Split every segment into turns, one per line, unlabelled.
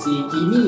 si Kimi.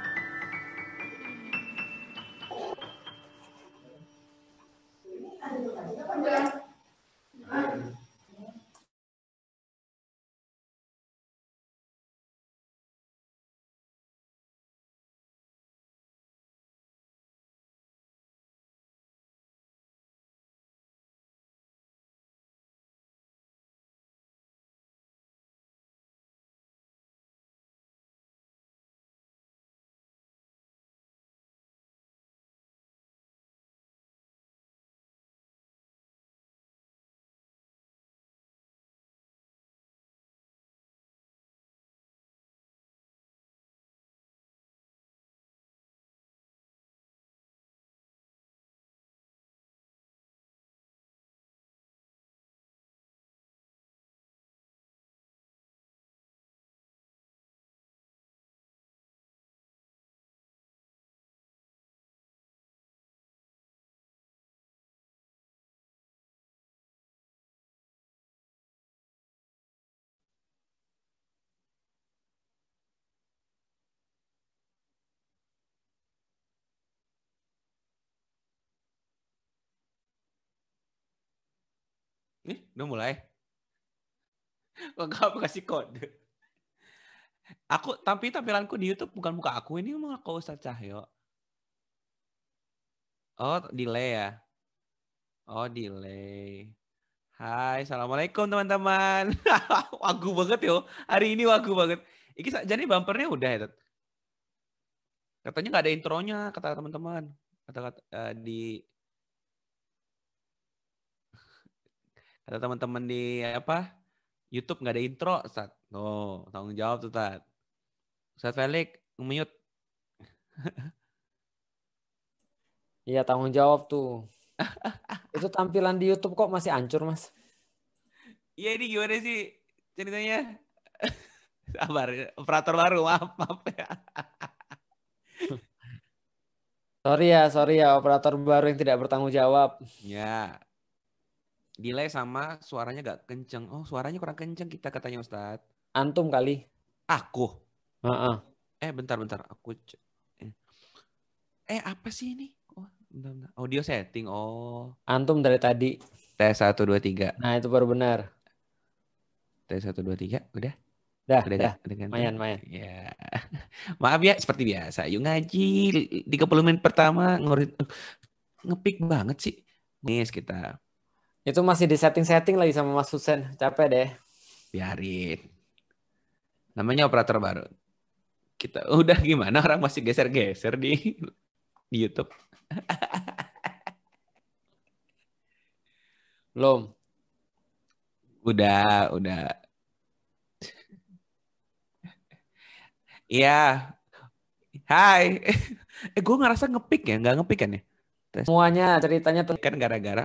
Nih, udah mulai. Enggak, aku kasih kode. Tapi tampilanku di YouTube bukan muka aku, ini muka Ustadz Cahyo. Oh, delay ya? Oh, delay. Hai, assalamualaikum teman-teman. Wagu banget yo. Hari ini wagu banget. Iki jadi bumpernya udah ya, Tet? Katanya nggak ada intronya, kata teman-teman. Kata teman-teman di apa? YouTube nggak ada intro, Ustaz. Oh, tanggung jawab tuh, Tat. Ustaz Felix, mute.
Iya, tanggung jawab tuh. Itu tampilan di YouTube kok masih hancur, Mas?
Iya, ini gimana sih ceritanya? Sabar, operator baru, maaf ya.
Sorry ya, operator baru yang tidak bertanggung jawab.
Ya, delay sama suaranya gak kenceng. Oh, suaranya kurang kenceng kita katanya Ustadz.
Antum kali.
Aku.
Heeh.
Bentar. Aku apa sih ini? Oh, bentar. Audio setting. Oh.
Antum dari tadi.
Tes 1 2 3.
Nah, itu baru benar.
Tes 1 2 3. Udah.
Dah.
Udah kan?
Mayan.
Ya. Maaf ya, seperti biasa. Yuk ngaji 30 menit pertama ngepick banget sih. Nih kita.
Itu masih di setting-setting lagi sama Mas Husen. Capek deh.
Biarin. Namanya operator baru. Kita udah gimana orang masih geser-geser di YouTube.
Belum.
Udah. Iya. Hai. Gue ngerasa ngepick ya, nggak ngepick kan ya?
Semuanya ceritanya tuh
Kan gara-gara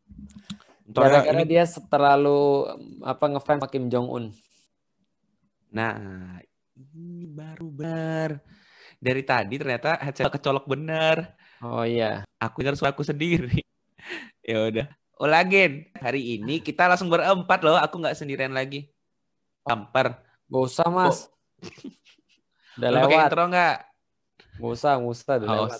dia terlalu ngefans sama Kim Jong Un.
Nah, ini baru benar. Dari tadi ternyata headset kecolok bener.
Oh iya.
Aku dengar suara aku sendiri. Ya udah. Ulagin. Hari ini kita langsung berempat loh. Aku nggak sendirian lagi. Bumper.
Gak usah, Mas. Udah
Lu pakai
lewat.
intro nggak?
Gak usah. Udah lewat.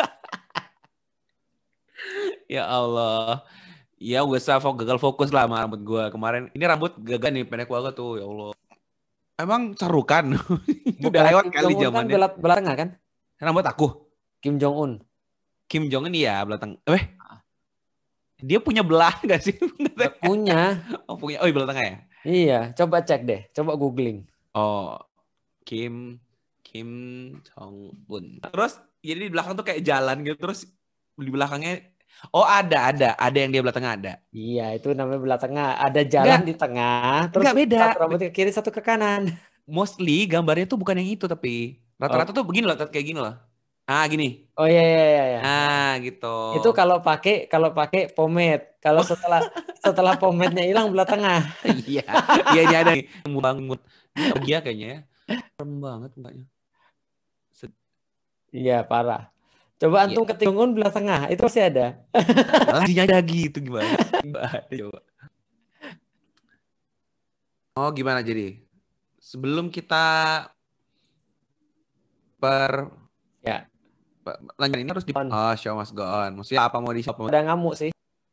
Ya Allah. Ya usah gagal fokus lah sama rambut gue. Kemarin ini rambut gagal nih pendek banget tuh. Ya Allah. Emang seru kan? Udah lewat kali zamannya.
Kan belah tengah kan?
Rambut aku.
Kim Jong Un.
Kim Jong Un iya belah tengah. Dia punya belah nggak sih?
Punya.
Oh punya. Oh belah tengah ya?
Iya. Coba cek deh. Coba googling.
Oh Kim Jong Un. Terus jadi di belakang tuh kayak jalan gitu. Terus di belakangnya ada yang dia belah tengah ada.
Iya, itu namanya belah tengah. Ada jalan di tengah, terus
beda.
satu rambut ke kiri, satu ke kanan.
Mostly gambarnya tuh bukan yang itu tapi rata-rata tuh begini loh, kayak gini loh. Ah, gini.
Oh iya.
Ah, gitu.
Itu kalau pakai pomade. Kalau setelah pomade-nya hilang belah tengah.
Iya ini ada nih. Bangun. Bahagia kayaknya ya. Serem banget mukanya.
Iya, parah. Coba antum ketinggungan belah tengah, itu masih ada.
Laginya ada gitu gimana? Coba. Oh, gimana jadi? Sebelum kita per
Ya.
lanjut ini harus di show must go on. Maksudnya apa mau di shop?
Udah ngamuk sih.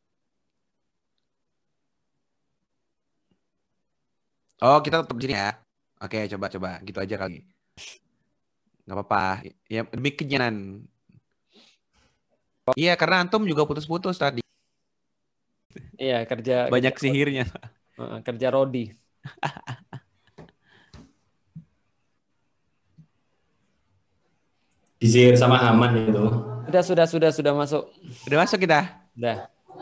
Oh, kita tetap di sini ya. Oke, coba gitu aja kali. Nggak apa-apa. Ya demi kenyamanan. Iya, karena antum juga putus-putus tadi.
Iya,
Banyak sihirnya.
Kerja Rodi.
Disihir sama Haman itu.
Sudah masuk.
Udah masuk kita?
Udah.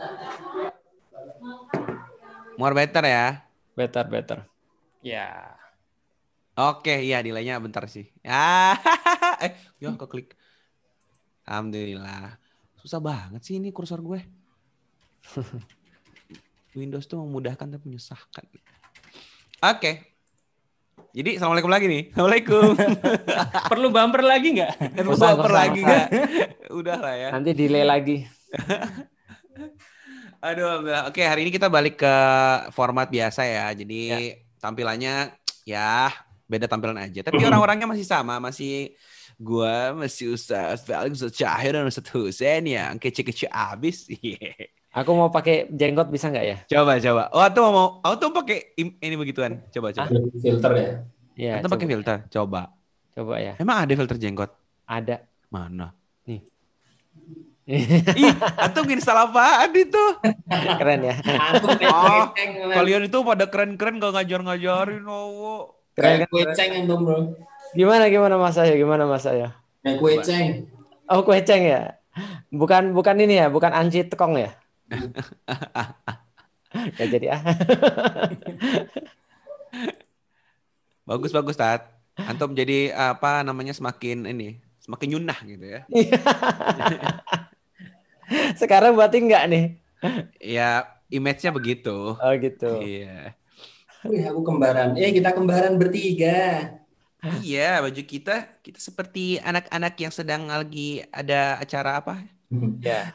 More better ya?
Better. Ya.
Oke, iya delaynya bentar sih. Keklik. Alhamdulillah. Susah banget sih ini kursor gue. Windows tuh memudahkan tapi menyusahkan. Oke. Jadi assalamualaikum lagi nih. Assalamualaikum.
Perlu bumper lagi nggak?
Perlu bumper lagi nggak? Udah lah ya.
Nanti delay lagi.
Aduh, oke, hari ini kita balik ke format biasa ya. Jadi tampilannya ya beda tampilan aja. Tapi orang-orangnya masih sama. Masih Ustaz Felix, Ustaz Cahyo, dan Ustaz Husein yang kece-kece abis.
Aku mau pakai jenggot bisa nggak ya?
Coba. Oh, aku tuh pakai ini begituan. Coba.
Filter ya?
Iya.
Atau pakai filter? Coba
Ya.
Emang ada filter jenggot?
Ada.
Mana?
Nih.
Ih, atau install apaan itu?
Keren ya.
Oh, kalian itu pada keren-keren gak ngajar-ngajarin.
Kayak kue ceng antum bro.
Gimana Mas Ayo?
Kayak kue ceng.
Oh, kue ceng ya. Bukan ini ya, bukan anji tekong ya. Ya jadi
Bagus Tat. Antum jadi apa namanya semakin nyunah gitu ya.
Sekarang berarti enggak nih?
Ya, image-nya begitu.
Oh gitu.
Iya.
Wih, aku kembaran. Kita kembaran bertiga.
Iya, baju kita seperti anak-anak yang sedang lagi ada acara apa?
Ya.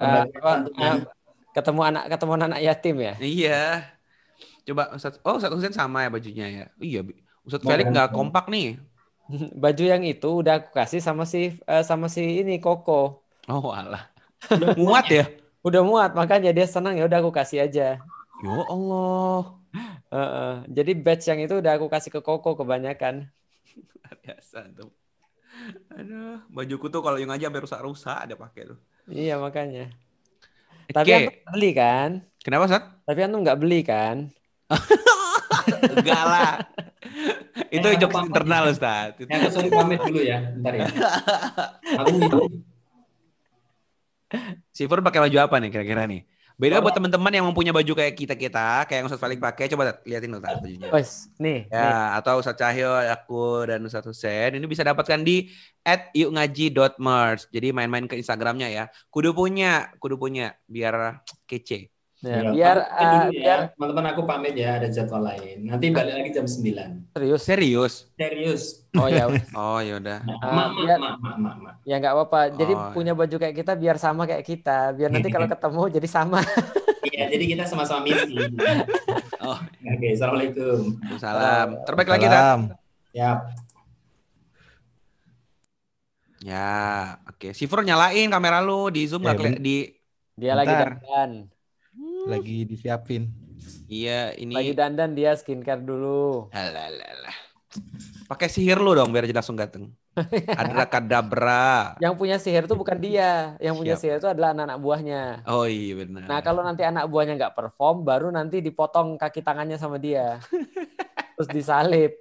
Ketemu anak yatim ya?
Iya. Coba Ustaz Husein sama ya bajunya ya. Iya, Ustaz Felix nggak kompak nih.
Baju yang itu udah aku kasih sama si ini Koko.
Oh alah. Udah muat ya?
Udah muat, makanya dia senang ya udah aku kasih aja.
Ya Allah.
Jadi batch yang itu udah aku kasih ke Koko kebanyakan.
Biasa tuh. Aduh, bajuku tuh kalau yang aja sampai rusak-rusak ada pakai tuh.
Iya makanya.
Okay.
Tapi antum nggak beli kan?
Kenapa, Sat?
Tapi antum nggak beli kan?
Enggak lah. Itu jokes internal, Ustaz.
Aku suruh pamit dulu ya, bentar ya. Aku
Sifur pakai baju apa nih kira-kira nih? Beda buat teman-teman yang mempunyai baju kayak kita, kayak yang Ustaz Felix pakai, coba liatin Ustaz bajunya.
Nih.
Atau Ustaz Cahyo, aku dan Ustaz Husein ini bisa dapatkan di @yukngaji.merch. Jadi main-main ke Instagramnya ya. Kudu punya biar kece.
Ya,
biar teman-teman aku pamit ya, ada jadwal lain. Nanti balik lagi jam 9.
Serius.
Oh ya.
Oh ya udah.
Mak.
Ya nggak apa-apa. Jadi punya baju kayak kita biar sama kayak kita. Biar nanti kalau ketemu jadi sama.
Iya, jadi kita sama-sama misi. Oke, assalamualaikum.
Salam. Terbaik lagi Tat. Ya, oke. Sifur nyalain kamera lu di Zoom nggak di.
Dia lagi dandan.
Lagi disiapin.
Iya, ini.
Lagi dandan dia skincare dulu.
Alah. Pakai sihir lu dong biar langsung ganteng. Adrakadabra.
Yang punya sihir itu bukan dia. Yang punya sihir itu adalah anak-anak buahnya.
Oh iya benar.
Nah kalau nanti anak buahnya nggak perform, baru nanti dipotong kaki tangannya sama dia. Terus disalib.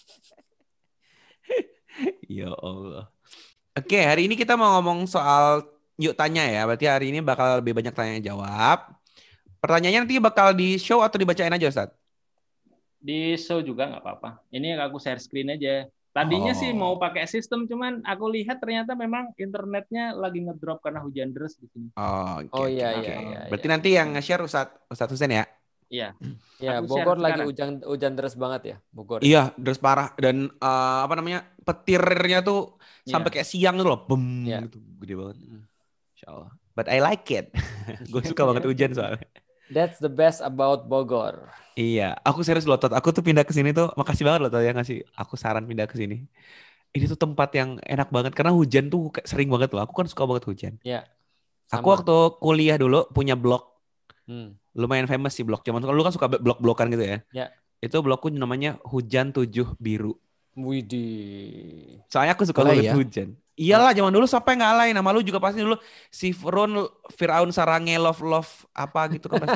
Ya Allah. Oke, hari ini kita mau ngomong soal yuk tanya ya. Berarti hari ini bakal lebih banyak tanya jawab. Pertanyaannya nanti bakal di show atau dibacain aja, Ustaz?
Di show juga nggak apa-apa. Ini aku share screen aja. Tadinya sih mau pakai sistem, cuman aku lihat ternyata memang internetnya lagi ngedrop karena hujan deras di sini.
Iya. Berarti nanti yang nge-share Ustaz Husein ya?
Iya.
Ya, Bogor lagi hujan deras banget ya, Bogor.
Iya, deras parah dan petirnya tuh sampai kayak siang tuh loh, gitu, gede banget. Insyaallah. But I like it. Gue suka banget hujan soalnya.
That's the best about Bogor.
Iya, aku serius loh, Tot. Aku tuh pindah ke sini tuh, makasih banget loh, Tot, yang ngasih aku saran pindah ke sini. ini tuh tempat yang enak banget karena hujan tuh sering banget loh. Aku kan suka banget hujan.
Ya.
Aku waktu kuliah dulu punya blog. Lumayan famous sih blog. Cuman lu kan suka blog-blogan gitu ya.
Ya.
Itu blogku namanya Hujan 7 Biru.
Widih.
Soalnya aku suka
Alay
banget
ya?
hujan. Iyalah zaman dulu siapa yang ngalahin. Nama lu juga pasti dulu Sifron, Firaun Sarange, Love apa gitu kan pasti.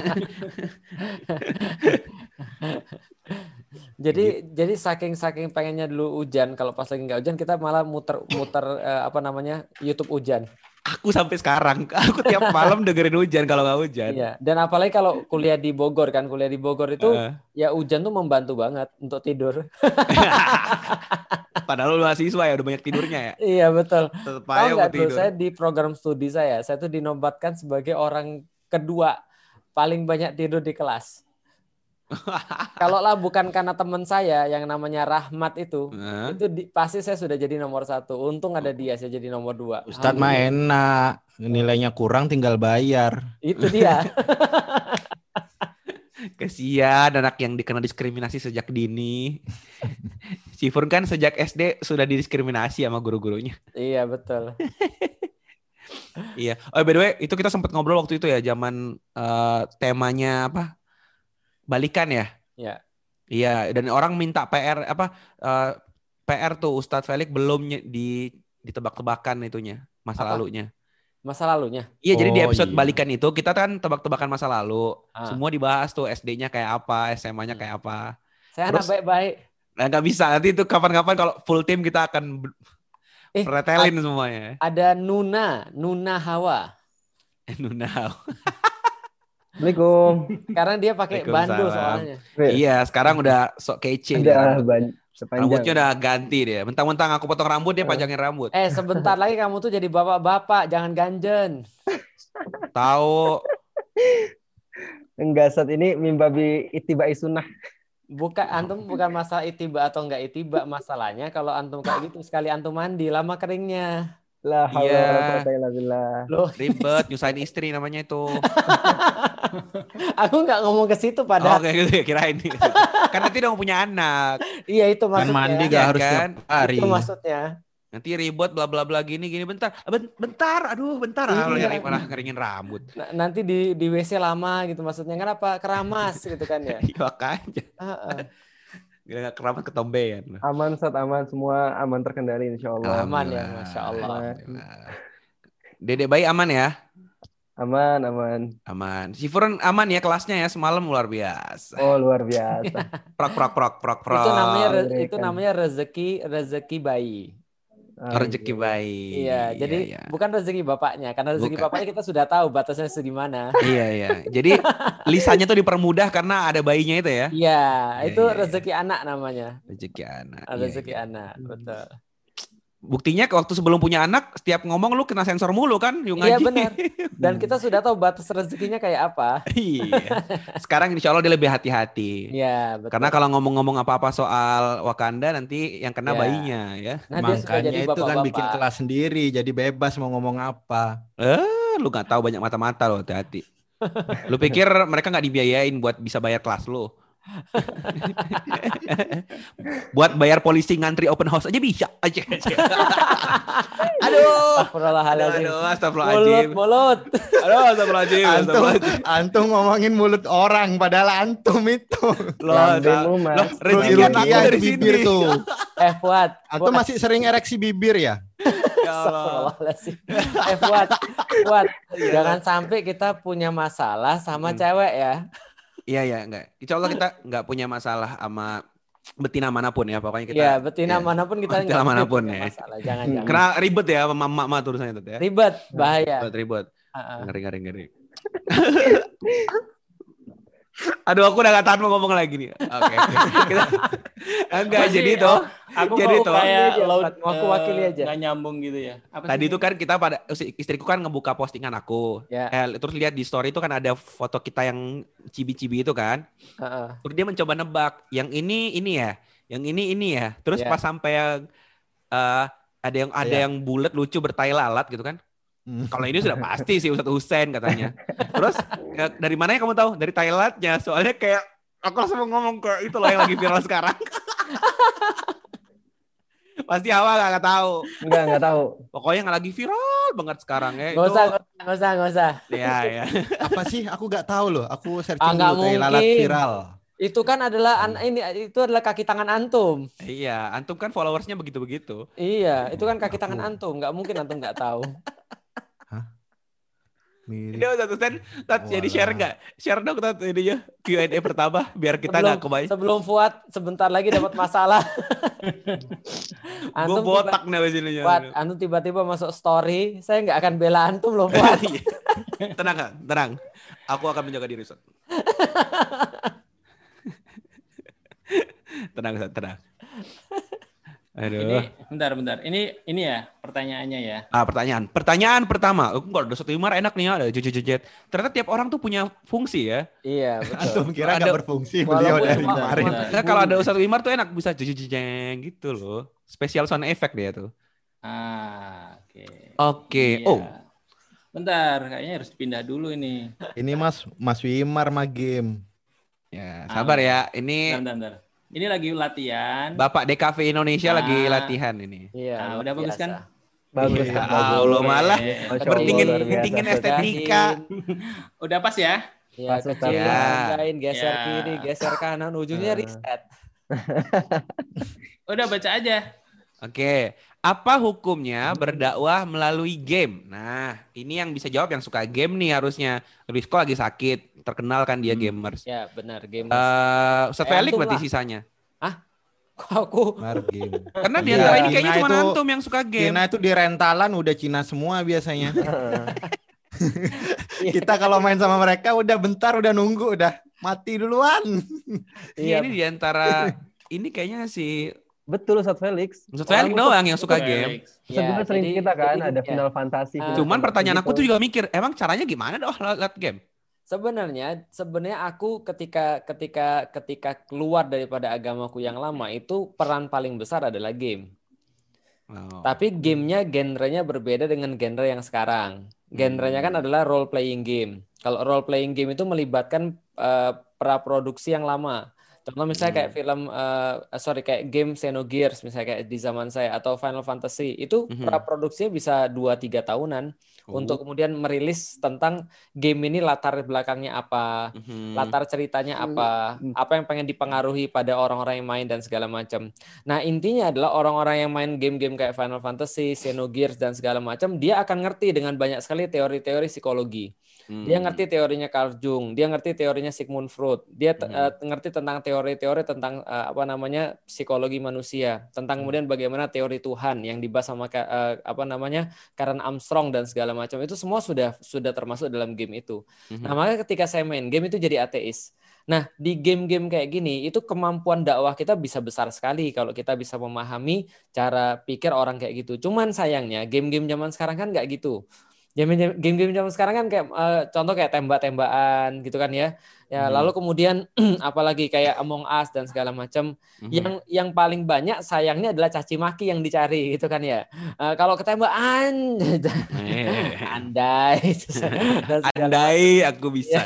Jadi saking pengennya dulu hujan, kalau pas lagi nggak hujan kita malah muter YouTube hujan.
Aku sampai sekarang, aku tiap malam dengerin hujan kalau nggak hujan.
Iya. Dan apalagi kalau kuliah di Bogor itu ya hujan tuh membantu banget untuk tidur.
Padahal lu mahasiswa ya udah banyak tidurnya ya.
Iya betul.
Tetap
Tahu
aja
nggak
mau
tuh,
tidur.
saya di program studi saya tuh dinobatkan sebagai orang kedua paling banyak tidur di kelas. Kalau lah bukan karena teman saya yang namanya Rahmat itu pasti saya sudah jadi nomor 1. Untung ada dia, saya jadi nomor 2.
Ustadz mah enak, nilainya kurang tinggal bayar.
Itu dia.
Kesian anak yang dikena diskriminasi sejak dini. Sifun kan sejak SD sudah didiskriminasi sama guru-gurunya.
Iya betul.
Iya. Oh by the way, itu kita sempat ngobrol waktu itu ya, zaman temanya apa? Balikan ya?
Iya.
Iya, dan orang minta PR PR tuh Ustadz Felix belum ditebak-tebakan itunya, masa lalunya.
Masa lalunya?
Iya, jadi di episode Balikan itu kita kan tebak-tebakan masa lalu. Semua dibahas tuh SD-nya kayak apa, SMA-nya kayak apa.
Saya anak baik-baik.
Nah, nggak bisa, nanti itu kapan-kapan kalau full team kita akan pretelin semuanya.
Ada Nuna Hawa.
Nuna Hawa.
Assalamualaikum.
Karena dia pakai bandu soalnya.
Iya, sekarang udah sok kece dia. Rambutnya udah ganti dia. Mentang-mentang aku potong rambut, dia pajangin rambut.
Sebentar lagi kamu tuh jadi bapak-bapak, jangan ganjen.
Tahu.
Enggak, saat ini mimbabi itibai sunnah.
Antum bukan masalah itiba atau enggak itiba, masalahnya kalau antum kayak gitu sekali antum mandi lama keringnya.
La haula wala quwata illa billah.
Ribet, nyusahin istri namanya itu.
Aku nggak ngomong ke situ padahal.
Oke, gitu ya, kirain. Kan nanti udah punya anak.
Iya itu maksudnya.
Kan mandi gak harus
kan?
tiap hari.
Itu maksudnya.
Nanti ribet bla bla bla gini bentar. Bentar. Ngeringin rambut.
Nanti di WC lama gitu maksudnya. Kenapa? Keramas gitu kan ya.
Iya makanya. Gak keramat ketombean.
Aman, aman, semua aman terkendali insyaallah.
Aman ya, Masya Allah.
Dedek bayi aman ya?
Aman.
Sifron aman ya kelasnya ya, semalam luar biasa.
Oh luar biasa.
Prok.
Itu namanya rezeki bayi.
Rezeki bayi.
Iya, jadi bukan rezeki bapaknya. Karena rezeki bapaknya kita sudah tahu batasnya segimana.
Iya. Jadi lisannya tuh dipermudah karena ada bayinya itu ya.
Iya, itu rezeki anak namanya.
Rezeki anak.
Rezeki anak, betul.
Buktinya waktu sebelum punya anak, setiap ngomong lu kena sensor mulu kan?
Iya benar. Dan kita sudah tahu batas rezekinya kayak apa.
Iya. Sekarang insya Allah dia lebih hati-hati.
Iya betul.
Karena kalau ngomong-ngomong apa-apa soal Wakanda nanti yang kena bayinya ya.
Nah,
makanya itu kan bikin kelas sendiri, jadi bebas mau ngomong apa.
Lu nggak tahu banyak mata-mata lo, hati-hati. Lu pikir mereka nggak dibiayain buat bisa bayar kelas lu? Buat bayar polisi ngantri open house aja bisa aja. Aduh.
Astagfirullahaladzim. Mulut.
Aduh, astagfirullahaladzim.
Antum ngomongin mulut orang padahal antum itu.
Loh, rezeki aku dari
bibir
sini.
tuh.
Fuad.
Antum masih sering ereksi bibir ya?
Astagfirullahaladzim. Fuad. Jangan sampai kita punya masalah sama cewek ya.
Iya, enggak. Insya Allah kita enggak punya masalah sama betina manapun ya. Pokoknya kita.
Iya, betina manapun kita
enggak manapun ya.
Masalah. Jangan.
Karena ribet ya sama mama tulisannya ya.
Ribet, bahaya.
Ribet. Ngeri. Aduh, aku udah gak tahan mau ngomong lagi nih. Oke. Enggak, jadi toh.
Aku
jadi
mau kayak
aku wakili aja.
Nggak nyambung gitu ya.
Tadi itu kan kita istriku kan ngebuka postingan aku. Terus lihat di story itu kan ada foto kita yang cibi-cibi itu kan. Terus dia mencoba nebak. Yang ini ya. Yang ini ya. Terus pas sampai yang ada yang bulat lucu bertai lalat gitu kan. Kalau ini sudah pasti sih Ustadz Hussein katanya. Terus dari mana ya kamu tahu? Dari Thailandnya. Soalnya kayak aku langsung ngomong ke itu loh yang lagi viral sekarang. Pasti awal nggak tahu.
Enggak tahu.
Pokoknya yang lagi viral banget sekarang ya.
Nggak usah.
Ya.
Apa sih? Aku nggak tahu loh. Aku searching
Nggak
dulu tai lalat
mungkin.
viral.
Itu kan adalah itu adalah kaki tangan antum.
Iya, antum kan followersnya begitu-begitu.
Iya, itu kan kaki tangan antum. Nggak mungkin antum nggak tahu.
Ini satu jadi share nggak? Share dong Tat, ini ya Q&A pertama biar kita nggak kebayang.
Sebelum Fuad sebentar lagi dapat masalah.
Gue botak nih di sini.
Fuad, antum tiba-tiba masuk story, saya nggak akan bela antum loh Fuad.
Tenang. Aku akan menjaga diri Ustaz. Tenang. Aduh.
Bentar. Ini ya pertanyaannya ya.
Pertanyaan pertama. Kalau ada 1 enak nih ya, ada jejet. Ternyata tiap orang tuh punya fungsi ya.
Iya, betul.
Antum kira nggak berfungsi beliau dari kemarin.
Nah, kalau ada Ustadz Wimar tuh enak bisa jejeng gitu loh. Special sound effect dia tuh. Oke.
Iya. Bentar, kayaknya harus pindah dulu ini.
Ini Mas Wimar mah game.
Ya, sabar ya. Ini
Bentar. Ini lagi latihan.
Bapak DKV Indonesia lagi latihan ini.
Iya.
Udah bagus kan?
Bagus.
Ya Allah malah bertingin estetika.
Udah pas ya?
Ya, kecil, geser kiri, geser kanan, ujungnya reset.
Udah baca aja.
Oke. Apa hukumnya berdakwah melalui game? Nah, ini yang bisa jawab yang suka game nih harusnya. Rizko lagi sakit, terkenal kan dia gamers.
Ya, benar, game.
Ustadz Felix berarti sisanya.
Kok aku?
Game.
Karena di antara ini kayaknya cuma antum yang suka game.
Cina itu di rentalan udah Cina semua biasanya. Kita kalau main sama mereka udah bentar, udah nunggu, udah mati duluan.
Iya, ini di antara ini kayaknya si
Betul Ustadz Felix.
Ustadz Felix doang yang suka game.
Sebenarnya sering kita kan ada Final Fantasy.
Cuman pertanyaan aku tuh juga mikir, emang caranya gimana dong lihat game?
Sebenarnya aku ketika keluar daripada agamaku yang lama itu peran paling besar adalah game. Tapi gamenya genrenya berbeda dengan genre yang sekarang. Genrenya kan adalah role playing game. Kalau role playing game itu melibatkan praproduksi yang lama. Contoh misalnya kayak kayak game Xenogears misalnya kayak di zaman saya atau Final Fantasy itu praproduksinya bisa 2-3 tahunan untuk kemudian merilis tentang game ini latar belakangnya apa, latar ceritanya apa yang pengen dipengaruhi pada orang-orang yang main dan segala macam. Nah, intinya adalah orang-orang yang main game-game kayak Final Fantasy, Xenogears dan segala macam, dia akan ngerti dengan banyak sekali teori-teori psikologi. Dia ngerti teorinya Carl Jung, dia ngerti teorinya Sigmund Freud, dia ngerti tentang teori-teori tentang psikologi manusia, tentang kemudian bagaimana teori Tuhan yang dibahas sama Karen Armstrong dan segala macam itu semua sudah termasuk dalam game itu. Nah, maka ketika saya main game itu jadi ateis. Nah, di game-game kayak gini itu kemampuan dakwah kita bisa besar sekali kalau kita bisa memahami cara pikir orang kayak gitu. Cuman sayangnya game-game zaman sekarang kan nggak gitu. Game-game zaman sekarang kan kayak contoh kayak tembak-tembakan gitu kan ya. Lalu kemudian apalagi kayak Among Us dan segala macam. Yang paling banyak sayangnya adalah caci maki yang dicari gitu kan ya. Kalau ketembak
andai aku bisa.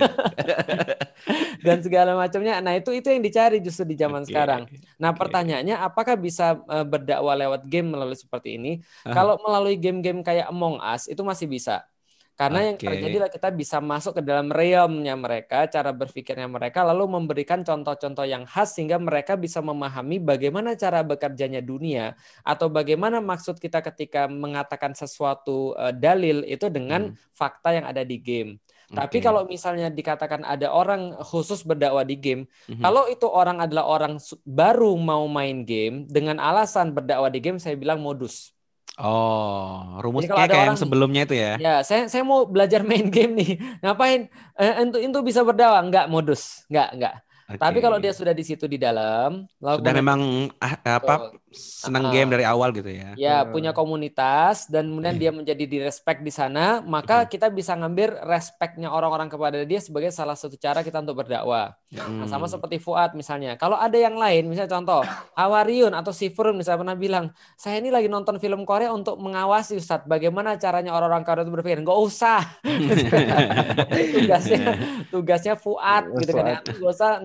Dan segala macamnya. Nah, itu yang dicari justru di zaman sekarang. Nah, pertanyaannya apakah bisa berdakwah lewat game melalui seperti ini? Kalau melalui game-game kayak Among Us itu masih bisa. Karena yang terjadi adalah kita bisa masuk ke dalam realm-nya mereka, cara berpikirnya mereka, lalu memberikan contoh-contoh yang khas sehingga mereka bisa memahami bagaimana cara bekerjanya dunia atau bagaimana maksud kita ketika mengatakan sesuatu dalil itu dengan fakta yang ada di game. Tapi kalau misalnya dikatakan ada orang khusus berdakwah di game, kalau itu orang adalah orang baru mau main game dengan alasan berdakwah di game, saya bilang modus.
Oh, rumusnya kayak yang sebelumnya itu ya?
Ya, saya mau belajar main game nih. Ngapain? Itu bisa berdakwah? Enggak, modus. Enggak. Tapi kalau dia sudah di situ di dalam,
sudah memang senang game dari awal gitu ya.
Ya, punya komunitas dan kemudian dia menjadi direspek di sana, maka kita bisa ngambil respeknya orang-orang kepada dia sebagai salah satu cara kita untuk berdakwah. Nah, sama seperti Fuad misalnya. Kalau ada yang lain, misalnya contoh, Awariun atau Sifrun misalnya pernah bilang, saya ini lagi nonton film Korea untuk mengawasi Ustadz, bagaimana caranya orang-orang Korea itu berpikir. Nggak usah. Tugasnya Fuad gitu kan ya. Nggak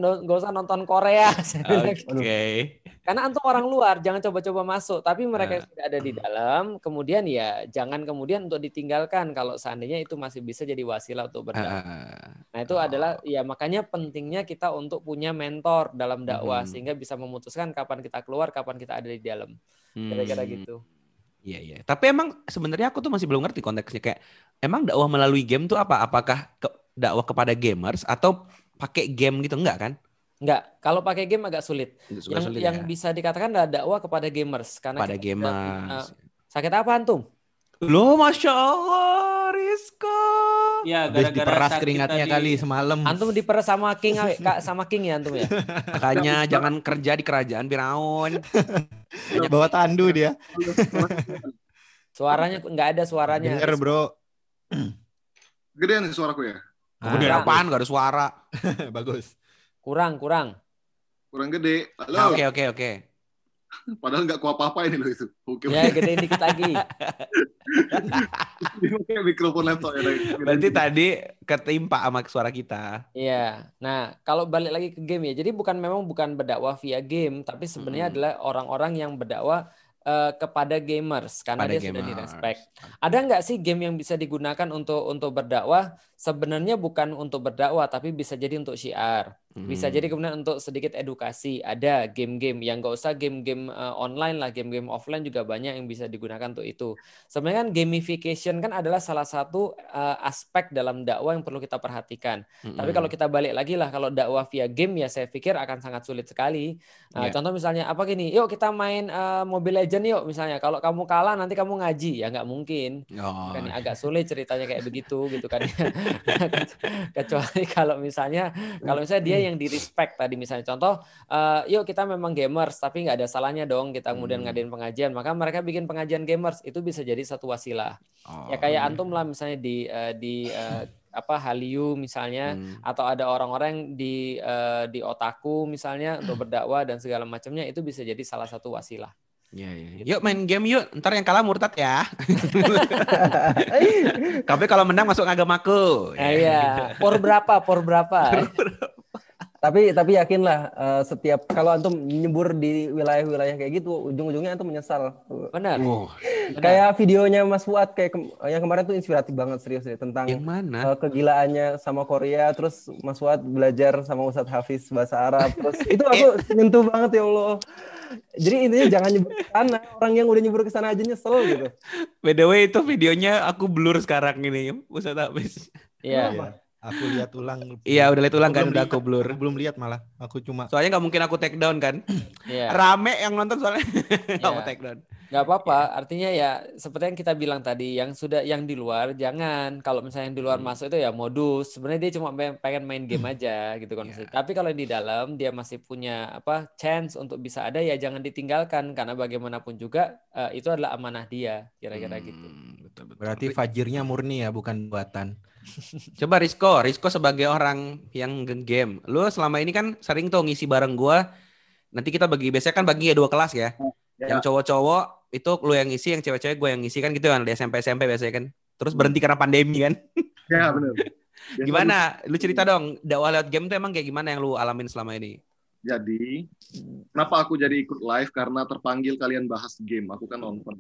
nggak usah nonton Korea. Saya bilang gitu.
Oke.
Karena antum orang luar, jangan coba-coba masuk. Tapi mereka yang sudah ada di dalam, kemudian ya jangan kemudian untuk ditinggalkan kalau seandainya itu masih bisa jadi wasilah untuk berdakwah. Nah itu adalah ya makanya pentingnya kita untuk punya mentor dalam dakwah sehingga bisa memutuskan kapan kita keluar, kapan kita ada di dalam. Kira-kira gitu.
Iya. Tapi emang sebenarnya aku tuh masih belum ngerti konteksnya kayak emang dakwah melalui game tuh apa? Apakah dakwah kepada gamers atau pakai game gitu enggak kan?
Enggak, kalau pakai game agak sulit. Yang
Ya?
bisa dikatakan adalah dakwah kepada gamers karena
Pada gamers.
Sakit apa antum?
Loh, Masya Allah, Rizko.
Ya,
Habis
gara-gara
diperas
sakit
keringatnya
tadi.
kali semalam.
Antum diperes sama King sama King ya antum ya?
Makanya jangan kerja di kerajaan Firaun.
Bawa tandu dia.
Suaranya nggak ada suaranya.
Denger bro.
Gedean nih suaraku ya?
Kemudian apaan? Gak ada suara.
Bagus.
Kurang.
Kurang gede.
Nah,
Halo.
oke.
Padahal nggak ku apa-apain loh itu. Oke.
Ya gedein dikit lagi.
Pakai mikrofon laptop ya.
Berarti tadi ketimpa sama suara kita.
Iya. Nah, kalau balik lagi ke game ya. Jadi memang bukan berdakwah via game, tapi sebenarnya adalah orang-orang yang berdakwah kepada gamers karena dia sudah direspek. Ada nggak sih game yang bisa digunakan untuk berdakwah? Sebenarnya bukan untuk berdakwah, tapi bisa jadi untuk syiar. Bisa jadi kemudian untuk sedikit edukasi. Ada game-game yang nggak usah game-game online lah, game-game offline juga banyak yang bisa digunakan untuk itu. Sebenarnya kan gamification kan adalah salah satu aspek dalam dakwah yang perlu kita perhatikan. Tapi kalau kita balik lagi lah, kalau dakwah via game ya saya pikir akan sangat sulit sekali. Contoh misalnya apa gini, yuk kita main Mobile Legends yuk misalnya. Kalau kamu kalah nanti kamu ngaji, ya nggak mungkin. Kan agak sulit ceritanya kayak begitu gitu kan. Kecuali kalau misalnya dia yang di respect tadi misalnya contoh yuk kita memang gamers tapi nggak ada salahnya dong kita kemudian ngadain pengajian, maka mereka bikin pengajian gamers, itu bisa jadi satu wasilah. Ya kayak antum lah misalnya di Hallyu misalnya, atau ada orang-orang di Otaku misalnya untuk berdakwah dan segala macamnya, itu bisa jadi salah satu wasilah.
Iya. Yuk main game yuk, ntar yang kalah murtad ya. Tapi kalau menang masuk agamaku.
Iya. Por berapa?
Tapi yakinlah setiap kalau antum nyebur di wilayah-wilayah kayak gitu, ujung-ujungnya antum menyesal.
Benar.
Kayak videonya Mas Fuad yang kemarin tuh inspiratif banget, serius ya, tentang
yang mana?
Kegilaannya sama Korea, terus Mas Fuad belajar sama Ustadz Hafiz bahasa Arab, terus itu aku nyentuh banget ya Allah. Jadi intinya jangan nyebur ke sana, orang yang udah nyebur ke sana aja nyesel gitu.
By the way itu videonya aku blur sekarang ini, Ustadz Hafiz.
Iya.
Aku lihat ulang.
Iya udah lihat ulang kan, udah aku blur.
Aku belum lihat malah. Aku cuma.
Soalnya nggak mungkin aku take down kan.
Iya.
Rame yang nonton soalnya nggak mau take down.
Nggak apa-apa. Artinya ya seperti yang kita bilang tadi, yang di luar jangan. Kalau misalnya yang di luar masuk itu ya modus. Sebenarnya dia cuma pengen main game aja gitu kan. Tapi kalau di dalam dia masih punya chance untuk bisa ada, ya jangan ditinggalkan karena bagaimanapun juga itu adalah amanah dia, kira-kira gitu.
Betul.
Berarti fajirnya murni ya, bukan buatan.
Coba Rizko sebagai orang yang game, lu selama ini kan sering tuh ngisi bareng gua. Nanti kita biasanya kan bagi 2 kelas ya. Yang cowok-cowok itu lu yang ngisi, yang cewek-cewek gua yang ngisi kan gitu kan, di SMP biasanya kan. Terus berhenti karena pandemi kan.
Ya benar.
Gimana? Lu cerita dong, dakwah lewat game tuh emang kayak gimana yang lu alamin selama ini?
Jadi, kenapa aku jadi ikut live? Karena terpanggil kalian bahas game. Aku kan nonton.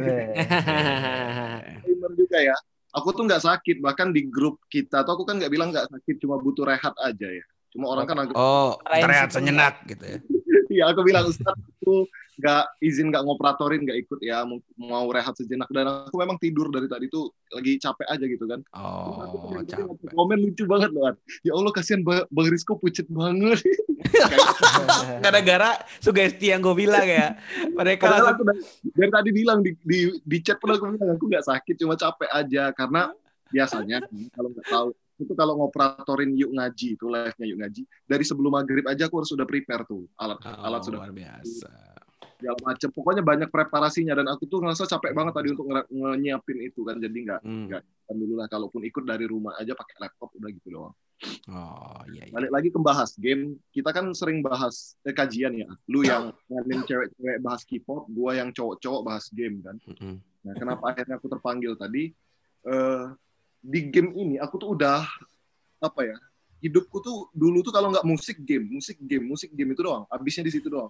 Gamer juga ya. Aku tuh nggak sakit, bahkan di grup kita tuh aku kan nggak bilang nggak sakit, cuma butuh rehat aja ya. Cuma orang kan agak
rehat sejenak gitu ya.
Iya, aku bilang Ustaz aku nggak ngoperatorin, nggak ikut ya, mau rehat sejenak, dan aku memang tidur dari tadi tuh lagi capek aja gitu kan.
Capek.
Komen lucu banget loh. Ya Allah kasihan Bang Rizko pucet banget.
Gara-gara sugesti yang gue bilang ya. Mereka
aku dari tadi bilang di chat pun aku bilang aku nggak sakit, cuma capek aja karena biasanya kalau nggak tahu itu kalau ngoperatorin Yuk Ngaji itu live-nya Yuk Ngaji dari sebelum maghrib aja aku harus sudah prepare tuh alat sudah
luar biasa.
Segala macam, pokoknya banyak preparasinya dan aku tuh ngerasa capek banget tadi untuk nyiapin itu kan, jadi nggak dulu lah, kalaupun ikut dari rumah aja pakai laptop udah gitu doang.
Iya.
Balik lagi ke bahas game, kita kan sering bahas kajian ya, lu yang nganin cewek-cewek bahas K-pop, gua yang cowok-cowok bahas game kan. Nah kenapa akhirnya aku terpanggil tadi di game ini aku tuh udah hidupku tuh dulu tuh kalau nggak musik game itu doang. Habisnya di situ doang.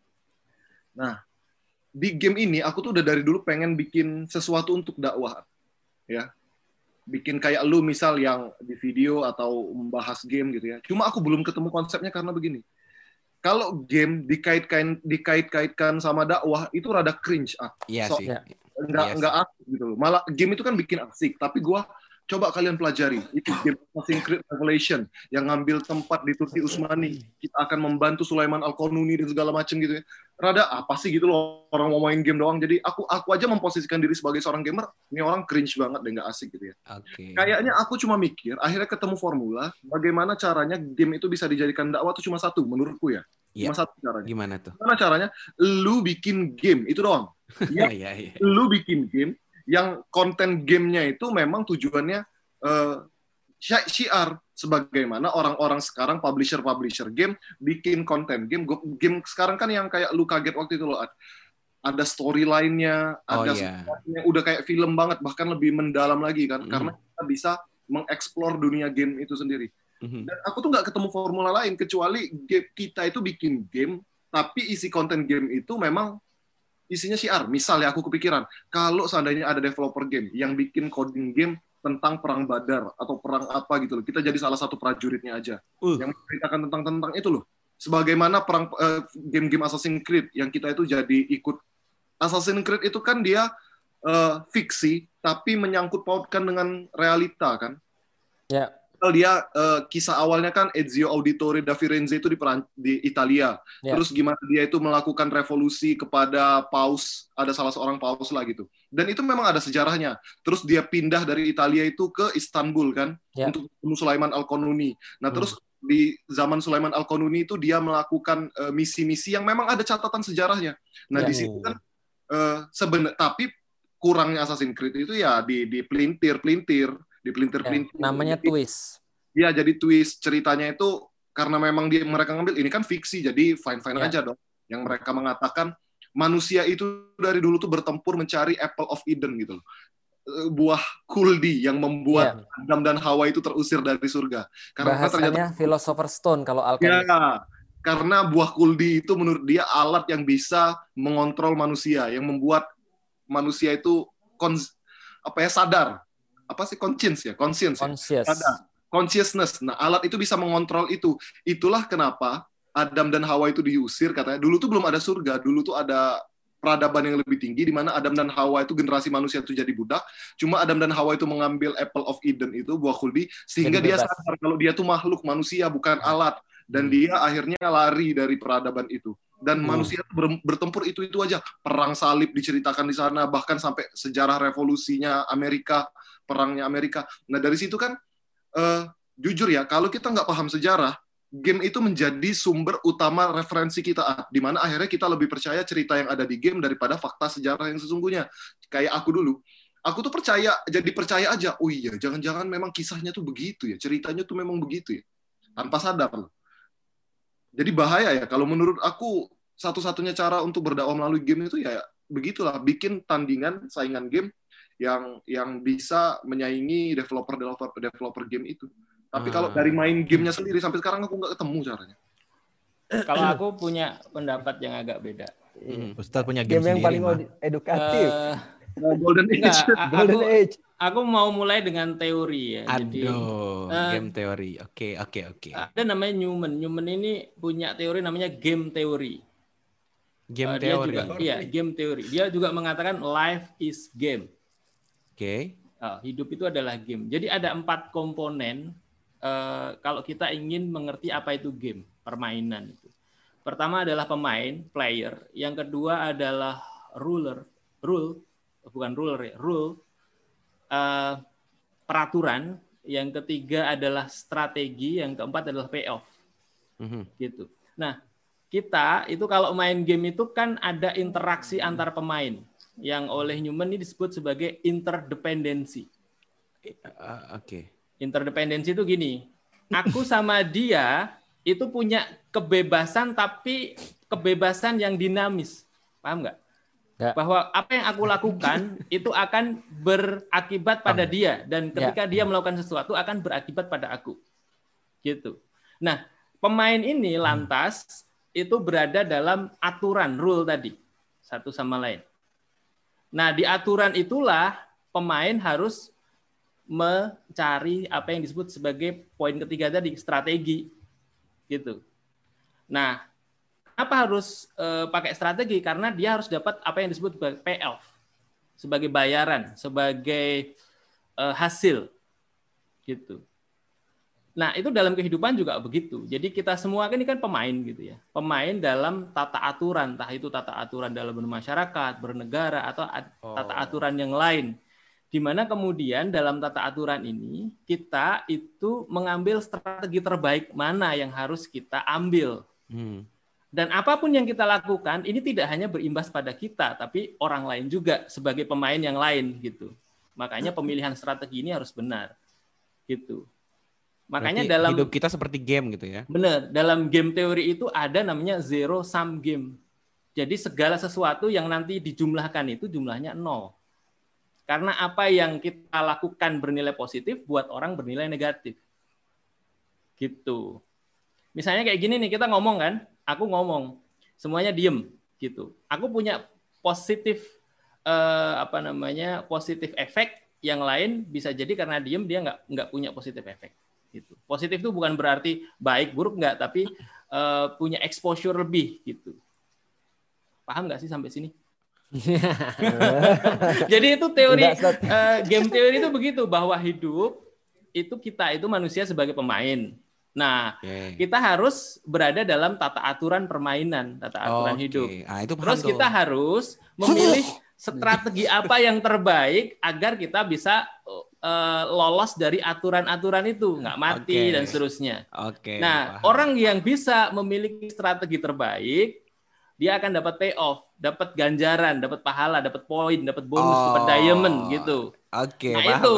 Nah, di game ini aku tuh udah dari dulu pengen bikin sesuatu untuk dakwah, ya. Bikin kayak lu misal yang di video atau membahas game gitu ya. Cuma aku belum ketemu konsepnya karena begini. Kalau game dikait-kaitkan sama dakwah itu rada cringe.
Iya sih.
Nggak asik gitu loh. Malah game itu kan bikin asik, tapi gua coba kalian pelajari. Itu game Assassin's Creed Revelation yang ngambil tempat di Turki Utsmani. Kita akan membantu Sulaiman Al-Qanuni dan segala macam gitu ya. Rada apa sih gitu loh, orang mau main game doang. Jadi aku aja memposisikan diri sebagai seorang gamer, ini orang cringe banget dan nggak asik gitu ya. Kayaknya aku cuma mikir, akhirnya ketemu formula, bagaimana caranya game itu bisa dijadikan dakwah itu cuma satu, menurutku ya. Cuma satu caranya.
Gimana tuh?
Gimana caranya? Lu bikin game, itu doang. Ya, lu bikin game, yang konten gamenya itu memang tujuannya syiar, sebagaimana orang-orang sekarang publisher game bikin konten game sekarang kan yang kayak lu kaget waktu itu loh, ada storyline-nya, ada yang udah kayak film banget, bahkan lebih mendalam lagi kan, karena kita bisa mengeksplor dunia game itu sendiri. Dan aku tuh nggak ketemu formula lain kecuali kita itu bikin game, tapi isi konten game itu memang isinya syiar. Misalnya aku kepikiran, kalau seandainya ada developer game yang bikin coding game tentang perang Badar atau perang apa gitu loh, kita jadi salah satu prajuritnya aja yang menceritakan tentang itu loh. Sebagaimana perang game-game Assassin's Creed yang kita itu jadi ikut. Assassin's Creed itu kan dia fiksi tapi menyangkut pautkan dengan realita kan. Ya. Dia kisah awalnya kan Ezio Auditore da Firenze itu di Italia. Terus gimana dia itu melakukan revolusi kepada paus, ada salah seorang paus lah gitu. Dan itu memang ada sejarahnya. Terus dia pindah dari Italia itu ke Istanbul kan untuk ketemu Sulaiman Al-Qanuni. Nah, terus di zaman Sulaiman Al-Qanuni itu dia melakukan misi-misi yang memang ada catatan sejarahnya. Nah, di situ kan sebenarnya, tapi kurangnya Assassin's Creed itu ya di pelintir-pelintir.
Namanya twist.
Iya, jadi twist ceritanya itu karena memang mereka ngambil ini kan fiksi, jadi fine aja dong. Yang mereka mengatakan manusia itu dari dulu tuh bertempur mencari Apple of Eden gitu loh. Buah kuldi yang membuat Adam dan Hawa itu terusir dari surga. Karena
bahasanya Philosopher's Stone kalau alkemis.
Ya, karena buah kuldi itu menurut dia alat yang bisa mengontrol manusia, yang membuat manusia itu sadar. Apa sih consciousness. Nah, alat itu bisa mengontrol itu. Itulah kenapa Adam dan Hawa itu diusir katanya. Dulu tuh belum ada surga, dulu tuh ada peradaban yang lebih tinggi di mana Adam dan Hawa itu generasi manusia itu jadi budak. Cuma Adam dan Hawa itu mengambil Apple of Eden itu buah kuldi sehingga dia sadar kalau dia tuh makhluk manusia bukan alat dan dia akhirnya lari dari peradaban itu. Dan manusia bertempur itu aja. Perang salib diceritakan di sana, bahkan sampai sejarah revolusinya Amerika, perangnya Amerika. Nah, dari situ kan, jujur ya, kalau kita nggak paham sejarah, game itu menjadi sumber utama referensi kita, di mana akhirnya kita lebih percaya cerita yang ada di game daripada fakta sejarah yang sesungguhnya. Kayak aku dulu, aku tuh jadi percaya aja, oh iya, jangan-jangan memang kisahnya tuh begitu ya, ceritanya tuh memang begitu ya, tanpa sadar loh. Jadi bahaya ya, kalau menurut aku satu-satunya cara untuk berdakwah melalui game itu ya begitulah, bikin tandingan, saingan game yang bisa menyaingi developer game itu. Tapi kalau dari main gamenya sendiri sampai sekarang aku nggak ketemu caranya.
Kalau aku punya pendapat yang agak beda.
Ustaz punya game
yang paling edukatif.
Golden Age.
Golden Age.
Aku mau mulai dengan teori ya.
Game teori. Oke.
Ada namanya Newman. Newman ini punya teori namanya game teori. Game teori. Dia juga mengatakan life is game. Hidup itu adalah game. Jadi ada 4 komponen kalau kita ingin mengerti apa itu game, permainan itu. Pertama adalah pemain, player. Yang kedua adalah rule, peraturan. Yang ketiga adalah strategi. Yang keempat adalah payoff. Gitu. Nah, kita itu kalau main game itu kan ada interaksi antar pemain. Yang oleh Newman ini disebut sebagai interdependensi. Interdependensi itu gini, aku sama dia itu punya kebebasan, tapi kebebasan yang dinamis. Paham nggak? Bahwa apa yang aku lakukan itu akan berakibat pada dia, dan ketika dia melakukan sesuatu akan berakibat pada aku. Gitu. Nah, pemain ini lantas itu berada dalam aturan rule tadi satu sama lain. Nah, di aturan itulah pemain harus mencari apa yang disebut sebagai poin ketiga tadi, strategi. Gitu. Nah, kenapa harus pakai strategi? Karena dia harus dapat apa yang disebut sebagai payoff, sebagai bayaran, sebagai hasil. Gitu. Nah, itu dalam kehidupan juga begitu. Jadi kita semua ini kan pemain gitu ya. Pemain dalam tata aturan, entah itu tata aturan dalam bermasyarakat, bernegara, atau tata aturan yang lain. Di mana kemudian dalam tata aturan ini, kita itu mengambil strategi terbaik mana yang harus kita ambil. Dan apapun yang kita lakukan, ini tidak hanya berimbas pada kita, tapi orang lain juga sebagai pemain yang lain gitu. Makanya pemilihan strategi ini harus benar. Gitu. Makanya
berarti
dalam
hidup kita seperti game gitu ya.
Benar, dalam game teori itu ada namanya zero sum game. Jadi segala sesuatu yang nanti dijumlahkan itu jumlahnya 0. Karena apa yang kita lakukan bernilai positif buat orang bernilai negatif. Gitu. Misalnya kayak gini nih, kita ngomong kan, aku ngomong, semuanya diem gitu. Aku punya positif positif efek, yang lain bisa jadi karena diem dia nggak punya positif efek. Gitu. Positif itu bukan berarti baik buruk enggak, tapi punya exposure lebih gitu. Paham nggak sih sampai sini? Jadi itu teori game teori itu begitu, bahwa hidup itu kita itu manusia sebagai pemain. Nah, kita harus berada dalam tata aturan permainan, tata aturan hidup.
Ah, itu
terus kita harus memilih strategi apa yang terbaik agar kita bisa lolos dari aturan-aturan itu, nggak mati dan seterusnya. Nah, orang yang bisa memiliki strategi terbaik, dia akan dapat payoff, dapat ganjaran, dapat pahala, dapat poin, dapat bonus, dapat diamond gitu. Nah itu,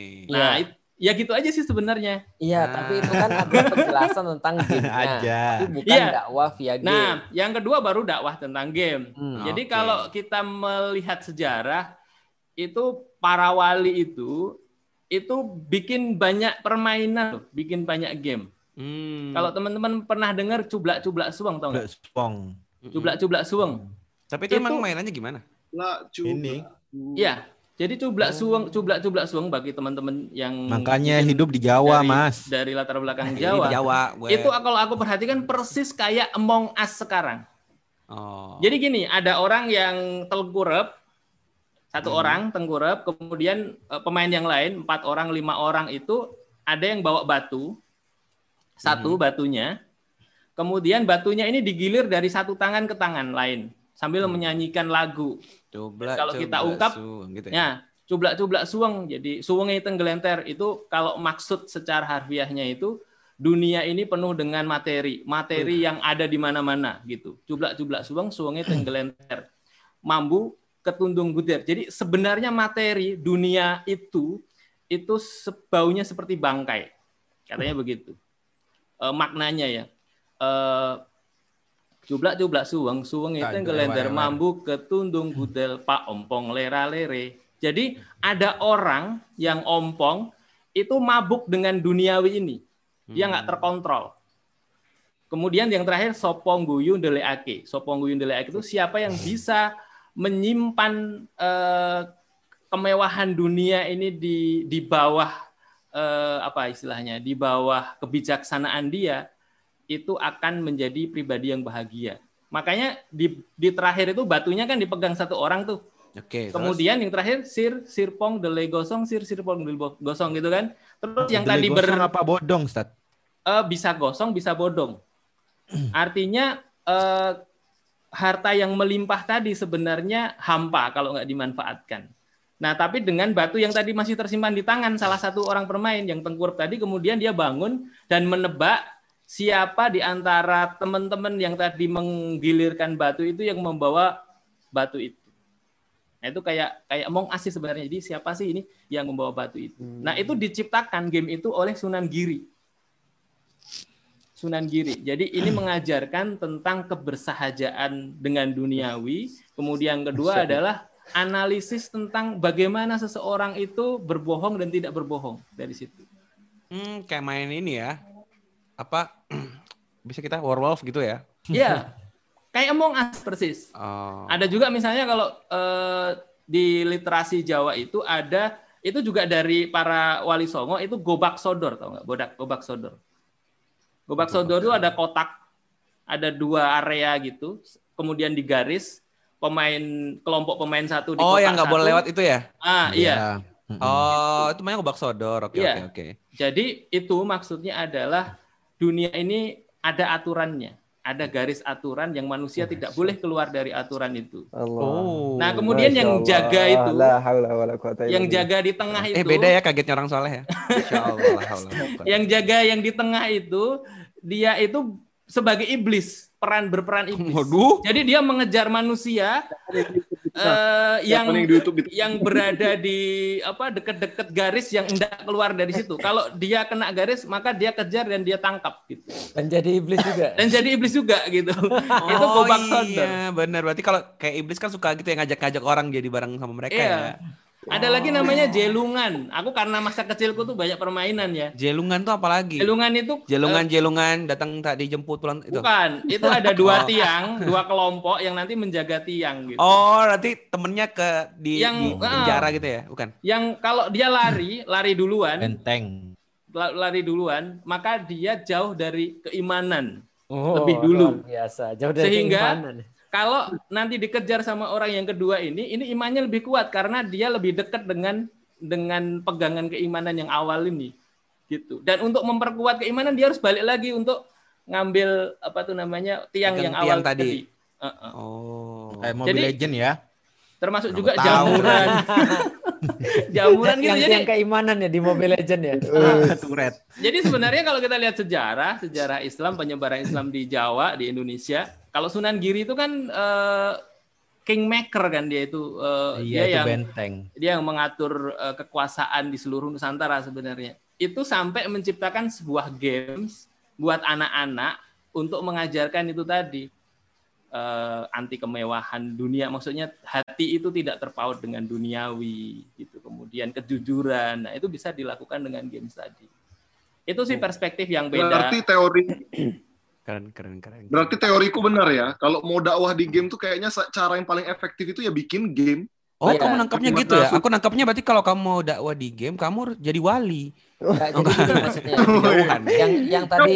ya gitu aja sih sebenarnya.
Iya, tapi itu kan ada penjelasan tentang game-nya, tapi bukan dakwah via game.
Nah, yang kedua baru dakwah tentang game. Jadi kalau kita melihat sejarah, itu para wali itu bikin banyak permainan, bikin banyak game. Kalau teman-teman pernah dengar cublak-cublak suweng, tau nggak? Cublak-cublak suweng.
Tapi itu emang mainannya gimana?
Ini.
Iya, jadi cublak suweng bagi teman-teman yang
makanya hidup di Jawa, Mas.
Dari latar belakang Jawa. Itu kalau aku perhatikan persis kayak Among Us sekarang. Jadi gini, ada orang yang tengkurap, satu orang tengkurap, kemudian pemain yang lain 4 orang, 5 orang itu ada yang bawa batu, satu batunya, kemudian batunya ini digilir dari satu tangan ke tangan lain sambil menyanyikan lagu. Kalau kita ungkap,
gitu
ya cublak-cublak suweng. Jadi suwenge tenggelenter itu kalau maksud secara harfiahnya itu dunia ini penuh dengan materi yang ada di mana-mana gitu. Cublak-cublak suweng, suwenge tenggelenter. Mambu ketundung buder. Jadi sebenarnya materi dunia itu baunya seperti bangkai. Katanya begitu. Maknanya ya. Cublak-cublak suweng itu ngelender mambu ketundung budel pak ompong lera lere. Jadi ada orang yang ompong itu mabuk dengan duniawi ini. Dia nggak terkontrol. Kemudian yang terakhir sopong guyu ndeleake. Sopong guyu ndeleake itu siapa yang bisa menyimpan kemewahan dunia ini di bawah apa istilahnya, di bawah kebijaksanaan dia, itu akan menjadi pribadi yang bahagia. Makanya di terakhir itu batunya kan dipegang satu orang tuh. Kemudian yang terakhir sirpong dele gosong sirpong dele gosong gitu kan. Terus yang tadi
apa bodong, Ustaz?
Bisa gosong, bisa bodong. Artinya harta yang melimpah tadi sebenarnya hampa kalau nggak dimanfaatkan. Nah, tapi dengan batu yang tadi masih tersimpan di tangan salah satu orang permain yang tengkurap tadi, kemudian dia bangun dan menebak siapa di antara teman-teman yang tadi menggilirkan batu itu yang membawa batu itu. Nah, itu kayak Among Us sebenarnya. Jadi siapa sih ini yang membawa batu itu? Nah, itu diciptakan game itu oleh Sunan Giri. Jadi ini mengajarkan tentang kebersahajaan dengan duniawi. Kemudian kedua adalah analisis tentang bagaimana seseorang itu berbohong dan tidak berbohong dari situ.
Kayak main ini ya. apa bisa kita werewolf gitu ya?
Iya. Kayak Among Us persis.
Oh.
Ada juga misalnya kalau di literasi Jawa itu ada, itu juga dari para wali songo itu gobak sodor, tau nggak? Gobak sodor. Gobak sodor itu ada kotak, ada 2 area gitu, kemudian digaris kelompok pemain satu di kotak
yang nggak boleh lewat itu ya?
Iya.
Oh, itu namanya gobak sodor. Oke.
Jadi itu maksudnya adalah dunia ini ada aturannya, ada garis aturan yang manusia tidak boleh keluar dari aturan itu.
Allah.
Nah, kemudian yang jaga itu, yang
billah.
jaga di tengah itu.
Beda ya kagetnya orang soleh ya. Insyaallah.
Yang jaga yang di tengah itu, dia itu sebagai iblis, berperan iblis.
Waduh.
Jadi dia mengejar manusia yang berada di dekat-dekat garis yang hendak keluar dari situ. Kalau dia kena garis, maka dia kejar dan dia tangkap gitu.
Dan jadi iblis juga.
Gitu. Itu gobak sodor.
Iya, benar. Berarti kalau kayak iblis kan suka gitu ya ngajak-ngajak orang jadi bareng sama mereka ya.
Ada lagi namanya jelungan. Aku karena masa kecilku tuh banyak permainan ya.
Jelungan tuh apa lagi?
Jelungan itu
jelungan datang tak dijemput pulang itu.
Bukan, itu ada 2 tiang, 2 kelompok yang nanti menjaga tiang gitu.
Oh, nanti temennya di penjara gitu ya, bukan?
Yang kalau dia lari duluan.
Benteng.
Lari duluan, maka dia jauh dari keimanan. Lebih dulu.
Biasa, jauh dari keimanan.
Kalau nanti dikejar sama orang yang kedua ini imannya lebih kuat karena dia lebih dekat dengan pegangan keimanan yang awal ini, gitu. Dan untuk memperkuat keimanan dia harus balik lagi untuk ngambil tiang yang awal tadi.
Kayak Mobile Legend ya.
Termasuk juga jamuran. Jamuran gitu.
Jadi yang keimanan ya di Mobile Legend ya.
Jadi sebenarnya kalau kita lihat sejarah Islam, penyebaran Islam di Jawa, di Indonesia, kalau Sunan Giri itu kan kingmaker kan dia itu, dia yang mengatur kekuasaan di seluruh Nusantara sebenarnya. Itu sampai menciptakan sebuah games buat anak-anak untuk mengajarkan itu tadi. Anti kemewahan dunia, maksudnya hati itu tidak terpaut dengan duniawi gitu, kemudian kejujuran. Nah, itu bisa dilakukan dengan games tadi. Itu sih perspektif yang beda.
Berarti teori
keren.
Berarti teoriku benar ya. Kalau mau dakwah di game tuh kayaknya cara yang paling efektif itu ya bikin game.
Oh, kamu nangkapnya gitu ya? Aku nangkapnya berarti kalau kamu mau dakwah di game, kamu jadi wali.
Jadi gini maksudnya. Yang tadi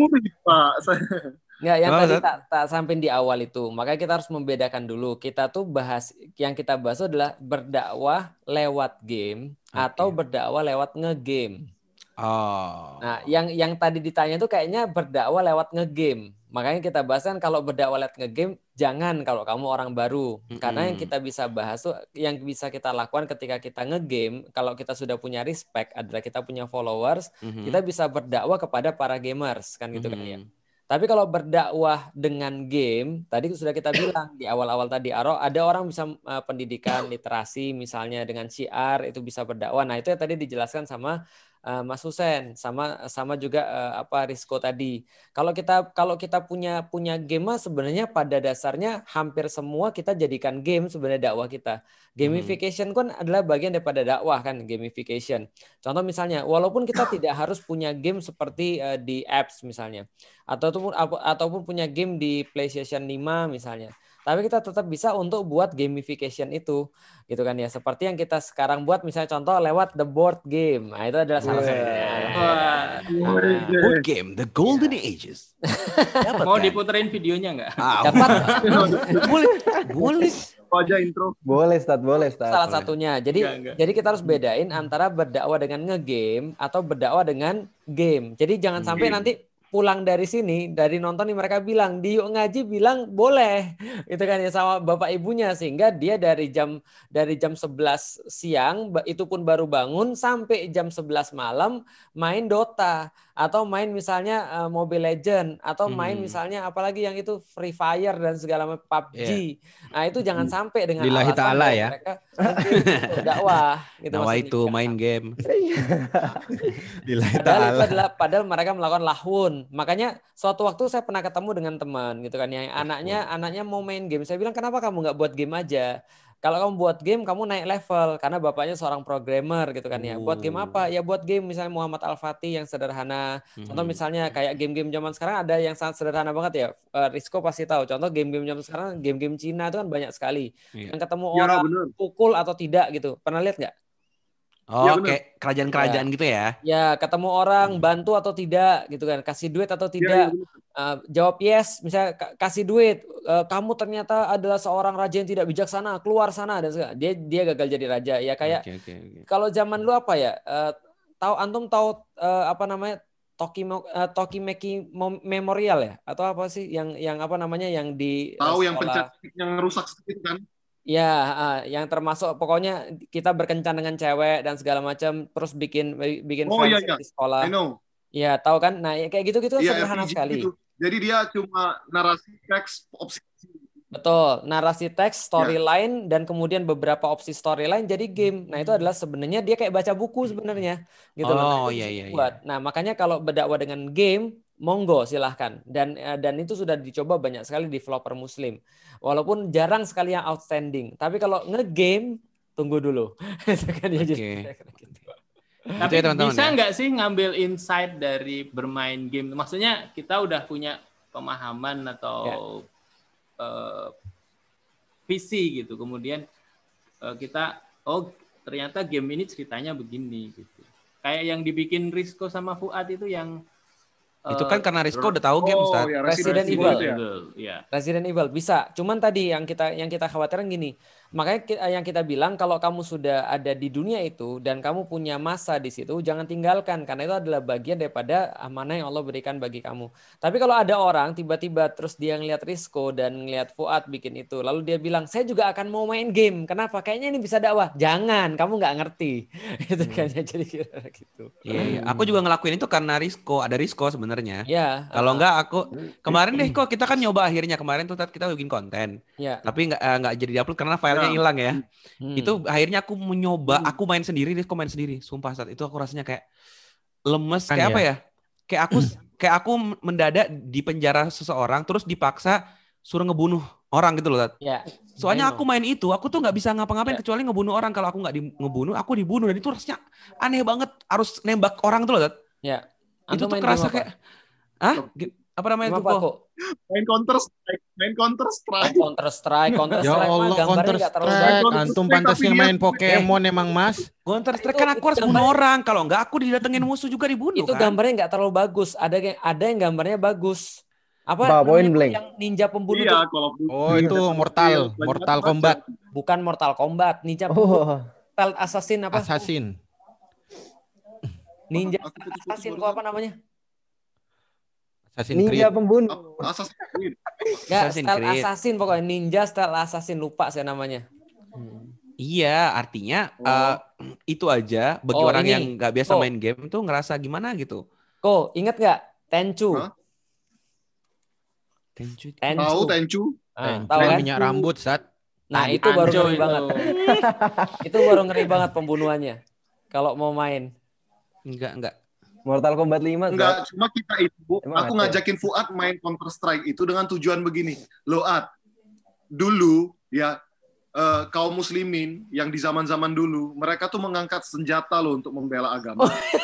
yang tadi tak sampai di awal itu. Makanya kita harus membedakan dulu. Kita tuh yang kita bahas adalah berdakwah lewat game atau berdakwah lewat ngegame. Nah, yang tadi ditanya itu kayaknya berdakwah lewat ngegame. Makanya kita bahas kan kalau berdakwah lewat ngegame, jangan kalau kamu orang baru. Karena yang kita bisa bahas tuh, yang bisa kita lakukan ketika kita ngegame, kalau kita sudah punya respect, adalah kita punya followers, kita bisa berdakwah kepada para gamers, kan gitu kan ya. Tapi kalau berdakwah dengan game, tadi sudah kita bilang di awal-awal tadi, ada orang bisa pendidikan literasi misalnya dengan syiar itu bisa berdakwah. Nah, itu yang tadi dijelaskan sama Mas Husen, sama juga Rizko tadi. Kalau kita punya game sebenarnya pada dasarnya hampir semua kita jadikan game sebenarnya dakwah kita. Gamification kan adalah bagian daripada dakwah kan, gamification. Contoh misalnya, walaupun kita tidak harus punya game seperti di apps misalnya, ataupun punya game di PlayStation 5 misalnya. Tapi kita tetap bisa untuk buat gamification itu, gitu kan ya. Seperti yang kita sekarang buat, misalnya contoh lewat the board game. Nah, itu adalah salah satunya.
Board game, the golden ages.
Mau diputerin videonya nggak?
Dapat.
Boleh.
Aja intro. Boleh, Start.
Salah satunya. Jadi kita harus bedain antara berdakwah dengan ngegame atau berdakwah dengan game. Jadi jangan sampai nanti pulang dari sini, dari nonton nih mereka bilang, di Yuk Ngaji bilang boleh, itu kan ya sama bapak ibunya, sehingga dia dari jam 11 siang itu pun baru bangun sampai jam 11 malam main Dota atau main misalnya Mobile Legend atau main misalnya apalagi yang itu Free Fire dan segala macam PUBG. Nah, itu jangan sampai dengan
Lillahi ta'ala ya.
Mereka dakwah gitu.
Dakwah itu main game.
Padahal mereka melakukan lahun. Makanya suatu waktu saya pernah ketemu dengan teman gitu kan yang anaknya mau main game. Saya bilang, kenapa kamu nggak buat game aja? Kalau kamu buat game, kamu naik level karena bapaknya seorang programmer gitu kan ya. Buat game apa? Ya buat game misalnya Muhammad Al-Fatih yang sederhana. Contoh misalnya kayak game-game zaman sekarang ada yang sangat sederhana banget ya. Rizko pasti tahu. Contoh game-game zaman sekarang, game-game Cina itu kan banyak sekali. Yang ketemu orang pukul atau tidak gitu. Pernah lihat nggak?
Oh, kayak kerajaan-kerajaan gitu ya?
Ya, ketemu orang bantu atau tidak gitu kan, kasih duit atau tidak. Jawab yes, misalnya kasih duit. Kamu ternyata adalah seorang raja yang tidak bijaksana, keluar sana dan segala. Dia gagal jadi raja. Ya kayak kalau zaman lu apa ya? Antum tahu apa namanya? Tokimeki Memorial ya? Atau apa sih yang apa namanya yang di
tahu yang pencet yang rusak sedikit kan?
Ya, yang termasuk pokoknya kita berkencan dengan cewek dan segala macam, terus bikin friendship di sekolah.
I know.
Ya, tahu kan? Nah, kayak gitu-gitu sederhana sekali.
Gitu. Jadi dia cuma narasi teks opsi.
Betul, narasi teks, storyline, dan kemudian beberapa opsi storyline jadi game. Nah, itu adalah sebenarnya dia kayak baca buku sebenarnya, gitu loh.
Iya.
Nah, makanya kalau berdakwah dengan game, monggo silahkan. Dan itu sudah dicoba banyak sekali developer Muslim. Walaupun jarang sekali yang outstanding. Tapi kalau nge-game, tunggu dulu.
Tapi bisa nggak sih ngambil insight dari bermain game? Maksudnya kita udah punya pemahaman atau visi gitu. Kemudian kita, ternyata game ini ceritanya begini gitu. Kayak yang dibikin Rizko sama Fuad itu yang
itu kan karena Rizko udah tahu game, Ustaz.
Resident Evil. Resident Evil bisa. Cuman tadi yang kita khawatirkan gini. Makanya yang kita bilang kalau kamu sudah ada di dunia itu dan kamu punya masa di situ, jangan tinggalkan karena itu adalah bagian daripada amanah yang Allah berikan bagi kamu. Tapi kalau ada orang tiba-tiba terus dia ngelihat Rizko dan ngelihat Fuad bikin itu, lalu dia bilang, "Saya juga akan mau main game." Kenapa? Kayaknya ini bisa dakwah. Jangan, kamu nggak ngerti. Itu kayaknya jadi gitu.
Iya. Aku juga ngelakuin itu karena Rizko, ada Rizko sebenarnya.
Iya.
Kalau enggak aku kemarin deh kok kita kan nyoba akhirnya kemarin tuh kita bikin konten.
Iya.
Tapi enggak jadi diupload karena filenya hilang ya. Itu akhirnya aku mencoba, aku main sendiri, Rizko main sendiri. Sumpah saat itu aku rasanya kayak lemes, kayak apa ya? Kayak aku mendadak di penjara seseorang terus dipaksa suruh ngebunuh orang gitu loh.
Ya.
Soalnya aku main itu, aku tuh nggak bisa ngapa-ngapain kecuali ngebunuh orang. Kalau aku nggak ngebunuh, aku dibunuh dan itu rasanya aneh banget. Harus nembak orang tuh loh.
Ya.
Itu tuh kerasa kayak, apa namanya itu kok?
Main Counter Strike.
Ya Allah, Counter Strike. Antum pantasnya main Pokemon emang, Mas.
Counter Strike kan aku harus bunuh orang. Kalau enggak aku didatengin musuh juga dibunuh.
Itu
kan?
Gambarnya nggak terlalu bagus. Ada yang gambarnya bagus. Apa
Point Blank.
yang ninja pembunuh
Iya,
itu Mortal Kombat.
Bukan Mortal Kombat, ninja Stealth Assassin apa?
Assassin.
Ninja Assassin kok apa namanya?
Ninja pembunuh.
Assassin pokoknya Ninja Stealth Assassin, lupa saya namanya.
Iya, artinya itu aja bagi orang yang nggak biasa main game tuh ngerasa gimana gitu.
Kok ingat nggak Tenchu?
Tahu Tenchu?
Tahu kan?
Minyak rambut, Sat.
Nah, itu baru ngeri banget. Itu baru ngeri banget pembunuhannya. Kalau mau main.
Enggak.
Mortal Kombat 5.
Enggak, cuma kita itu, aku ngajakin Fuad main Counter Strike itu dengan tujuan begini. Loh, dulu ya kaum muslimin yang di zaman-zaman dulu, mereka tuh mengangkat senjata loh untuk membela agama.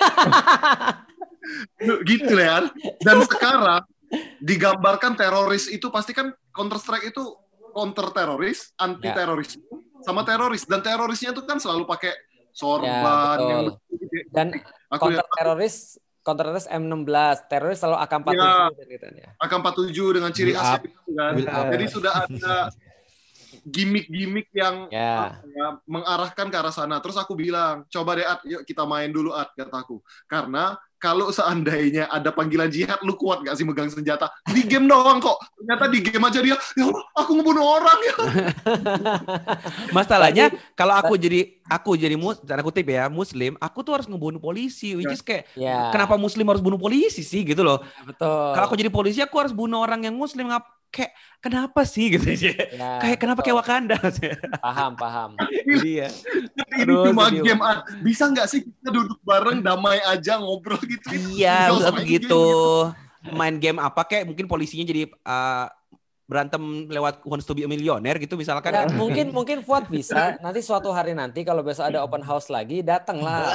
Gitu ya. Dan sekarang digambarkan teroris itu pasti kan Counter Strike itu counter teroris, anti teroris, sama teroris, dan terorisnya itu kan selalu pakai sorban yang
dan counter teroris M16, teroris selalu AK-47
ya. AK-47 dengan ciri khas itu kan. Jadi sudah ada gimmick-gimmick yang mengarahkan ke arah sana. Terus aku bilang, coba deh yuk kita main dulu kataku. Karena kalau seandainya ada panggilan jihad, lu kuat gak sih megang senjata? Di game doang kok. Ternyata di game aja dia, ya Allah, aku ngebunuh orang ya.
Masalahnya kalau aku jadi tanda kutip ya Muslim, aku tuh harus ngebunuh polisi. Which is kayak kenapa Muslim harus bunuh polisi sih gitu loh.
Betul.
Kalau aku jadi polisi, aku harus bunuh orang yang Muslim. Kayak kenapa sih gitu aja. Kayak kenapa kayak Wakanda.
Paham.
Iya.
Ini cuma game. Bisa nggak sih kita duduk bareng damai aja ngobrol gitu?
Iya, begitu. Main game apa kayak mungkin polisinya jadi berantem lewat Wants to be a Millionaire gitu misalkan.
Ya, mungkin Fuad bisa. Nanti suatu hari nanti kalau besok ada open house lagi, datanglah.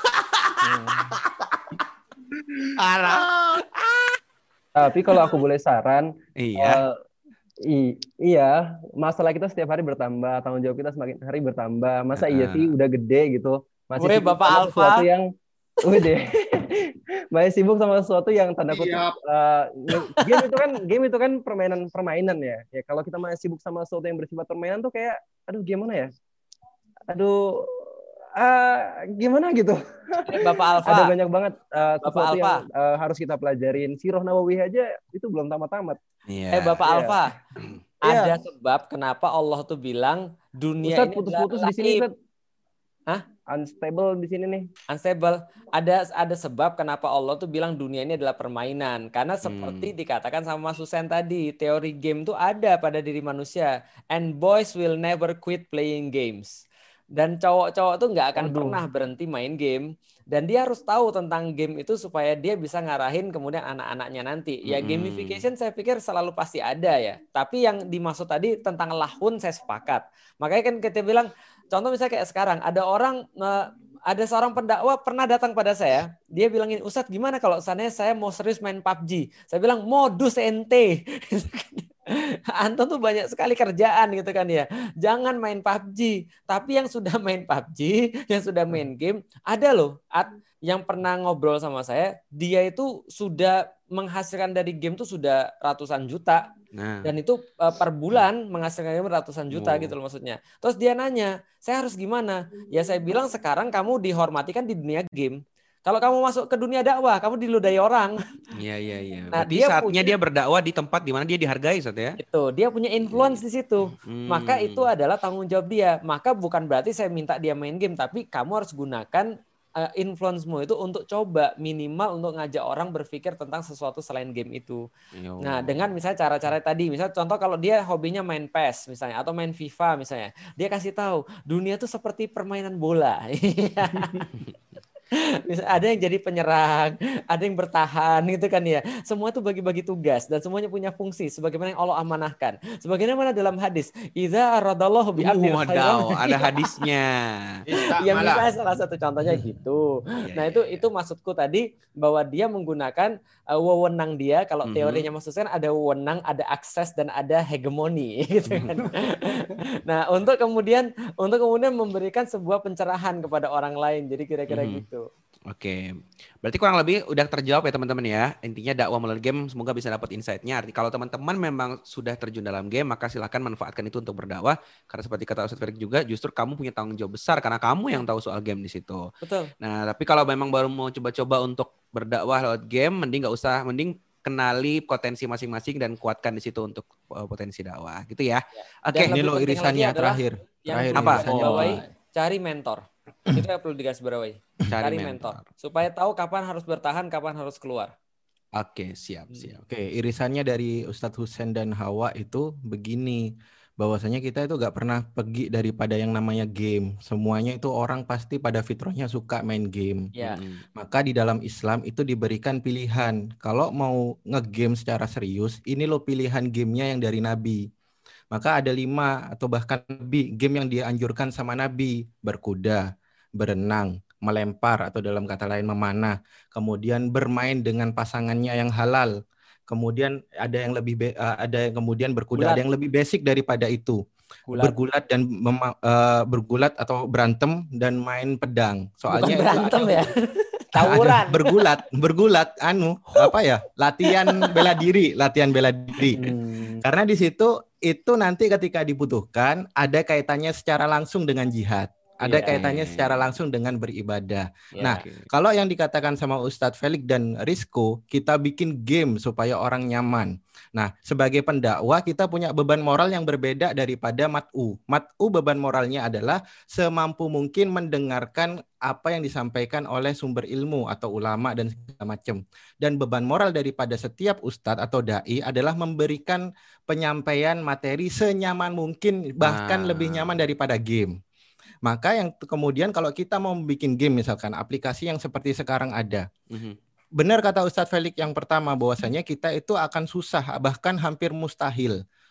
Tapi kalau aku boleh saran,
iya.
Iya, masalah kita setiap hari bertambah, tanggung jawab kita semakin hari bertambah. Masa iya sih udah gede gitu, masih
Bapak Alfa
yang masih sibuk sama sesuatu yang tanda kutip game itu kan permainan ya. Ya kalau kita masih sibuk sama sesuatu yang bersifat permainan tuh kayak aduh gimana ya? Aduh gimana gitu.
Bapak Alfa.
Ada banyak banget sesuatu yang harus kita pelajarin. Sirah Nawawi aja itu belum tamat-tamat.
Yeah.
Bapak Alfa. Ada sebab kenapa Allah tuh bilang dunia
Ustaz,
ini
putus-putus di sini, Ustaz.
Hah?
Unstable di sini nih.
Unstable. Ada sebab kenapa Allah tuh bilang dunia ini adalah permainan. Karena seperti dikatakan sama Mas Husain tadi, teori game tuh ada pada diri manusia. And boys will never quit playing games. Dan cowok-cowok tuh nggak akan pernah berhenti main game. Dan dia harus tahu tentang game itu supaya dia bisa ngarahin kemudian anak-anaknya nanti. Ya gamification saya pikir selalu pasti ada ya. Tapi yang dimaksud tadi tentang lahun saya sepakat. Makanya kan kita bilang, contoh misalnya kayak sekarang, ada seorang pendakwa pernah datang pada saya. Dia bilang ini, Ustadz gimana kalau seandainya saya mau serius main PUBG? Saya bilang modus ente. Anton tuh banyak sekali kerjaan gitu kan ya. Jangan main PUBG. Tapi yang sudah main PUBG, yang sudah main game, ada loh yang pernah ngobrol sama saya, dia itu sudah menghasilkan dari game tuh sudah ratusan juta. Dan itu per bulan menghasilkan ratusan juta gitu loh maksudnya. Terus dia nanya, saya harus gimana? Ya saya bilang sekarang kamu dihormati kan di dunia game. Kalau kamu masuk ke dunia dakwah, kamu diludahi orang.
Iya. Nah, saatnya dia berdakwah di tempat di mana dia dihargai, Ustaz ya.
Itu, dia punya influence di situ. Maka itu adalah tanggung jawab dia. Maka bukan berarti saya minta dia main game, tapi kamu harus gunakan influence-mu itu untuk coba minimal untuk ngajak orang berpikir tentang sesuatu selain game itu. Nah, dengan misalnya cara-cara tadi, misalnya contoh kalau dia hobinya main PES misalnya atau main FIFA misalnya, dia kasih tahu dunia itu seperti permainan bola. Ada yang jadi penyerang, ada yang bertahan gitu kan ya. Semua itu bagi-bagi tugas dan semuanya punya fungsi sebagaimana yang Allah amanahkan. Sebagaimana dalam hadis, idza aradallahu bi abdin khairan.
Ada hadisnya.
Ya misalnya salah satu contohnya gitu. Nah, itu maksudku tadi bahwa dia menggunakan wewenang dia, kalau teorinya maksudnya ada wewenang, ada akses dan ada hegemoni gitu kan. Nah, untuk kemudian memberikan sebuah pencerahan kepada orang lain. Jadi kira-kira gitu.
Oke, berarti kurang lebih udah terjawab ya teman-teman ya. Intinya dakwah melalui game semoga bisa dapat insight-nya. Arti kalau teman-teman memang sudah terjun dalam game, maka silahkan manfaatkan itu untuk berdakwah. Karena seperti kata Ustadz Ferik juga, justru kamu punya tanggung jawab besar karena kamu yang tahu soal game di situ.
Betul.
Nah, tapi kalau memang baru mau coba-coba untuk berdakwah lewat game, mending kenali potensi masing-masing dan kuatkan di situ untuk potensi dakwah, gitu ya. Oke,
ini lo irisannya terakhir.
Apa?
Cari mentor. Itu yang perlu digarisbawahi. Cari mentor supaya tahu kapan harus bertahan, kapan harus keluar.
Oke, siap.
Oke, irisannya dari Ustadz Husain dan Hawa itu begini, bahwasanya kita itu gak pernah pergi daripada yang namanya game. Semuanya itu orang pasti pada fitrahnya suka main game. Maka di dalam Islam itu diberikan pilihan. Kalau mau nge-game secara serius, ini lo pilihan gamenya yang dari Nabi. Maka ada 5 atau bahkan lebih game yang dianjurkan sama Nabi. Berkuda, berenang, melempar atau dalam kata lain memanah. Kemudian bermain dengan pasangannya yang halal. Kemudian ada yang lebih kemudian berkuda, ada yang lebih basic daripada itu. Bergulat dan bergulat atau berantem dan main pedang. Soalnya
bukan berantem ya. Tawuran.
Bergulat latihan bela diri. Karena di situ itu nanti ketika dibutuhkan ada kaitannya secara langsung dengan jihad. Ada kaitannya secara langsung dengan beribadah. Nah, kalau yang dikatakan sama Ustadz Felix dan Rizko, kita bikin game supaya orang nyaman. Nah, sebagai pendakwah kita punya beban moral yang berbeda daripada mat'u. Mat'u beban moralnya adalah semampu mungkin mendengarkan apa yang disampaikan oleh sumber ilmu atau ulama dan segala macam. Dan beban moral daripada setiap ustadz atau dai adalah memberikan penyampaian materi senyaman mungkin, bahkan lebih nyaman daripada game. Maka yang kemudian kalau kita mau bikin game misalkan aplikasi yang seperti sekarang ada. Benar kata Ustadz Felix yang pertama bahwasanya kita itu akan susah bahkan hampir mustahil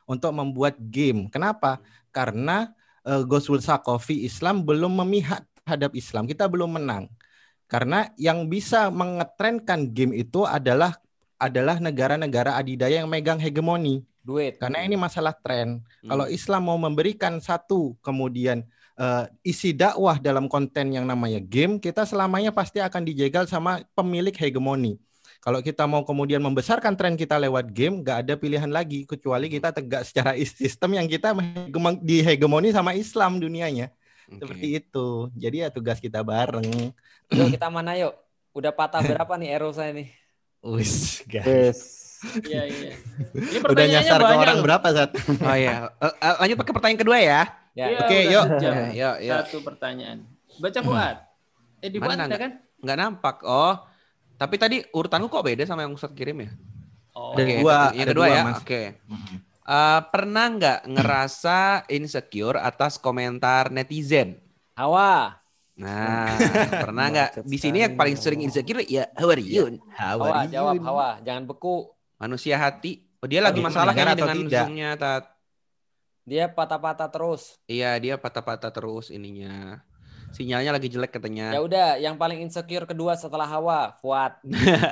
untuk membuat game. Kenapa? Karena Ghazwul Saqafi Islam belum memihak terhadap Islam. Kita belum menang. Karena yang bisa mengetrenkan game itu adalah negara-negara adidaya yang megang hegemoni.
Duit.
Karena ini masalah tren. Kalau Islam mau memberikan satu kemudian isi dakwah dalam konten yang namanya game, kita selamanya pasti akan dijegal sama pemilik hegemoni. Kalau kita mau kemudian membesarkan tren kita lewat game, nggak ada pilihan lagi kecuali kita tegak secara sistem yang kita dihegemoni sama Islam dunianya. Seperti itu. Jadi ya tugas kita bareng.
Yuk kita mana yuk? Udah patah berapa nih arrow saya nih?
Wis, guys.
Iya. Ini
Udah nyasar ke orang berapa, Sat?
Oh iya. Lanjut pakai pertanyaan kedua ya.
Oke, yuk.
Yuk.
Satu pertanyaan. Baca Fuad. Di Fuad ada kan?
Nggak nampak. Oh. Tapi tadi urutanku kok beda sama yang Ustadz kirim ya?
Oh.
Yang kedua ya. Oke. Pernah nggak ngerasa insecure atas komentar netizen?
Hawa.
Nah, pernah nggak? Di sini yang paling sering insecure ya how are you?
Hawa, jawab Hawa. Jangan beku.
Manusia hati. Oh, dia lagi masalah kayaknya dengan Zoom-nya, Tat.
Dia patah-patah terus.
Iya, dia patah-patah terus ininya. Sinyalnya lagi jelek katanya.
Ya udah, yang paling insecure kedua setelah Hawa, Fuad.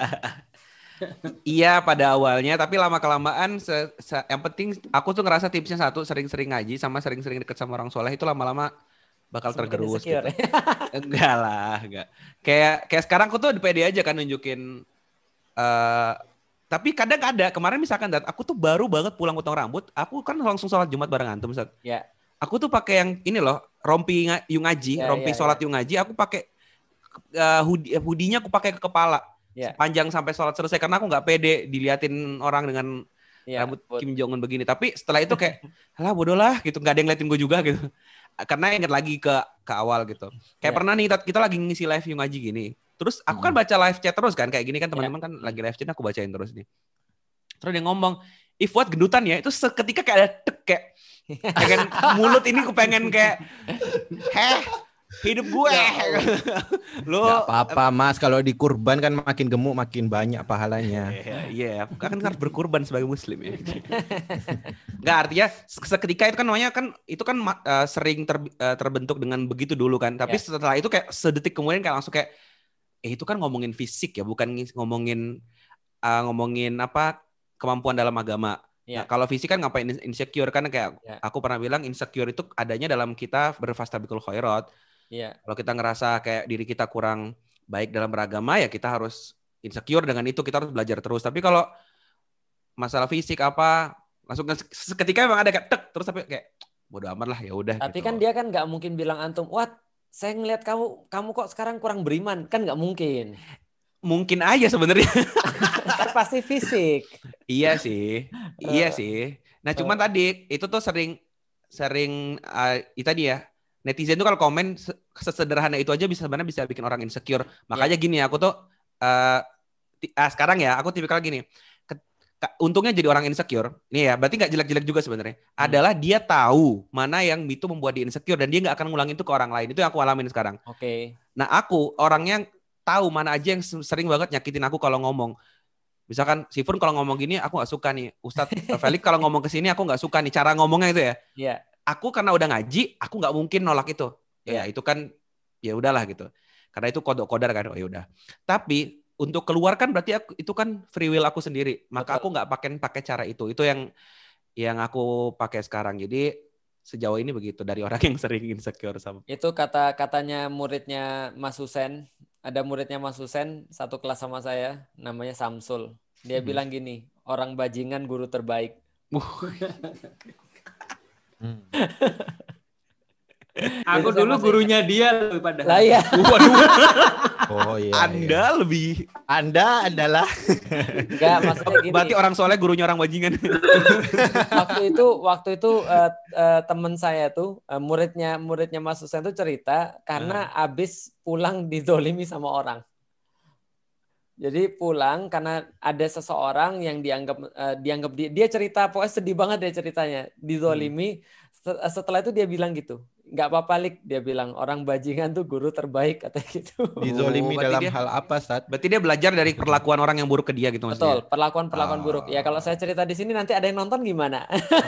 Iya pada awalnya, tapi lama-kelamaan yang penting aku tuh ngerasa tipsnya satu, sering-sering ngaji sama sering-sering deket sama orang soleh itu lama-lama bakal tergerus gitu. Enggak lah, enggak. Kayak sekarang aku tuh pede aja kan nunjukin tapi kadang ada, kemarin misalkan aku tuh baru banget pulang potong rambut, aku kan langsung sholat Jumat bareng antum, Ustaz.
Ya.
Aku tuh pakai yang ini loh, rompi yung ngaji, sholat yung ngaji, aku pakai hoodie-nya aku pakai ke kepala. Panjang sampai sholat selesai karena aku nggak pede diliatin orang dengan rambut Kim Jong Un begini. Tapi setelah itu kayak, alah bodoh lah gitu, nggak ada yang ngeliatin gue juga gitu. Karena ingat lagi ke awal gitu. Kayak pernah nih kita lagi ngisi live yung ngaji gini. Terus aku kan baca live chat terus kan kayak gini kan teman-teman kan lagi live chat aku bacain terus nih. Terus dia ngomong, Fuad gendutan ya, itu seketika kayak ada tek kayak pengen mulut ini aku pengen kayak hidup gue. Lo
gak apa-apa Mas, kalau dikurban kan makin gemuk makin banyak pahalanya.
Iya, kan harus berkurban sebagai muslim ya. Enggak, artinya seketika itu kan namanya kan itu kan sering terbentuk dengan begitu dulu kan. Tapi setelah itu kayak sedetik kemudian kayak langsung kayak itu kan ngomongin fisik ya, bukan ngomongin apa kemampuan dalam agama. Nah, kalau fisik kan ngapain insecure kan kayak aku pernah bilang insecure itu adanya dalam kita berfastabiqul khairat. Kalau kita ngerasa kayak diri kita kurang baik dalam beragama ya kita harus insecure dengan itu, kita harus belajar terus. Tapi kalau masalah fisik apa langsung seketika memang ada kayak tek terus tapi kayak bodo amat lah ya udah.
Tapi
gitu.
kan dia kan nggak mungkin bilang antum, wah saya ngelihat kamu kok sekarang kurang beriman, kan nggak mungkin.
Mungkin aja sebenarnya.
Kan pasti fisik.
Iya sih. Nah cuman tadi itu tuh sering itu tadi ya. Netizen tuh kalau komen sesederhana itu aja sebenarnya bisa bikin orang insecure. Makanya gini aku tuh sekarang ya aku tipikal gini. Untungnya jadi orang insecure. Nih ya, berarti nggak jelek-jelek juga sebenarnya. Adalah dia tahu mana yang itu membuat dia insecure dan dia nggak akan ngulangin itu ke orang lain. Itu yang aku alamin sekarang.
Oke.
Nah aku orangnya tahu mana aja yang sering banget nyakitin aku kalau ngomong. Misalkan si Furn kalau ngomong gini aku nggak suka nih. Ustadz Felix kalau ngomong ke sini aku nggak suka nih cara ngomongnya itu ya.
Iya.
Aku karena udah ngaji, aku nggak mungkin nolak itu. Ya itu kan ya udahlah gitu. Karena itu kodok-kodar kan. Oh ya udah. Tapi untuk keluarkan berarti itu kan free will aku sendiri. Maka aku nggak pakai cara itu. Itu yang aku pakai sekarang. Jadi sejauh ini begitu dari orang yang sering insecure sama.
Itu katanya muridnya Mas Husen. Ada muridnya Mas Husen satu kelas sama saya, namanya Samsul. Dia bilang gini, orang bajingan guru terbaik.
Aku dulu gurunya dia loh padahal.
Lah ya.
Oh iya.
Anda adalah
enggak maksudnya gini.
Berarti orang soleh gurunya orang bajingan.
waktu itu teman saya tuh muridnya Mas Husen tuh cerita karena abis pulang dizolimi sama orang. Jadi pulang karena ada seseorang yang dianggap dia cerita pokoknya sedih banget dia ceritanya dizolimi. setelah itu dia bilang gitu, nggak apa-apa Lik, dia bilang orang bajingan tuh guru terbaik katanya gitu.
Dizolimi dalam hal apa, Sat?
Berarti dia belajar dari perlakuan orang yang buruk ke dia gitu maksudnya.
Betul, perlakuan buruk. Ya kalau saya cerita di sini nanti ada yang nonton gimana?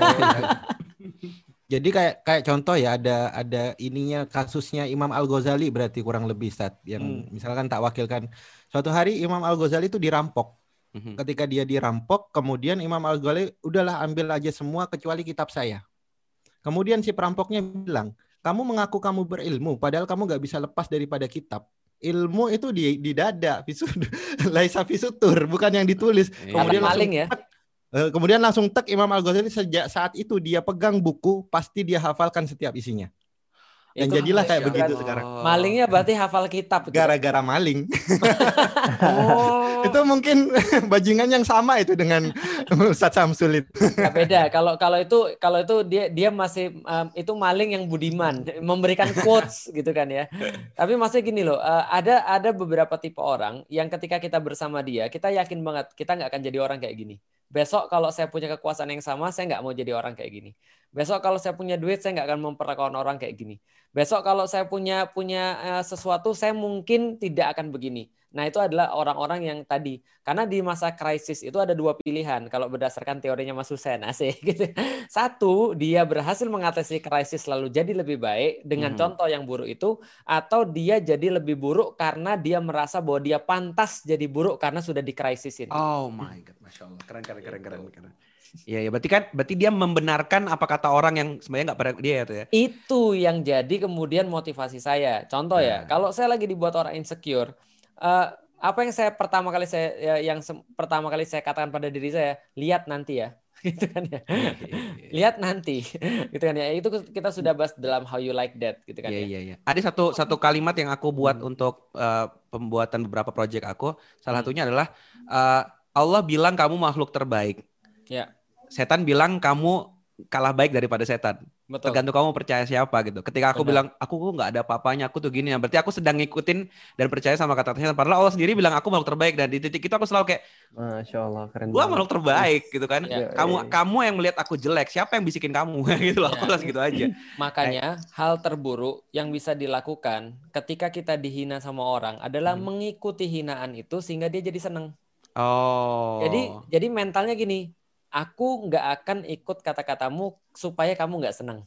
Jadi kayak contoh ya, ada ininya kasusnya Imam Al-Ghazali berarti kurang lebih, Sat, yang misalkan tak wakilkan. Suatu hari Imam Al-Ghazali itu dirampok. Ketika dia dirampok, kemudian Imam Al-Ghazali udahlah ambil aja semua kecuali kitab saya. Kemudian si perampoknya bilang, kamu mengaku kamu berilmu, padahal kamu nggak bisa lepas daripada kitab. Ilmu itu di dada, laisa fisutur, bukan yang ditulis. Kemudian
maling ya.
Kemudian langsung tek Imam Al-Ghazali, sejak saat itu dia pegang buku, pasti dia hafalkan setiap isinya. Dan itu jadilah kayak begitu sekarang.
Malingnya berarti hafal kitab.
Gara-gara maling. Itu mungkin bajingan yang sama itu dengan Ustadz Samsul itu.
Gak beda. Kalau itu dia masih itu maling yang budiman, memberikan quotes gitu kan ya. Tapi maksudnya gini loh, ada beberapa tipe orang yang ketika kita bersama dia, kita yakin banget kita nggak akan jadi orang kayak gini. Besok kalau saya punya kekuasaan yang sama, saya nggak mau jadi orang kayak gini. Besok kalau saya punya duit, saya nggak akan memperlakukan orang kayak gini. Besok kalau saya punya sesuatu, saya mungkin tidak akan begini. Nah, itu adalah orang-orang yang tadi. Karena di masa krisis itu ada dua pilihan. Kalau berdasarkan teorinya Mas Husain, asik gitu. Satu, dia berhasil mengatasi krisis lalu jadi lebih baik dengan contoh yang buruk itu. Atau dia jadi lebih buruk karena dia merasa bahwa dia pantas jadi buruk karena sudah dikrisisin.
Oh my God, Masya Allah. Keren. Iya, berarti dia membenarkan apa kata orang yang sebenarnya nggak pada dia itu ya.
Itu yang jadi kemudian motivasi saya. Contoh ya, kalau saya lagi dibuat orang insecure, apa yang pertama kali saya katakan pada diri saya, lihat nanti ya, gitu kan ya. Lihat nanti, gitu kan ya. Itu kita sudah bahas dalam How You Like That, gitu kan ya.
Iya. Ada satu kalimat yang aku buat untuk pembuatan beberapa proyek aku. Salah satunya adalah Allah bilang kamu makhluk terbaik.
Ya.
Setan bilang kamu kalah baik daripada setan.
Betul.
Tergantung kamu percaya siapa gitu. Ketika aku bilang aku nggak ada apa-apanya, aku tuh gini, berarti aku sedang ngikutin dan percaya sama kata-kata setan. Padahal Allah sendiri bilang aku makhluk terbaik, dan di titik itu aku selalu kayak,
Masya Allah, keren.
Gua makhluk terbaik gitu kan. Kamu yang melihat aku jelek, siapa yang bisikin kamu gitu loh. Aku langsung gitu aja.
Makanya hal terburuk yang bisa dilakukan ketika kita dihina sama orang adalah mengikuti hinaan itu sehingga dia jadi seneng.
Oh.
Jadi mentalnya gini. Aku nggak akan ikut kata-katamu supaya kamu nggak senang.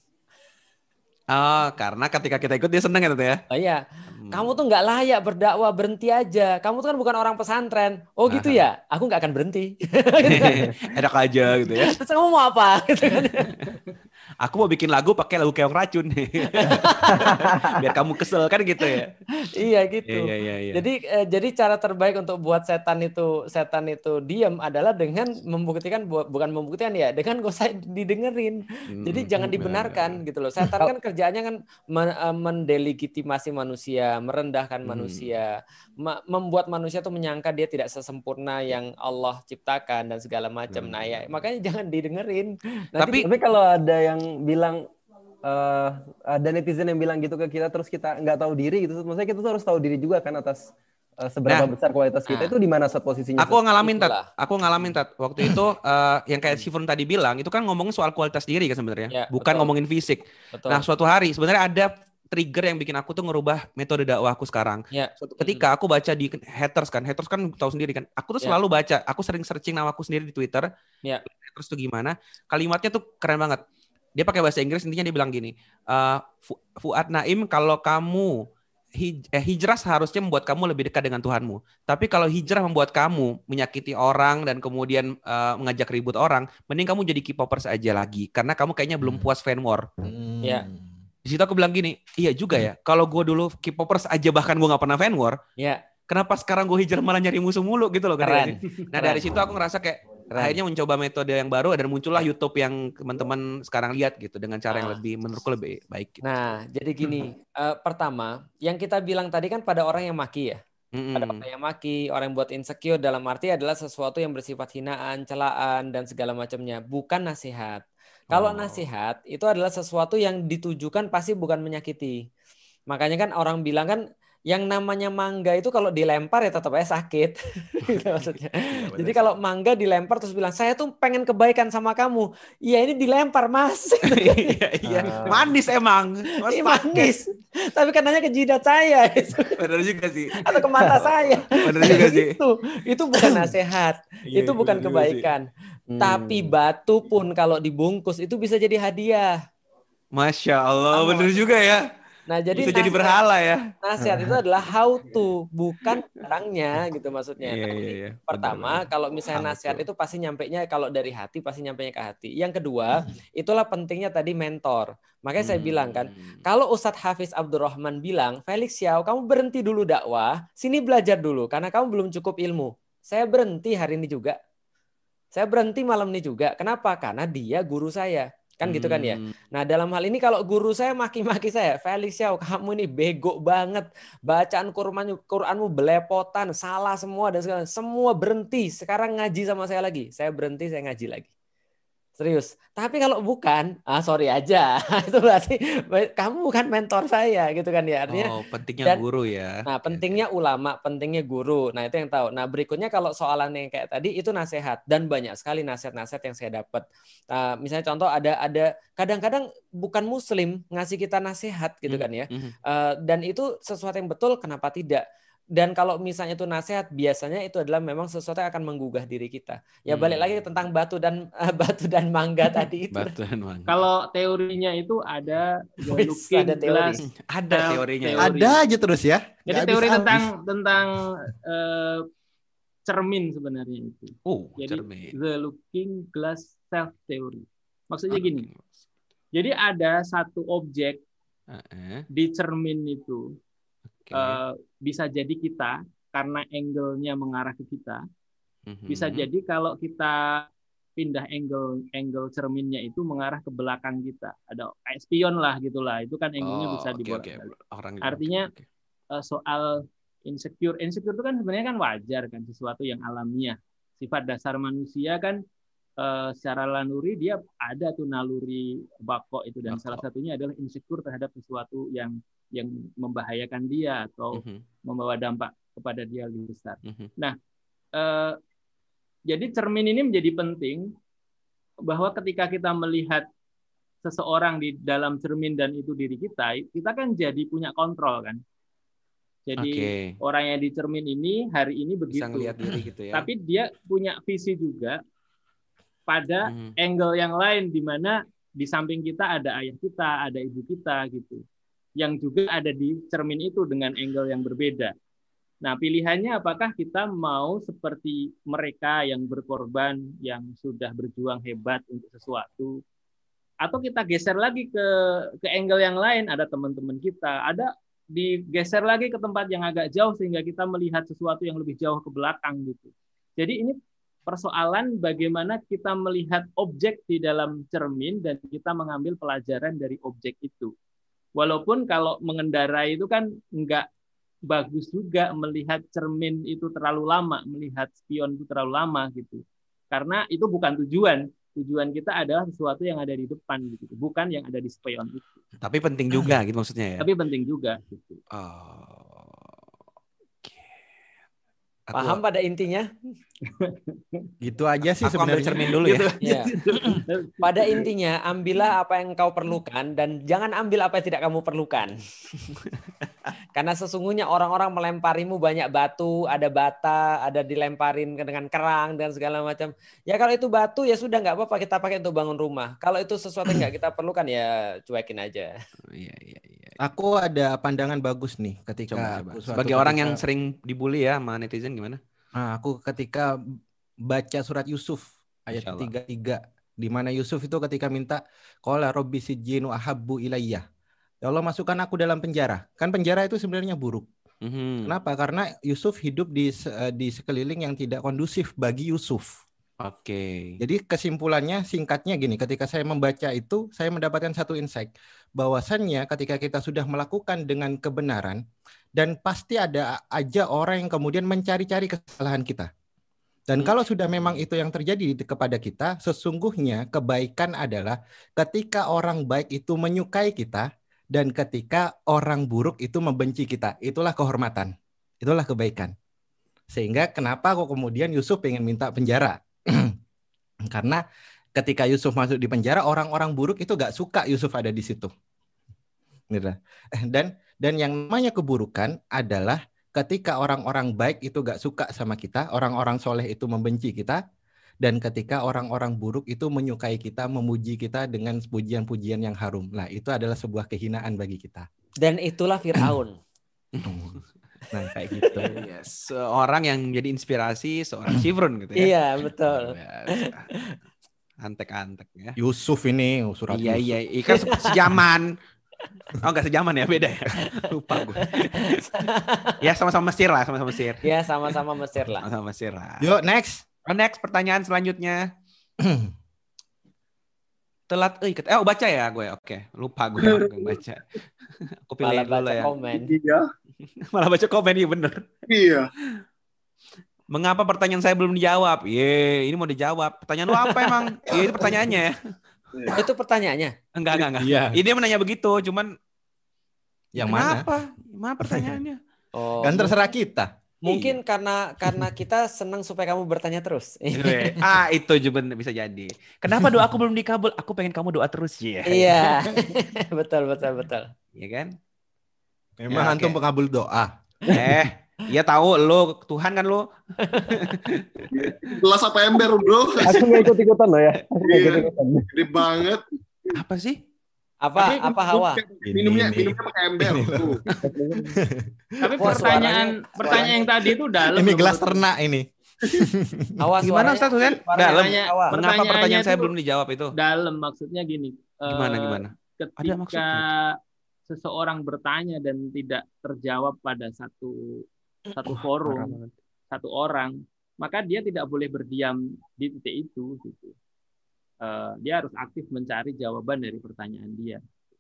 Oh, karena ketika kita ikut dia senang gitu ya?
Oh iya. Kamu tuh nggak layak berdakwah, berhenti aja. Kamu tuh kan bukan orang pesantren. Oh gitu ya? Aku nggak akan berhenti.
Enak aja gitu ya.
Terus kamu mau apa? Gitu kan.
Aku mau bikin lagu pakai lagu keong racun. Biar kamu kesel kan gitu ya?
Iya gitu.
Iya.
Jadi cara terbaik untuk buat setan itu diam adalah dengan membuktikan, bukan membuktikan ya, dengan gak usah didengerin. Jadi jangan dibenarkan gitu loh. Setan kan kerjaannya kan mendelegitimasi manusia, merendahkan manusia, membuat manusia tuh menyangka dia tidak sesempurna yang Allah ciptakan dan segala macam. Nah ya makanya jangan didengerin.
Tapi kalau ada yang bilang ada netizen yang bilang gitu ke kita terus kita nggak tahu diri gitu, maksudnya kita tuh harus tahu diri juga kan atas seberapa besar kualitas kita. Itu di mana saat posisinya?
Aku ngalamin tat waktu itu yang kayak Sifun tadi bilang itu kan ngomongin soal kualitas diri kan sebenarnya, bukan ngomongin fisik. Betul. Nah suatu hari sebenarnya ada trigger yang bikin aku tuh ngerubah metode dakwah aku sekarang. Ketika aku baca di haters kan tahu sendiri kan, aku tuh selalu baca, aku sering searching nama aku sendiri di Twitter. Haters tuh gimana? Kalimatnya tuh keren banget. Dia pakai bahasa Inggris, intinya dia bilang gini, Fuad Naim, kalau kamu hijrah seharusnya membuat kamu lebih dekat dengan Tuhanmu. Tapi kalau hijrah membuat kamu menyakiti orang dan kemudian mengajak ribut orang, mending kamu jadi K-popers aja lagi, karena kamu kayaknya belum puas fan war. Di situ aku bilang gini, iya juga ya. Kalau gue dulu K-popers aja bahkan gue nggak pernah fan war, kenapa sekarang gue hijrah malah nyari musuh mulu gitu loh. Keren. Nah dari situ aku ngerasa kayak akhirnya mencoba metode yang baru dan muncullah YouTube yang teman-teman sekarang lihat gitu dengan cara yang lebih menurutku lebih baik. Gitu.
Nah jadi gini, pertama yang kita bilang tadi kan pada orang yang maki ya. Pada orang yang maki, orang yang buat insecure dalam arti adalah sesuatu yang bersifat hinaan, celaan dan segala macamnya, bukan nasihat. Kalau nasihat itu adalah sesuatu yang ditujukan pasti bukan menyakiti. Makanya kan orang bilang kan yang namanya mangga itu kalau dilempar ya tetap aja sakit. Gitu maksudnya. Jadi kalau mangga dilempar terus bilang, saya tuh pengen kebaikan sama kamu. Iya ini dilempar Mas.
Iya. Manis emang. Mas
manis. Tapi kanannya ke jidat saya.
Benar juga sih.
Atau ke mata saya.
Benar juga sih.
Itu bukan nasihat. Itu bukan kebaikan. Tapi batu pun kalau dibungkus itu bisa jadi hadiah.
Masya Allah, benar juga ya.
Nah, jadi
bisa jadi berhala ya.
Nasihat itu adalah how to, bukan barangnya gitu maksudnya.
Iya.
Pertama, kalau misalnya nasihat itu pasti nyampainya kalau dari hati pasti nyampainya ke hati. Yang kedua, itulah pentingnya tadi mentor. Makanya saya bilang kan, kalau Ustadz Hafiz Abdurrahman bilang, Felix Xiao, kamu berhenti dulu dakwah, sini belajar dulu karena kamu belum cukup ilmu. Saya berhenti hari ini juga. Saya berhenti malam ini juga. Kenapa? Karena dia guru saya. Kan gitu kan ya. Nah dalam hal ini kalau guru saya maki-maki saya, Felix Xiao kamu ini bego banget, bacaan Quranmu belepotan, salah semua dan segala, semua berhenti. Sekarang ngaji sama saya lagi. Saya berhenti, saya ngaji lagi. Serius. Tapi kalau bukan, sorry aja. Itu berarti kamu bukan mentor saya gitu kan ya. Artinya
pentingnya guru ya.
Nah, pentingnya ulama, pentingnya guru. Nah, itu yang tahu. Nah, berikutnya kalau soalan yang kayak tadi itu nasihat dan banyak sekali nasihat-nasihat yang saya dapat. Misalnya contoh ada kadang-kadang bukan muslim ngasih kita nasihat gitu kan ya. Dan itu sesuatu yang betul, kenapa tidak? Dan kalau misalnya itu nasihat, biasanya itu adalah memang sesuatu yang akan menggugah diri kita. Ya balik lagi tentang batu dan mangga tadi itu.
Batu dan mangga.
Kalau teorinya itu ada looking glass.
Ada teorinya.
Ada aja terus ya.
Jadi teori tentang cermin sebenarnya itu. Jadi
cermin.
The Looking Glass Self Theory. Maksudnya gini. Jadi ada satu objek di cermin itu. Bisa jadi kita karena angle-nya mengarah ke kita. Bisa jadi kalau kita pindah angle cerminnya itu mengarah ke belakang kita. Ada kayak spion lah gitulah. Itu kan angle-nya bisa dibolak-balik. Artinya soal insecure itu kan sebenarnya kan wajar kan, sesuatu yang alamiah. Sifat dasar manusia kan secara naluri dia ada tuh naluri bako itu, dan salah satunya adalah insecure terhadap sesuatu yang membahayakan dia atau membawa dampak kepada dia lebih besar. Nah, jadi cermin ini menjadi penting bahwa ketika kita melihat seseorang di dalam cermin dan itu diri kita kan jadi punya kontrol kan. Jadi orang yang di cermin ini hari ini begitu.
Bisa ngelihat diri gitu ya.
Tapi dia punya visi juga pada angle yang lain, di mana di samping kita ada ayah kita, ada ibu kita gitu, yang juga ada di cermin itu dengan angle yang berbeda. Nah, pilihannya apakah kita mau seperti mereka yang berkorban, yang sudah berjuang hebat untuk sesuatu, atau kita geser lagi ke angle yang lain, ada teman-teman kita, ada digeser lagi ke tempat yang agak jauh sehingga kita melihat sesuatu yang lebih jauh ke belakang gitu. Jadi ini persoalan bagaimana kita melihat objek di dalam cermin dan kita mengambil pelajaran dari objek itu. Walaupun kalau mengendarai itu kan nggak bagus juga melihat cermin itu terlalu lama, melihat spion itu terlalu lama gitu. Karena itu bukan tujuan. Tujuan kita adalah sesuatu yang ada di depan gitu, bukan yang ada di spion itu.
Tapi penting juga gitu maksudnya ya.
Tapi penting juga gitu.
Paham pada intinya?
Gitu aja sih
sebenarnya. Cermin dulu ya.
Ya. Pada intinya, ambillah apa yang kau perlukan dan jangan ambil apa yang tidak kamu perlukan. Karena sesungguhnya orang-orang melemparimu banyak batu, ada bata, ada dilemparin dengan kerang dan segala macam. Ya kalau itu batu ya sudah, nggak apa-apa, kita pakai untuk bangun rumah. Kalau itu sesuatu yang nggak kita perlukan ya cuekin aja.
Iya.
Aku ada pandangan bagus nih ketika
coba. Sebagai orang yang sering dibully ya sama netizen gimana?
Nah, aku ketika baca surat Yusuf ayat 33 di mana Yusuf itu ketika minta qala rabbi sijjinu ahabbu ilayya. Ya Allah, masukkan aku dalam penjara. Kan penjara itu sebenarnya buruk. Kenapa? Karena Yusuf hidup di sekeliling yang tidak kondusif bagi Yusuf. Jadi kesimpulannya singkatnya gini, ketika saya membaca itu saya mendapatkan satu insight bahwasannya ketika kita sudah melakukan dengan kebenaran dan pasti ada aja orang yang kemudian mencari-cari kesalahan kita. Dan kalau sudah memang itu yang terjadi kepada kita, sesungguhnya kebaikan adalah ketika orang baik itu menyukai kita Dan ketika orang buruk itu membenci kita, itulah kehormatan, itulah kebaikan. Sehingga kenapa kok kemudian Yusuf pengen minta penjara? Karena ketika Yusuf masuk di penjara, orang-orang buruk itu gak suka Yusuf ada di situ. Dan yang namanya keburukan adalah ketika orang-orang baik itu gak suka sama kita, orang-orang soleh itu membenci kita, dan ketika orang-orang buruk itu menyukai kita, memuji kita dengan pujian-pujian yang harum. Nah, itu adalah sebuah kehinaan bagi kita.
Dan itulah Fir'aun.
Nah, kayak gitu.
Seorang yang menjadi inspirasi seorang Chevron gitu ya.
Iya, betul.
Antek-antek ya.
Yusuf ini, surat Yusuf.
Iya, ikan sejaman. Oh, enggak sejaman ya, beda ya. Lupa gue. Ya, sama-sama Mesir lah, sama-sama Mesir.
Ya, sama-sama Mesir lah.
Sama-sama Mesir lah.
Yuk, next.
Next, pertanyaan selanjutnya. Telat, baca ya gue. Oke, lupa gue baca. Aku pilih dulu ya.
Komen.
Iya.
Malah baca komen, iya bener.
Iya.
Mengapa pertanyaan saya belum dijawab? Ini mau dijawab. Pertanyaan lu apa emang? Itu pertanyaannya.
Itu pertanyaannya?
Enggak.
Iya.
Ini menanya begitu, cuman
yang
kenapa? Mana pertanyaannya?
Oh,
kan terserah kita.
Mungkin karena kita senang supaya kamu bertanya terus.
Itu juga bisa jadi. Kenapa doaku belum dikabul? Aku pengen kamu doa terus ya.
Iya. betul.
Iya kan?
Memang antum pengabul doa.
Iya tahu lo Tuhan kan lo.
Gelas apa ember, Bro?
Aku nggak ikut-ikutan loh ya.
Gede banget.
Apa sih?
Apa Hawa?
Minumnya pakai ember.
Tapi pertanyaan yang tadi itu dalam.
Ini gelas ternak ini.
Awas,
gimana Ustaz Husen? Dalam. Mengapa pertanyaan saya belum dijawab itu?
Dalam, maksudnya gini.
Gimana?
Ketika seseorang bertanya dan tidak terjawab pada satu forum, satu orang, maka dia tidak boleh berdiam di titik itu. Gitu. Dia harus aktif mencari jawaban dari pertanyaan dia.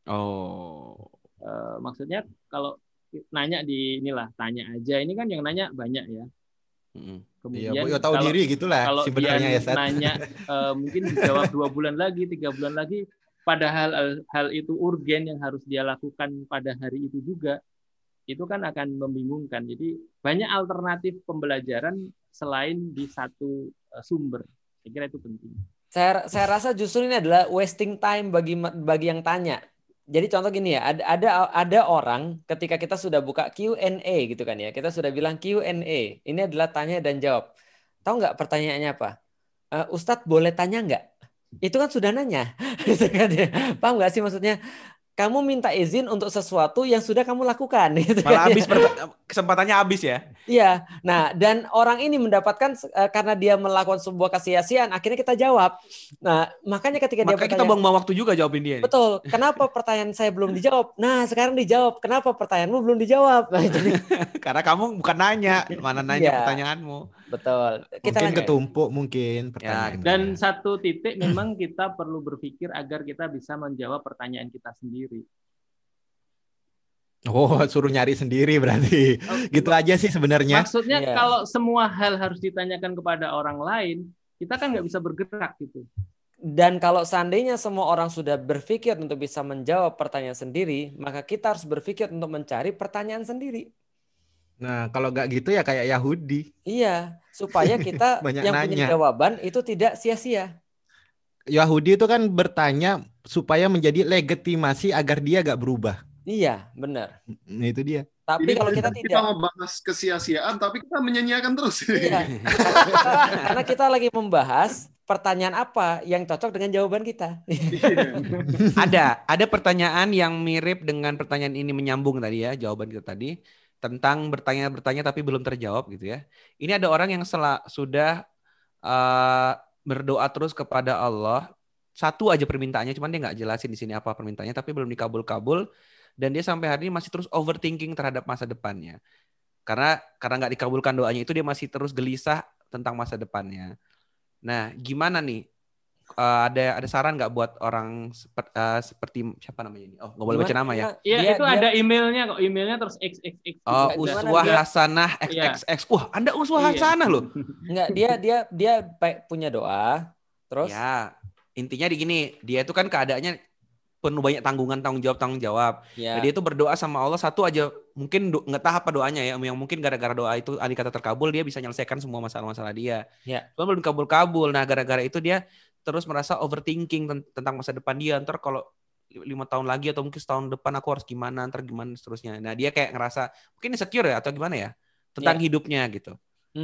Maksudnya kalau nanya tanya aja. Ini kan yang nanya banyak ya. Kemudian
tahu diri gitulah.
Kalau
dia
nanya mungkin dijawab 2 bulan lagi, 3 bulan lagi. Padahal hal itu urgen yang harus dia lakukan pada hari itu juga. Itu kan akan membingungkan. Jadi banyak alternatif pembelajaran selain di satu sumber. Saya kira itu penting.
Saya rasa justru ini adalah wasting time bagi yang tanya. Jadi contoh gini ya, ada orang ketika kita sudah buka Q&A gitu kan ya, kita sudah bilang Q&A, ini adalah tanya dan jawab. Tahu nggak pertanyaannya apa? Ustadz boleh tanya nggak? Itu kan sudah nanya. Paham nggak sih maksudnya? Kamu minta izin untuk sesuatu yang sudah kamu lakukan.
Malah habis kesempatannya habis ya.
Iya. Nah, dan orang ini mendapatkan karena dia melakukan sebuah kesia-siaan, akhirnya kita jawab. Nah, makanya ketika dia bertanya,
kita buang waktu juga jawabin dia.
Betul. Kenapa pertanyaan saya belum dijawab? Nah, sekarang dijawab. Kenapa pertanyaanmu belum dijawab? Nah, jadi...
Karena kamu bukan nanya, mana nanya pertanyaanmu.
Betul.
Kita mungkin ketumpuk mungkin pertanyaan.
Dan satu titik memang kita perlu berpikir agar kita bisa menjawab pertanyaan kita sendiri.
Suruh nyari sendiri berarti. Gitu aja sih sebenarnya.
Maksudnya kalau semua hal harus ditanyakan kepada orang lain, kita kan nggak bisa bergerak gitu.
Dan kalau seandainya semua orang sudah berpikir untuk bisa menjawab pertanyaan sendiri, maka kita harus berpikir untuk mencari pertanyaan sendiri.
Nah, kalau nggak gitu ya kayak Yahudi.
Iya, supaya kita yang punya jawaban itu tidak sia-sia.
Yahudi itu kan bertanya supaya menjadi legitimasi agar dia nggak berubah.
Iya, benar.
Nah, itu dia.
Tapi kalau kita tidak.
Kita membahas kesia-siaan, tapi kita menyanyiakan terus.
Iya, karena kita lagi membahas pertanyaan apa yang cocok dengan jawaban kita.
Ada pertanyaan yang mirip dengan pertanyaan ini, menyambung tadi ya, jawaban kita tadi. Tentang bertanya tapi belum terjawab gitu ya. Ini ada orang yang sudah berdoa terus kepada Allah. Satu aja permintaannya, cuman dia nggak jelasin di sini apa permintaannya, tapi belum dikabul-kabul. Dan dia sampai hari ini masih terus overthinking terhadap masa depannya. Karena nggak dikabulkan doanya itu, dia masih terus gelisah tentang masa depannya. Nah, gimana nih? Ada saran nggak buat orang seperti siapa namanya ini? Nggak boleh baca nama ya?
Iya, itu ada emailnya kok. Emailnya terus XXX.
Uswah Hasanah XXX. Wah, Anda Uswah Hasanah loh.
Enggak, dia punya doa. Terus?
Ya, intinya gini, dia itu kan keadaannya penuh banyak tanggung jawab.
Ya.
Nah, dia itu berdoa sama Allah satu aja, mungkin nggak tahu apa doanya ya, yang mungkin gara-gara doa itu andai kata terkabul dia bisa menyelesaikan semua masalah-masalah dia.
Ya.
Cuma belum kabul-kabul. Nah, gara-gara itu dia terus merasa overthinking tentang masa depan dia. Ntar kalau 5 tahun lagi atau mungkin setahun depan aku harus gimana, ntar gimana seterusnya. Nah, dia kayak ngerasa mungkin insecure ya atau gimana ya tentang hidupnya gitu.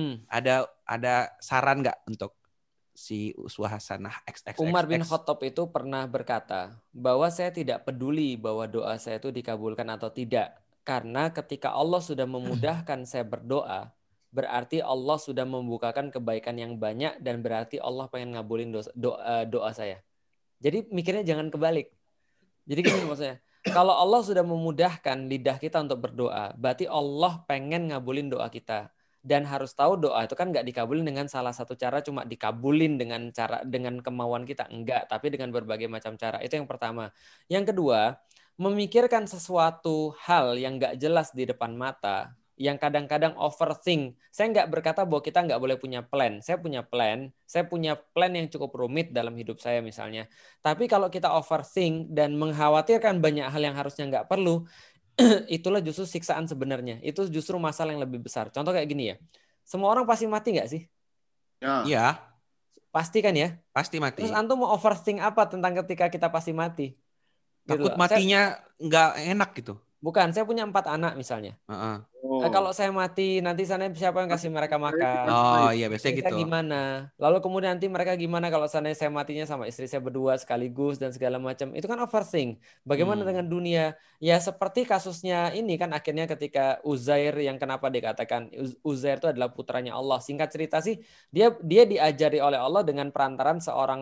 Ada saran nggak untuk si Uswah Hasanah XXX?
Umar bin Khattab itu pernah berkata bahwa saya tidak peduli bahwa doa saya itu dikabulkan atau tidak. Karena ketika Allah sudah memudahkan saya berdoa, berarti Allah sudah membukakan kebaikan yang banyak dan berarti Allah pengen ngabulin doa saya. Jadi mikirnya jangan kebalik. Jadi gini maksudnya, kalau Allah sudah memudahkan lidah kita untuk berdoa, berarti Allah pengen ngabulin doa kita. Dan harus tahu doa itu kan nggak dikabulin dengan salah satu cara cuma dikabulin dengan kemauan kita, enggak, tapi dengan berbagai macam cara. Itu yang pertama. Yang kedua, memikirkan sesuatu hal yang nggak jelas di depan mata, yang kadang-kadang overthink. Saya nggak berkata bahwa kita nggak boleh punya plan. Saya punya plan yang cukup rumit dalam hidup saya misalnya. Tapi kalau kita overthink dan mengkhawatirkan banyak hal yang harusnya nggak perlu, itulah justru siksaan sebenarnya. Itu justru masalah yang lebih besar. Contoh kayak gini ya. Semua orang pasti mati nggak sih?
Iya.
Pasti kan ya?
Pasti mati.
Terus antum mau overthink apa tentang ketika kita pasti mati?
Takut matinya nggak enak gitu.
Bukan, saya punya 4 anak misalnya. Kalau saya mati, nanti sana siapa yang kasih mereka makan?
Oh iya, biasanya gitu.
Gimana? Lalu kemudian nanti mereka gimana kalau sana saya matinya sama istri saya berdua sekaligus dan segala macam. Itu kan overthink. Bagaimana dengan dunia? Ya seperti kasusnya ini kan akhirnya ketika Uzair yang kenapa dikatakan Uzair itu adalah putranya Allah. Singkat cerita sih, dia diajari oleh Allah dengan perantaran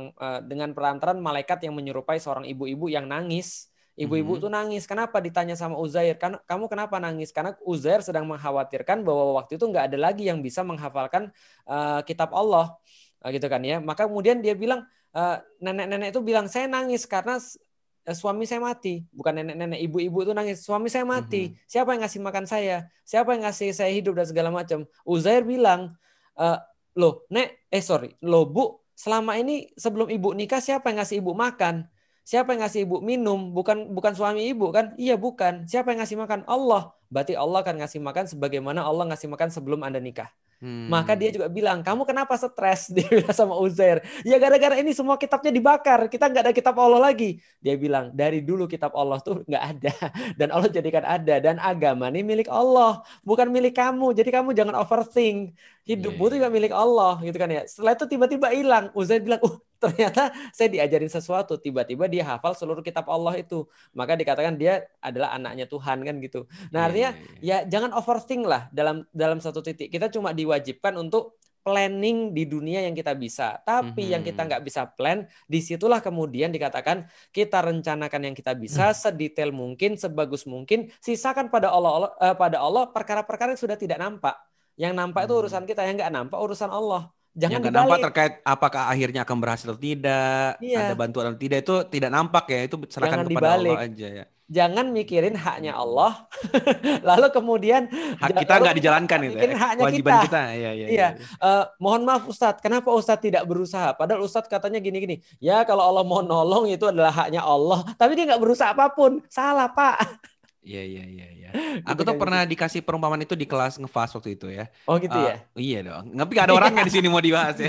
malaikat yang menyerupai seorang ibu-ibu yang nangis. Ibu-ibu tuh nangis. Kenapa? Ditanya sama Uzair. Kamu kenapa nangis? Karena Uzair sedang mengkhawatirkan bahwa waktu itu nggak ada lagi yang bisa menghafalkan kitab Allah. Gitu kan ya. Maka kemudian dia bilang, nenek-nenek itu bilang, saya nangis karena suami saya mati. Bukan nenek-nenek, ibu-ibu itu nangis. Suami saya mati. Siapa yang ngasih makan saya? Siapa yang ngasih saya hidup dan segala macam? Uzair bilang, loh Bu, selama ini sebelum ibu nikah siapa yang ngasih ibu makan? Siapa yang ngasih ibu minum? Bukan suami ibu kan? Iya bukan. Siapa yang ngasih makan? Allah. Berarti Allah akan ngasih makan sebagaimana Allah ngasih makan sebelum Anda nikah. Maka dia juga bilang, kamu kenapa stres? Dia bilang sama Uzair. Ya gara-gara ini semua kitabnya dibakar. Kita nggak ada kitab Allah lagi. Dia bilang, dari dulu kitab Allah tuh nggak ada. Dan Allah jadikan ada. Dan agama ini milik Allah. Bukan milik kamu. Jadi kamu jangan overthink. Hidupmu itu juga milik Allah. Gitu kan ya. Setelah itu tiba-tiba hilang. Uzair bilang, ternyata saya diajarin sesuatu. Tiba-tiba dia hafal seluruh kitab Allah itu. Maka dikatakan dia adalah anaknya Tuhan kan gitu. Nah artinya ya jangan overthink lah dalam satu titik. Kita cuma diwajibkan untuk planning di dunia yang kita bisa. Tapi yang kita nggak bisa plan, disitulah kemudian dikatakan kita rencanakan yang kita bisa sedetail mungkin, sebagus mungkin. Sisakan pada Allah perkara-perkara yang sudah tidak nampak. Yang nampak itu urusan kita, yang nggak nampak urusan Allah. Jangan
yang nampak terkait apakah akhirnya akan berhasil atau tidak, ada bantuan atau tidak, itu tidak nampak ya, itu serahkan kepada Allah aja ya.
Jangan mikirin haknya Allah, lalu kemudian
hak kita nggak dijalankan itu ya, kewajiban kita. Iya.
Mohon maaf Ustadz, kenapa Ustadz tidak berusaha? Padahal Ustadz katanya gini-gini. Ya kalau Allah mau nolong itu adalah haknya Allah, tapi dia nggak berusaha apapun. Salah Pak.
Iya. Aku tuh pernah dikasih perumpamaan itu di kelas ngefast waktu itu ya.
Oh gitu ya?
Iya dong. Tapi gak ada orangnya di sini mau dibahas ya.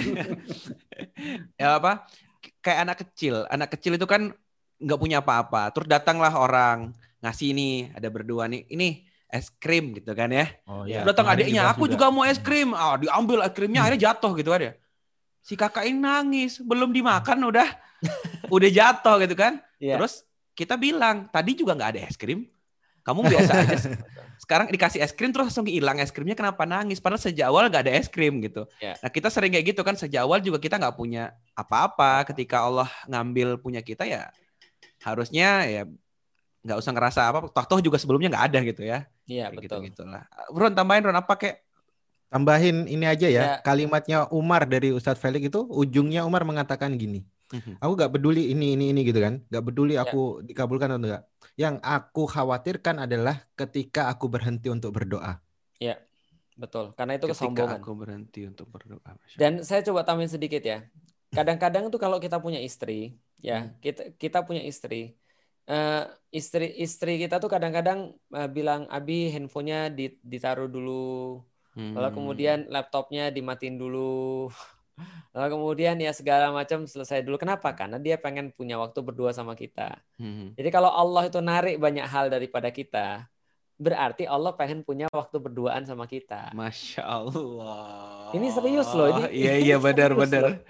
Ya apa? Kayak anak kecil. Anak kecil itu kan nggak punya apa-apa. Terus datanglah orang ngasih ini, ada berdua nih. Ini es krim gitu kan ya. Oh, iya. Datang adiknya, aku juga mau es krim. Diambil es krimnya, akhirnya jatuh gitu kan ya. Si kakak ini nangis, belum dimakan udah jatuh gitu kan. Yeah. Terus kita bilang, tadi juga nggak ada es krim. Kamu biasa aja. Sekarang dikasih es krim terus langsung hilang es krimnya, kenapa nangis? Padahal sejak awal nggak ada es krim gitu. Yeah. Nah kita sering kayak gitu kan, sejak awal juga kita nggak punya apa-apa. Ketika Allah ngambil punya kita ya harusnya ya nggak usah ngerasa apa. Toh juga sebelumnya nggak ada gitu ya.
Iya betul.
Gitulah. Ron tambahin apa kayak?
Tambahin ini aja ya. Kalimatnya Umar dari Ustadz Felix itu ujungnya Umar mengatakan gini. Aku gak peduli ini gitu kan. Gak peduli aku dikabulkan atau enggak. Yang aku khawatirkan adalah ketika aku berhenti untuk berdoa.
Ya, betul. Karena itu kesombongan.
Ketika aku berhenti untuk berdoa.
Dan saya coba tambahin sedikit ya. Kadang-kadang tuh kalau kita punya istri, ya kita punya istri, istri kita tuh kadang-kadang bilang, Abi handphonenya ditaruh dulu, lalu kemudian laptopnya dimatiin dulu, lalu kemudian ya segala macam selesai dulu. Kenapa? Karena dia pengen punya waktu berdua sama kita. Jadi kalau Allah itu narik banyak hal daripada kita, berarti Allah pengen punya waktu berduaan sama kita.
Masya Allah.
Ini serius loh.
Iya benar.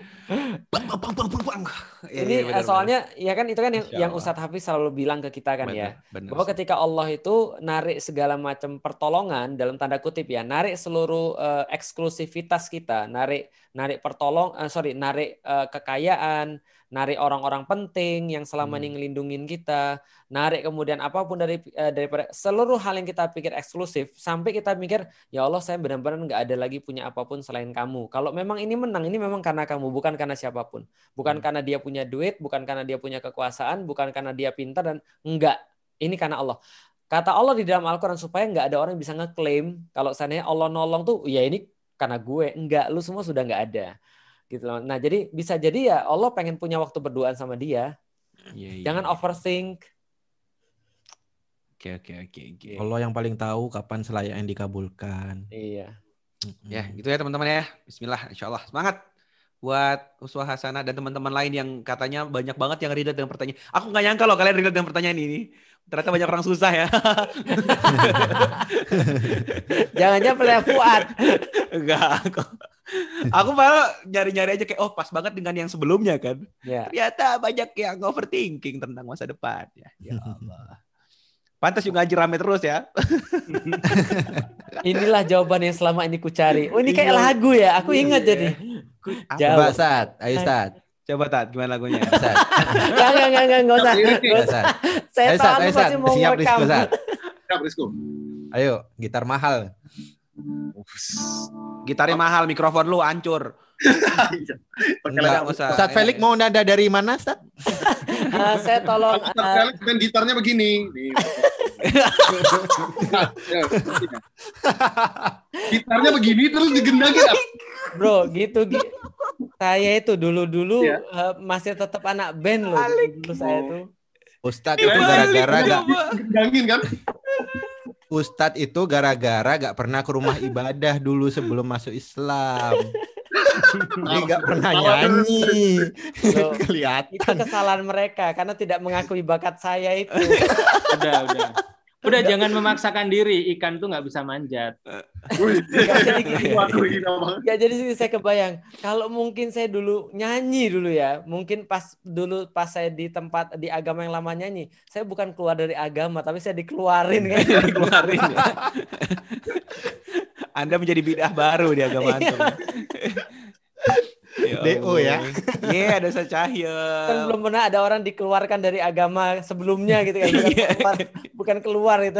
Ini soalnya ya kan itu kan yang Ustadz Hafiz selalu bilang ke kita kan ya. Bahwa ketika Allah itu narik segala macam pertolongan dalam tanda kutip ya, narik seluruh eksklusivitas kita, narik kekayaan, narik orang-orang penting yang selama ini ngelindungin kita, narik kemudian apapun daripada seluruh hal yang kita pikir eksklusif, sampai kita mikir, ya Allah saya benar-benar nggak ada lagi punya apapun selain kamu. Kalau memang ini menang, ini memang karena kamu, bukan karena siapapun. Bukan karena dia punya duit, bukan karena dia punya kekuasaan, bukan karena dia pintar, dan enggak. Ini karena Allah. Kata Allah di dalam Al-Quran supaya nggak ada orang yang bisa ngeklaim kalau seandainya Allah nolong tuh, ya ini karena gue. Enggak, lu semua sudah nggak ada. Gitu loh. Nah, jadi bisa jadi ya Allah pengen punya waktu berduaan sama dia. Jangan overthink.
Oke.
Allah yang paling tahu kapan selayaknya dikabulkan.
Iya.
Ya, gitu ya teman-teman ya. Bismillah, insyaallah. Semangat buat Uswah Hasanah dan teman-teman lain yang katanya banyak banget yang relate dengan pertanyaan. Aku nggak nyangka loh kalian relate dengan pertanyaan ini. Ternyata banyak orang susah ya.
Jangan-jangan pelea Fuad.
Enggak, aku malah nyari-nyari aja kayak pas banget dengan yang sebelumnya kan.
Ya.
Ternyata banyak yang overthinking tentang masa depan ya. Ya Allah. Pantas juga ngaji rame terus ya.
Inilah jawaban yang selama ini ku cari. Oh, ini kayak lagu ya. Aku ingat jadi.
Coba Sat, ayo Sat.
Coba Tat, gimana lagunya?
Enggak usah. Saya tahu aku masih mau ngerekam.
Siap, Rizko.
Ayo, gitar mahal.
Gitarnya mahal, mikrofon lu hancur.
Enggak, Ustaz Felix mau nada dari mana, Ustaz?
Saya tolong.
Ustaz Felix main gitarnya begini. Gitarnya begini terus digendangin.
Bro, gitu. Saya itu dulu masih tetap anak band loh. Dulu saya tuh.
Ustadz itu gara-gara
kan?
Ustadz itu gara-gara gak pernah ke rumah ibadah dulu sebelum masuk Islam. Dia gak pernah nyanyi. Kelihatan.
Itu kesalahan mereka karena tidak mengakui bakat saya itu.
Udah jangan memaksakan diri. Ikan tuh nggak bisa manjat.
Gak jadi saya kebayang. Kalau mungkin saya dulu nyanyi dulu ya. Mungkin pas saya di tempat di agama yang lama nyanyi, saya bukan keluar dari agama, tapi saya dikeluarin kan.
Dikeluarin. Ya. Anda menjadi bid'ah baru di agama antum.
DO ya.
Iya, ada Cahya.
Kan belum pernah ada orang dikeluarkan dari agama sebelumnya gitu kan. Bukan keluar itu.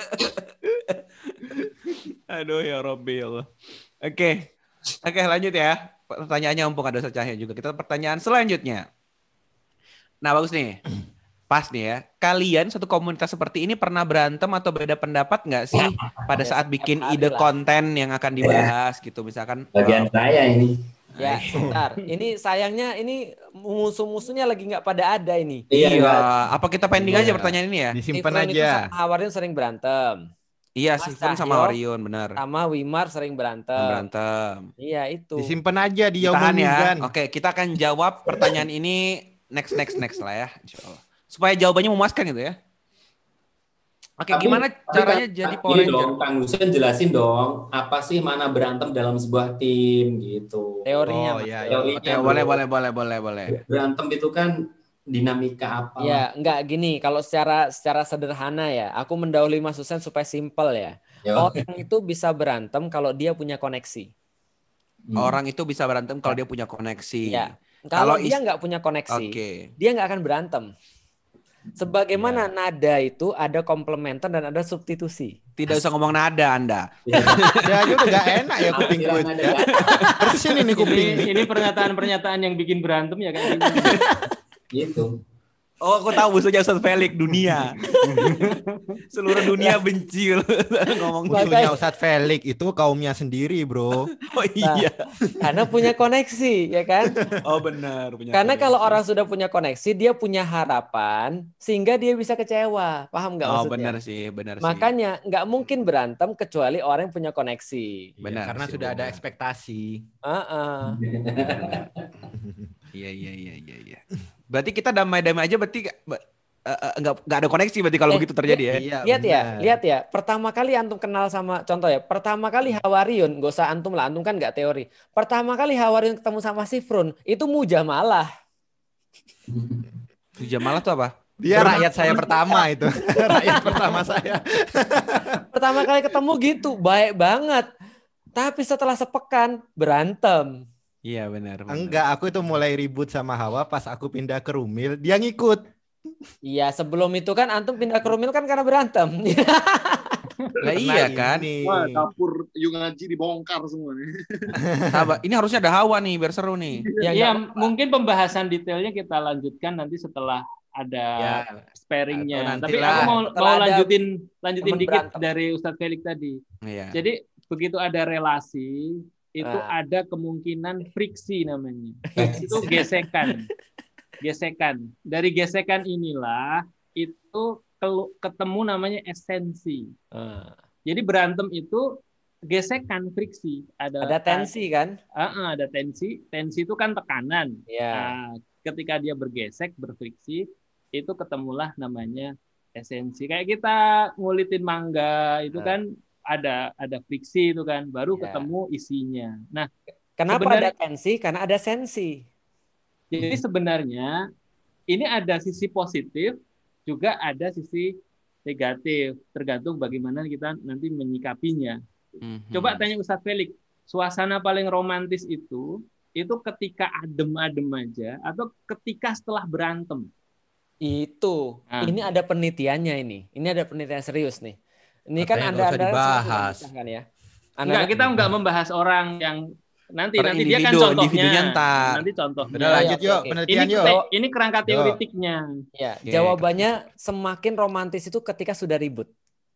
Aduh ya Rabbi ya Allah. Oke, lanjut ya. Pertanyaannya mumpung ada Cahya juga. Kita pertanyaan selanjutnya. Nah, bagus nih. Pas nih ya. Kalian satu komunitas seperti ini pernah berantem atau beda pendapat nggak sih pada saat bikin ide konten yang akan dibahas gitu misalkan?
Bagian saya ini.
Ya, sebentar. Ini sayangnya ini musuh-musuhnya lagi nggak pada ada ini.
Iya. Apa kita pending aja pertanyaan ini ya?
Disimpan aja.
Sama Hawarion sering berantem.
Iya, Sifun sama Hawarion benar.
Sama Wimar sering berantem. Iya, itu.
Disimpan aja di Yaumul
Mizan. Oke, kita akan jawab pertanyaan ini next lah ya, insyaallah. Supaya jawabannya memuaskan gitu ya. Oke, gimana caranya jadi Power Ranger?
Dong, Kang Husen jelasin dong, apa sih mana berantem dalam sebuah tim gitu.
Teorinya.
Boleh.
Berantem itu kan dinamika apa?
Ya, enggak gini, kalau secara sederhana ya, aku mendahului Mas Husen supaya simpel ya. Orang itu bisa berantem kalau dia punya koneksi.
Orang itu bisa berantem kalau dia punya koneksi.
Ya. Kalau dia nggak punya koneksi, dia nggak akan berantem. Sebagaimana nada itu ada komplementer dan ada substitusi.
Tidak usah ngomong nada Anda.
Ya aja udah gak enak ya kupingku. Persis ini kuping.
Ini pernyataan-pernyataan yang bikin berantem ya kan?
Gitu.
Oh, aku tahu musuhnya Ustadz Felix, dunia. Seluruh dunia benci ngomong
musuhnya Ustadz Felix itu kaumnya sendiri, bro.
Oh iya.
Karena punya koneksi, ya kan?
Oh benar.
Karena kalau orang sudah punya koneksi, dia punya harapan, sehingga dia bisa kecewa. Paham nggak maksudnya?
Benar sih.
Makanya nggak mungkin berantem kecuali orang yang punya koneksi.
Benar. Karena sudah ada ekspektasi.
Iya. Berarti kita damai-damai aja, berarti nggak ada koneksi berarti kalau begitu terjadi ya.
Lihat ya. Pertama kali antum kenal sama, contoh ya, pertama kali Hawariun, gak usah antum lah, antum kan nggak teori. Pertama kali Hawariun ketemu sama Sifrun, itu mujamalah.
Mujamalah tuh apa?
Dia rakyat saya pertama itu. Rakyat pertama saya.
Pertama kali ketemu gitu, baik banget. Tapi setelah sepekan, berantem.
Iya benar.
Enggak, aku itu mulai ribut sama Hawa pas aku pindah ke Rumil, dia ngikut.
Iya, sebelum itu kan antum pindah ke Rumil kan karena berantem.
Lah iya kan.
Wah, dapur Yu Ngaji dibongkar semua nih.
Ini harusnya ada Hawa nih, biar seru nih.
Ya, mungkin pembahasan detailnya kita lanjutkan nanti setelah ada sparingnya. Tapi aku mau lanjutin dikit dari Ustadz Felix tadi.
Iya.
Jadi begitu ada relasi, itu ada kemungkinan friksi namanya. Itu gesekan. Dari gesekan inilah itu ketemu namanya esensi. Jadi berantem itu gesekan, friksi. Ada
tensi kan?
Ada tensi. Tensi itu kan tekanan.
Yeah.
Ketika dia bergesek, berfriksi, itu ketemulah namanya esensi. Kayak kita ngulitin mangga itu kan ada friksi itu kan, baru ketemu isinya. Nah,
kenapa ada tensi? Karena ada sensi.
Jadi sebenarnya ini ada sisi positif, juga ada sisi negatif, tergantung bagaimana kita nanti menyikapinya. Coba tanya Ustadz Felix, suasana paling romantis itu ketika adem-adem aja atau ketika setelah berantem?
Itu. Ini ada penelitiannya ini. Ini ada penelitian serius nih. Ini kan
Anda dibahas
kan ya.
Kita enggak membahas orang yang nanti dia kan contohnya. Nanti contoh.
Udah lanjut yuk, penelitian yuk.
Ini kerangka teoritiknya.
Ya, jawabannya semakin romantis itu ketika sudah ribut.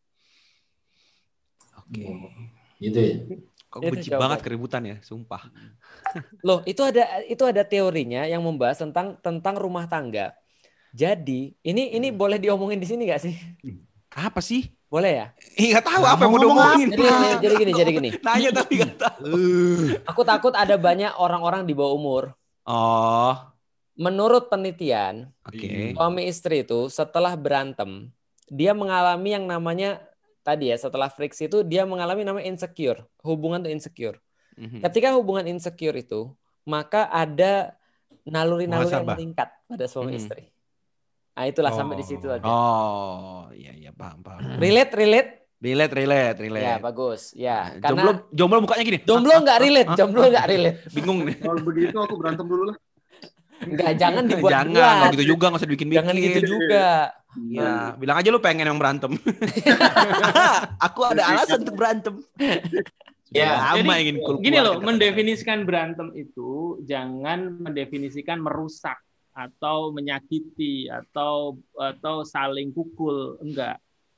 Oke. Gitu ya.
Kok benci banget keributan ya, sumpah.
Loh, itu ada teorinya yang membahas tentang rumah tangga. Jadi, ini boleh diomongin di sini nggak sih?
Apa sih?
Boleh ya?
Nggak tahu apa yang mau diomongin.
Jadi gini.
Nanya tapi nggak tahu.
Aku takut ada banyak orang-orang di bawah umur.
Oh.
Menurut penelitian, suami istri itu setelah berantem, dia mengalami yang namanya tadi ya, setelah friksi itu dia mengalami namanya insecure. Hubungan itu insecure. Ketika hubungan insecure itu, maka ada naluri-naluri yang meningkat pada suami istri. Nah, itulah sampai di situ aja.
Oh, iya paham.
Relate.
Ya,
bagus. Ya, karena
jomblo mukanya gini.
Jomblo nggak relate.
Bingung nih.
Kalau begitu aku berantem dulu lah.
Enggak, jangan dibuat.
Jangan gitu juga, nggak usah dibikin-bikin.
Jangan gitu juga.
Iya, bilang aja lu pengen yang berantem. Aku ada alasan untuk berantem.
Ya, jadi gini loh, mendefinisikan berantem itu jangan mendefinisikan merusak atau menyakiti atau saling pukul, enggak.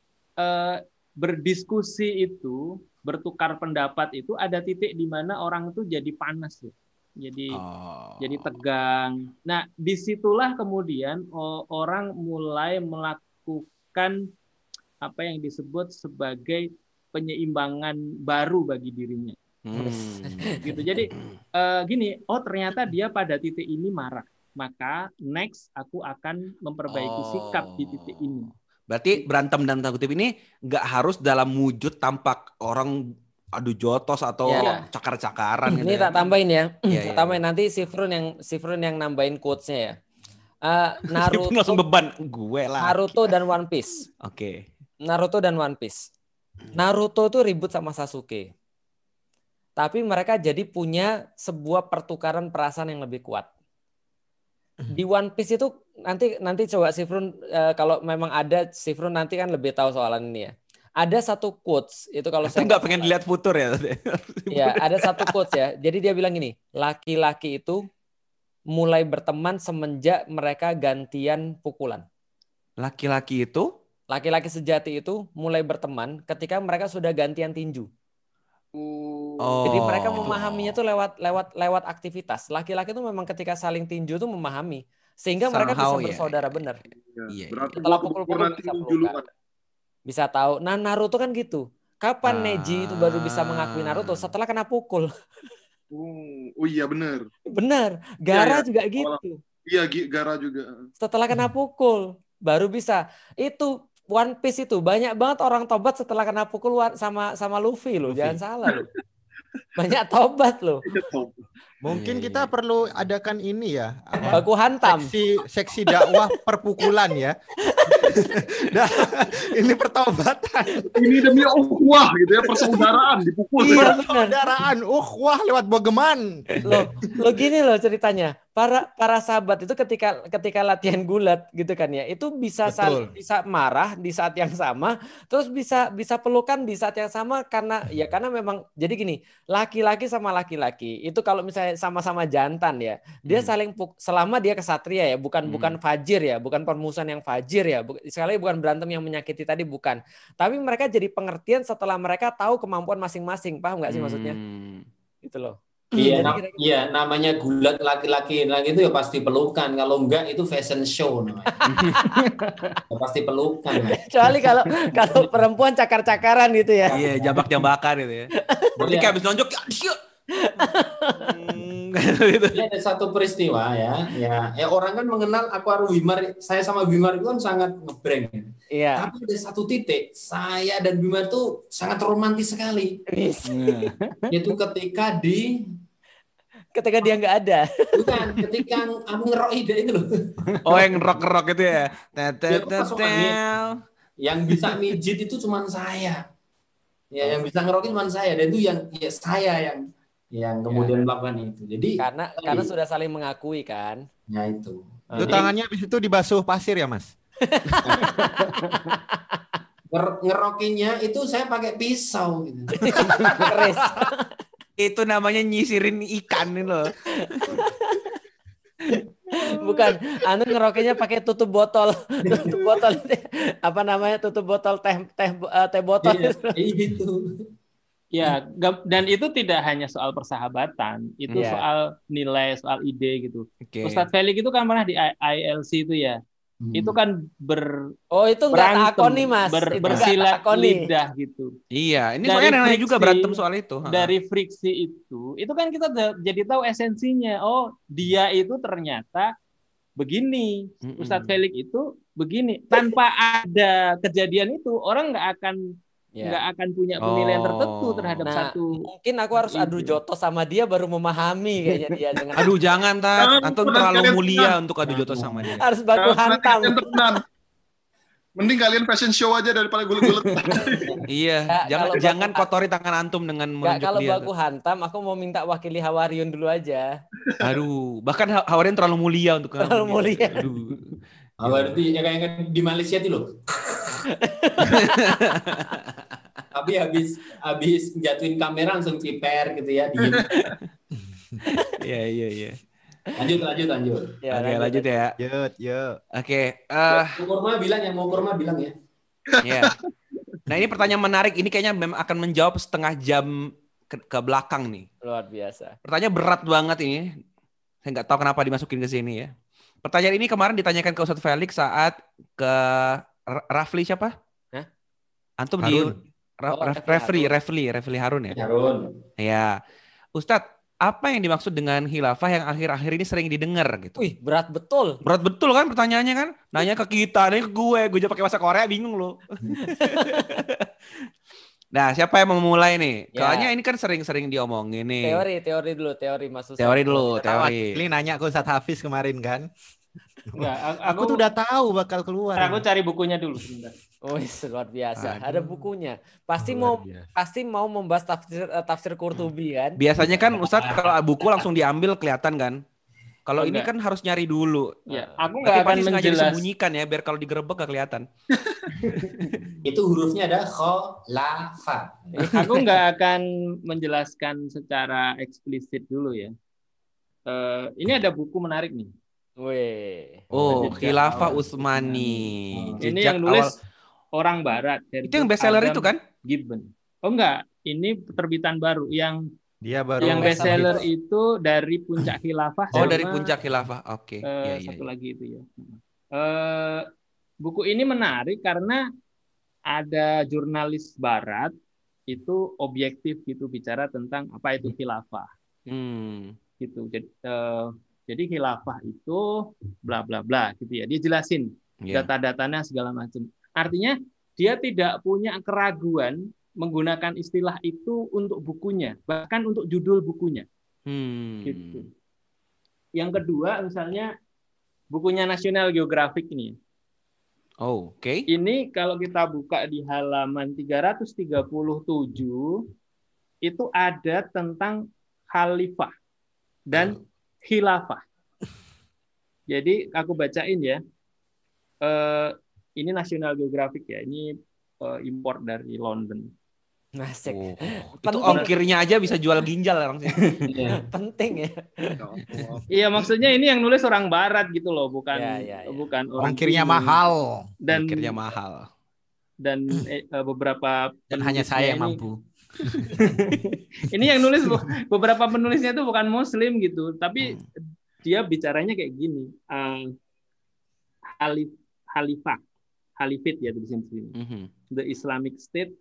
Berdiskusi itu, bertukar pendapat itu ada titik di mana orang itu jadi panas loh. Jadi tegang. Nah, disitulah kemudian orang mulai melakukan apa yang disebut sebagai penyeimbangan baru bagi dirinya. Gitu. Jadi gini, ternyata dia pada titik ini marah. Maka next aku akan memperbaiki sikap di titik ini.
Berarti berantem dan tanda kutip ini nggak harus dalam wujud tampak orang adu jotos atau cakar-cakaran.
Ini tak tambahin ya. Tak tambahin nanti Sifrun yang nambahin quotes-nya ya. Naruto
langsung beban gue lah.
Naruto dan One Piece.
Oke.
Naruto dan One Piece. Naruto tuh ribut sama Sasuke. Tapi mereka jadi punya sebuah pertukaran perasaan yang lebih kuat. Di One Piece itu nanti coba Sifrun kalau memang ada Sifrun nanti kan lebih tahu soal ini ya. Ada satu quotes itu kalau saya
nggak pengen lihat futur ya.
Ya, ada satu quotes ya. Jadi dia bilang gini, laki-laki itu mulai berteman semenjak mereka gantian pukulan.
Laki-laki itu?
Laki-laki sejati itu mulai berteman ketika mereka sudah gantian tinju. Jadi mereka memahaminya tuh lewat aktivitas. Laki-laki itu memang ketika saling tinju tuh memahami, sehingga mereka bisa bersaudara benar. Setelah pukul-pukul bisa pelukan. Bisa tahu. Nah, Naruto kan gitu. Kapan Neji itu baru bisa mengakui Naruto? Setelah kena pukul.
Oh iya benar.
Benar. Gara juga gitu.
Iya, Gara juga.
Setelah kena pukul baru bisa. Itu One Piece itu banyak banget orang tobat setelah kena pukul sama Luffy loh. Jangan salah loh. Banyak tobat loh.
Mungkin kita perlu adakan ini ya.
Baku hantam.
Seksi dakwah perpukulan ya. Nah, ini pertobatan.
Ini demi ukhuwah gitu ya, persaudaraan dipukul.
Iya,
persaudaraan, ukhuwah lewat bogeman.
Lo gini loh ceritanya. Para sahabat itu ketika latihan gulat gitu kan ya, itu bisa bisa marah di saat yang sama, terus bisa pelukan di saat yang sama karena memang jadi gini, laki-laki sama laki-laki itu kalau misalnya sama-sama jantan ya, dia saling selama dia kesatria ya, bukan fajir ya, bukan permusuhan yang fajir ya, sekali bukan berantem yang menyakiti tadi, bukan. Tapi mereka jadi pengertian setelah mereka tahu kemampuan masing-masing, paham nggak sih maksudnya? Gitu loh.
Iya, namanya gulat laki-laki itu ya pasti pelukan. Kalau enggak itu fashion show namanya. Ya pasti pelukan.
Kecuali kalau perempuan cakar-cakaran gitu ya.
Iya, jambak-jambakan gitu ya. Berarti kayak habis nonjok.
Ini ada satu peristiwa ya orang kan mengenal aku Wimar, saya sama Wimar itu kan sangat ngebreng.
Iya.
Tapi ada satu titik saya dan Wimar itu sangat romantis sekali. Itu ketika dia nggak ada. Bukan, ketika aku ngerok ide itu loh.
Oh, yang ngerok itu ya.
Yang bisa mijit itu cuma saya. Ya, yang bisa ngerokin cuma saya, dan itu saya yang kemudian melakukan itu. Jadi
karena sudah saling mengakui kan.
Ya itu.
Itu tangannya habis itu dibasuh pasir ya, Mas?
Ngerokinya itu saya pakai pisau gitu.
Keris.
Itu namanya nyisirin ikan nih loh.
Bukan, ngerokinya pakai tutup botol. Tutup botol apa namanya? Tutup botol teh botol.
Itu.
Ya, dan itu tidak hanya soal persahabatan, itu soal nilai, soal ide gitu. Ustadz Felix itu kan pernah di ILC itu ya. Itu kan
itu nggak takoni Mas,
bersilat lidah gitu.
Iya, ini soalnya nanya juga berantem soal itu.
Dari friksi itu kan kita jadi tahu esensinya. Oh, dia itu ternyata begini. Ustadz Felix itu begini. Tanpa ada kejadian itu, orang nggak akan punya penilaian tertentu terhadap satu.
Mungkin aku harus adu jotos sama dia baru memahami kayaknya dia dengan.
Aduh jangan Tat, Anton terlalu mulia untuk adu jotos sama dia.
Harus baku hantam.
Mending kalian fashion show aja daripada gulet-gulet.
Iya, jangan kotori tangan antum dengan menunjuk dia.
Kalau baku hantam, aku mau minta wakili Hawariun dulu aja.
Aduh, bahkan Hawariun terlalu mulia untuk
terlalu mulia.
Aduh.
Hawariun kayak di Malaysia itu loh. Tapi habis jatuhin kamera langsung ciper gitu ya, diem.
Iya.
Lanjut.
Ya, lanjut ya. Oke.
Mau kurma bilang ya.
Iya. Nah ini pertanyaan menarik. Ini kayaknya memang akan menjawab setengah jam ke belakang nih.
Luar biasa.
Pertanyaan berat banget ini. Saya nggak tahu kenapa dimasukin ke sini ya. Pertanyaan ini kemarin ditanyakan ke Ustadz Felix saat ke Rafli siapa?
Hah?
Antum
Harun.
Di Rafli Harun ya?
Harun.
Ya. Ustadz, apa yang dimaksud dengan khilafah yang akhir-akhir ini sering didengar gitu?
Wih, berat betul.
Berat betul kan pertanyaannya kan? Nanya ke kita, nanya ke gue jawab pakai bahasa Korea bingung loh. Nah, siapa yang mau memulai nih? Kayaknya ini kan sering-sering diomongin nih.
Teori maksud
Teori
saya.
dulu.
Ini nanya ke Ustadz Hafiz kemarin kan?
Enggak,
aku tuh udah tahu bakal keluar.
Aku cari bukunya dulu sebentar.
Oh, luar biasa. Ada bukunya. Pasti mau membahas tafsir Qurtubi kan?
Biasanya kan Ustadz kalau buku langsung diambil kelihatan kan? Kalau ini kan harus nyari dulu.
Ya, aku nggak akan
disembunyikan ya biar kalau digerebek gak kelihatan.
Itu hurufnya ada khilafah.
Aku nggak akan menjelaskan secara eksplisit dulu ya. Ini ada buku menarik nih.
Khilafah Utsmani.
Ini yang nulis orang Barat.
Itu yang bestseller itu kan?
Gibbon. Oh enggak, ini terbitan baru yang bestseller itu dari Puncak Khilafah.
Dari Puncak Khilafah. Oke.
Satu lagi itu ya. Buku ini menarik karena ada jurnalis Barat itu objektif gitu bicara tentang apa itu khilafah. Gitu. Jadi khilafah itu bla bla bla gitu ya. Dia jelasin data-datanya segala macam. Artinya dia tidak punya keraguan menggunakan istilah itu untuk bukunya, bahkan untuk judul bukunya. Gitu. Yang kedua, misalnya bukunya National Geographic ini.
Oke.
Ini kalau kita buka di halaman 337 itu ada tentang khalifah dan khilafah. Jadi aku bacain ya. Ini National Geographic ya. Ini import dari London.
Asik.
Itu ongkirnya aja bisa jual ginjal orang sih.
Penting ya.
Iya, maksudnya ini yang nulis orang Barat gitu loh, bukan bukan orang.
Ongkirnya mahal.
Ongkirnya mahal.
Dan beberapa
dan hanya saya yang mampu.
Ini yang nulis beberapa penulisnya itu bukan Muslim gitu, tapi dia bicaranya kayak gini. Halifit ya di sini. The Islamic State.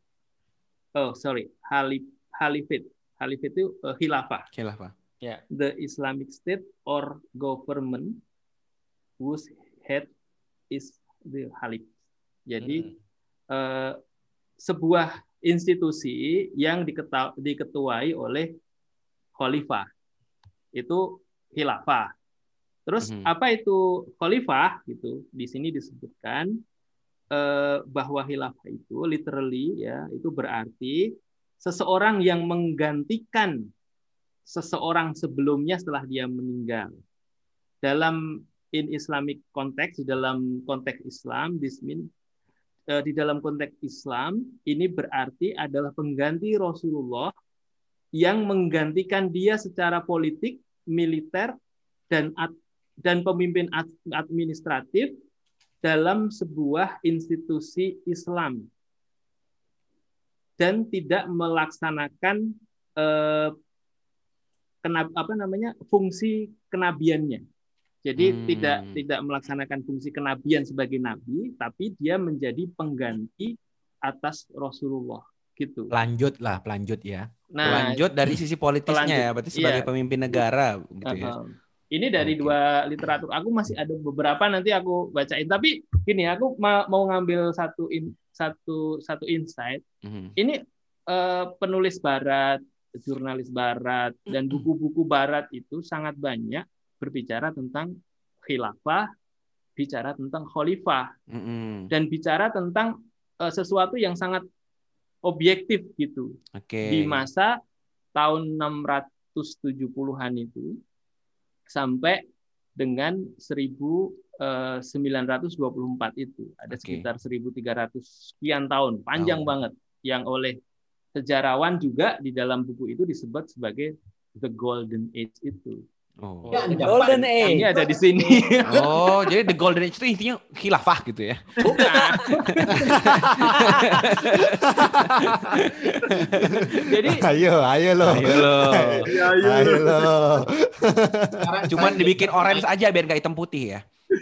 Halifit. Halifit itu khilafah.
Yeah.
The Islamic State or government whose head is the Halif. Jadi sebuah institusi yang diketuai oleh khalifah. Itu khilafah. Terus apa itu khalifah gitu? Di sini disebutkan bahwa khilafah itu literally ya, itu berarti seseorang yang menggantikan seseorang sebelumnya setelah dia meninggal. In Islamic context, di dalam konteks Islam, di dalam konteks Islam ini berarti adalah pengganti Rasulullah yang menggantikan dia secara politik, militer dan pemimpin administratif dalam sebuah institusi Islam dan tidak melaksanakan fungsi kenabiannya. Jadi tidak melaksanakan fungsi kenabian sebagai nabi, tapi dia menjadi pengganti atas Rasulullah gitu.
Lanjut ya.
Nah, lanjut dari sisi politisnya ya, berarti sebagai pemimpin negara gitu ya.
Ini dari dua literatur. Aku masih ada beberapa, nanti aku bacain. Tapi gini, aku mau ngambil satu insight. Ini penulis Barat, jurnalis Barat, dan buku-buku Barat itu sangat banyak berbicara tentang khilafah, bicara tentang khalifah, dan bicara tentang sesuatu yang sangat objektif gitu. Di masa tahun 670-an itu sampai dengan 1924 itu ada sekitar 1.300 sekian tahun, panjang banget, yang oleh sejarawan juga di dalam buku itu disebut sebagai the Golden Age itu.
Golden Age.
Ini ada di sini.
Jadi the Golden Age itu intinya khilafah gitu ya?
Bukan. Jadi
ayo lo.
Cuman dibikin orange aja biar nggak hitam putih ya.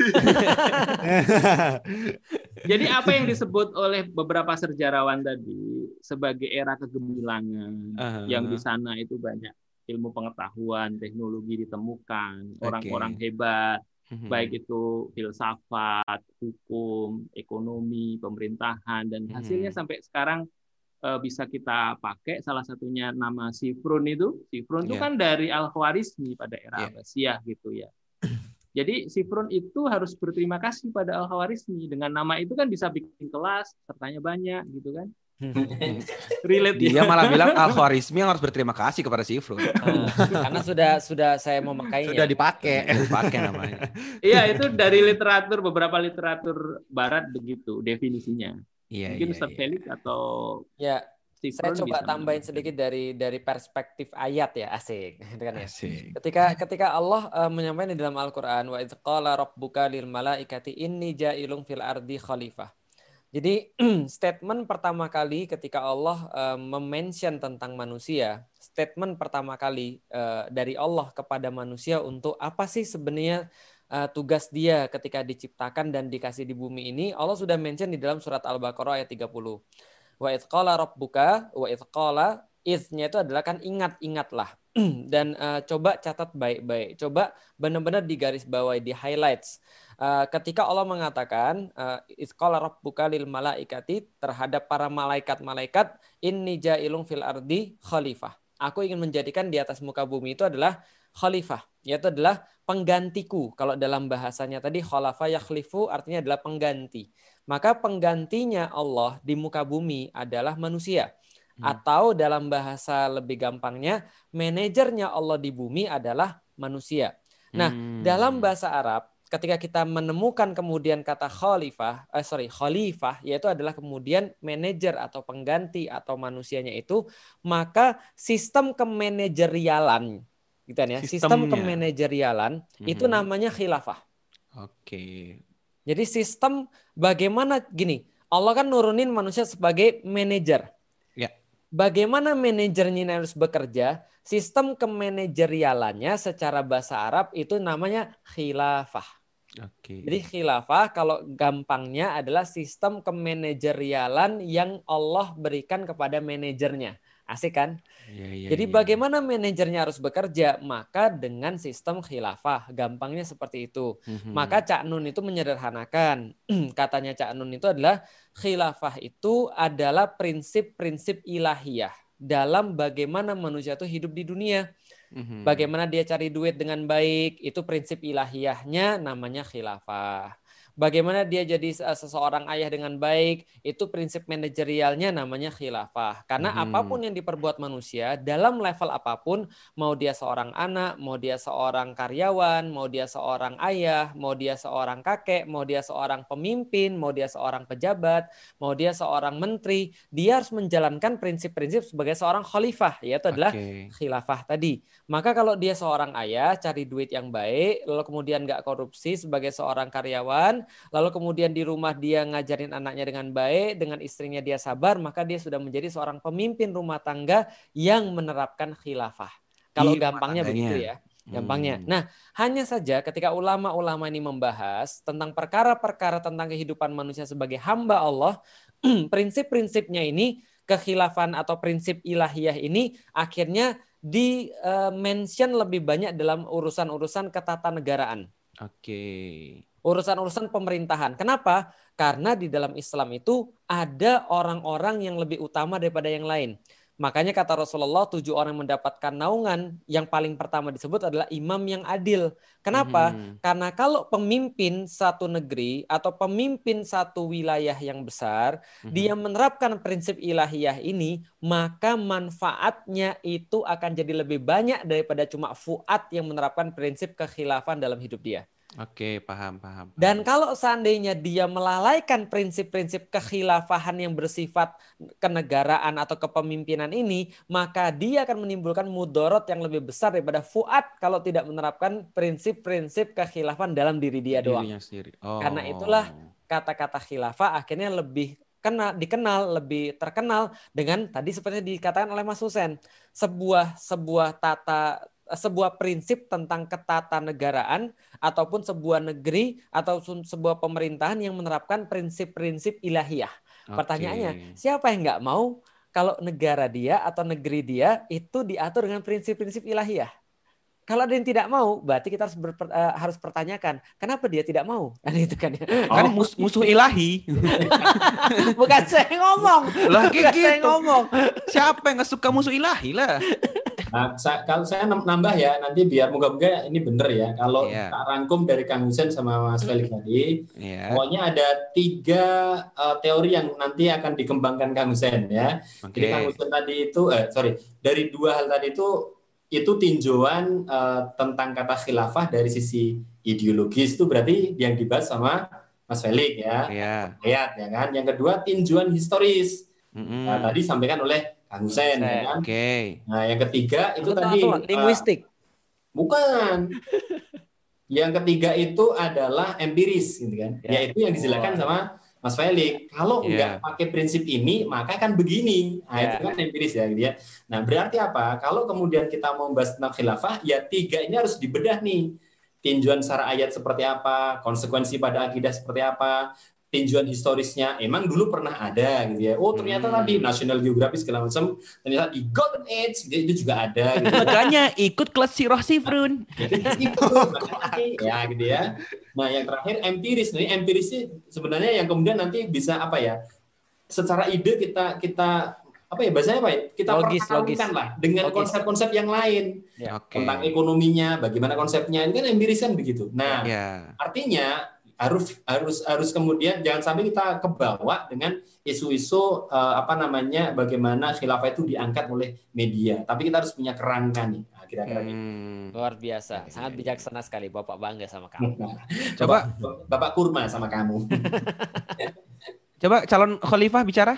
Jadi apa yang disebut oleh beberapa sejarawan tadi sebagai era kegemilangan, yang di sana itu banyak ilmu pengetahuan, teknologi ditemukan, orang-orang hebat, baik itu filsafat, hukum, ekonomi, pemerintahan, dan hasilnya sampai sekarang bisa kita pakai. Salah satunya nama Sifrun itu. Sifrun itu kan dari Al-Khwarizmi pada era Abbasiyah gitu ya. Jadi Sifrun itu harus berterima kasih pada Al-Khwarizmi. Dengan nama itu kan bisa bikin kelas, pesertanya banyak gitu kan.
Relate dia malah bilang Al-Khwarizmi yang harus berterima kasih kepada Sifrun.
Karena sudah saya memakainya.
Sudah dipakai
namanya.
Iya, itu dari beberapa literatur Barat begitu definisinya. Mungkin Ustaz Felix atau
Saya coba tambahin sedikit dari perspektif ayat ya, asik. Kan ya.
Asik.
Ketika Allah menyampaikan di dalam Al-Qur'an wa idz qala rabbuka lil malaikati inni ja'ilun fil ardi khalifah. Jadi statement pertama kali ketika Allah mention tentang manusia, statement pertama kali dari Allah kepada manusia untuk apa sih sebenarnya tugas dia ketika diciptakan dan dikasih di bumi ini, Allah sudah mention di dalam surat Al-Baqarah ayat 30. Wa idz qala rabbuka wa idz qala, idz-nya itu adalah kan ingatlah. Dan coba catat baik-baik, coba benar-benar digarisbawahi, di highlights. Ketika Allah mengatakan idz qala rabbuka lil malaikati, terhadap para malaikat-malaikat, inni ja'ilun fil ardi khalifah. Aku ingin menjadikan di atas muka bumi itu adalah khalifah, yaitu adalah penggantiku. Kalau dalam bahasanya tadi khalafa yakhlifu artinya adalah pengganti. Maka penggantinya Allah di muka bumi adalah manusia. Atau dalam bahasa lebih gampangnya, manajernya Allah di bumi adalah manusia. Nah, dalam bahasa Arab, ketika kita menemukan kemudian kata khalifah, yaitu adalah kemudian manajer atau pengganti atau manusianya itu, maka sistem kemanajerialan, gitu kan ya, sistem kemanajerialan itu namanya khilafah.
Oke.
Jadi sistem bagaimana gini, Allah kan nurunin manusia sebagai manajer.
Ya.
Bagaimana manajernya harus bekerja, sistem kemanajerialannya secara bahasa Arab itu namanya khilafah.
Oke.
Jadi khilafah kalau gampangnya adalah sistem kemanajerialan yang Allah berikan kepada manajernya. Asik kan? Jadi bagaimana manajernya harus bekerja? Maka dengan sistem khilafah. Gampangnya seperti itu. Maka Cak Nun itu menyederhanakan. Katanya Cak Nun itu adalah khilafah itu adalah prinsip-prinsip ilahiyah dalam bagaimana manusia itu hidup di dunia. Bagaimana dia cari duit dengan baik, itu prinsip ilahiyahnya namanya khilafah. Bagaimana dia jadi seseorang ayah dengan baik, itu prinsip manajerialnya namanya khilafah. Karena apapun yang diperbuat manusia, dalam level apapun, mau dia seorang anak, mau dia seorang karyawan, mau dia seorang ayah, mau dia seorang kakek, mau dia seorang pemimpin, mau dia seorang pejabat, mau dia seorang menteri, dia harus menjalankan prinsip-prinsip sebagai seorang khalifah, yaitu adalah khilafah tadi. Maka kalau dia seorang ayah, cari duit yang baik, lalu kemudian nggak korupsi sebagai seorang karyawan, lalu kemudian di rumah dia ngajarin anaknya dengan baik, dengan istrinya dia sabar, maka dia sudah menjadi seorang pemimpin rumah tangga yang menerapkan khilafah. Kalau gampangnya begitu ya. Gampangnya. Nah, hanya saja ketika ulama-ulama ini membahas tentang perkara-perkara tentang kehidupan manusia sebagai hamba Allah, prinsip-prinsipnya ini, kekhilafan atau prinsip ilahiyah ini akhirnya di-mention lebih banyak dalam urusan-urusan ketatanegaraan. Urusan-urusan pemerintahan. Kenapa? Karena di dalam Islam itu ada orang-orang yang lebih utama daripada yang lain. Makanya kata Rasulullah, 7 orang yang mendapatkan naungan, yang paling pertama disebut adalah imam yang adil. Kenapa? Karena kalau pemimpin satu negeri atau pemimpin satu wilayah yang besar, dia menerapkan prinsip ilahiyah ini, maka manfaatnya itu akan jadi lebih banyak daripada cuma fuad yang menerapkan prinsip kekhilafan dalam hidup dia.
Oke, paham.
Dan kalau seandainya dia melalaikan prinsip-prinsip kekhilafahan yang bersifat kenegaraan atau kepemimpinan ini, maka dia akan menimbulkan mudorot yang lebih besar daripada fuad kalau tidak menerapkan prinsip-prinsip kekhilafan dalam diri dia doang. Karena itulah kata-kata khilafah akhirnya lebih dikenal, lebih terkenal dengan tadi seperti dikatakan oleh Mas Husen, sebuah prinsip tentang ketatanegaraan ataupun sebuah negeri atau sebuah pemerintahan yang menerapkan prinsip-prinsip ilahiyah. Pertanyaannya, siapa yang nggak mau kalau negara dia atau negeri dia itu diatur dengan prinsip-prinsip ilahiyah? Kalau ada yang tidak mau, berarti kita harus pertanyakan, kenapa dia tidak mau? Kan itu kan ya.
Kan musuh ilahi.
Bukan saya ngomong.
Saya ngomong. Siapa yang nggak suka musuh ilahi lah?
Nah, kalau saya nambah ya, nanti biar moga-moga ini benar ya. Kalau tak rangkum dari Kang Husen sama Mas Felix tadi, pokoknya ada 3 teori yang nanti akan dikembangkan Kang Husen ya. Jadi Kang Husen tadi itu, dari 2 hal tadi itu tinjauan tentang kata khilafah dari sisi ideologis, itu berarti yang dibahas sama Mas Felix ya. Ayat ya kan. Yang kedua tinjauan historis. Nah, tadi sampaikan oleh Kang Hussein, ya kan? Nah, yang ketiga itu tadi
linguistik.
Bukan. Yang ketiga itu adalah empiris, gitu kan? Yaitu yang dijelaskan sama Mas Felix. Kalau nggak pakai prinsip ini, maka kan begini. Nah, itu kan empiris ya, gitu ya. Nah, berarti apa? Kalau kemudian kita mau membahas tentang khilafah, ya 3 ini harus dibedah nih. Tinjauan secara ayat seperti apa, konsekuensi pada akidah seperti apa, tinjauan historisnya emang dulu pernah ada gitu ya. Oh, ternyata tadi National Geographic segala macam, ternyata di Golden Age itu juga ada gitu.
Makanya ikut kelas Sirah Sifrun.
Ya gitu ya. Nah, yang terakhir empiris. Nih, empiris sih sebenarnya yang kemudian nanti bisa apa ya? Secara ide kita apa ya bahasanya apa ya? Kita pertaruhkan lah dengan konsep-konsep yang lain. Tentang ekonominya, bagaimana konsepnya. Ini kan empiris kan begitu. Nah, artinya harus kemudian jangan sampai kita kebawa dengan isu-isu bagaimana khilafah itu diangkat oleh media. Tapi kita harus punya kerangka nih. Nah, kira-kira gitu.
Luar biasa, sangat bijaksana sekali. Bapak bangga sama kamu.
Coba
Bapak kurma sama kamu.
Coba calon khalifah bicara.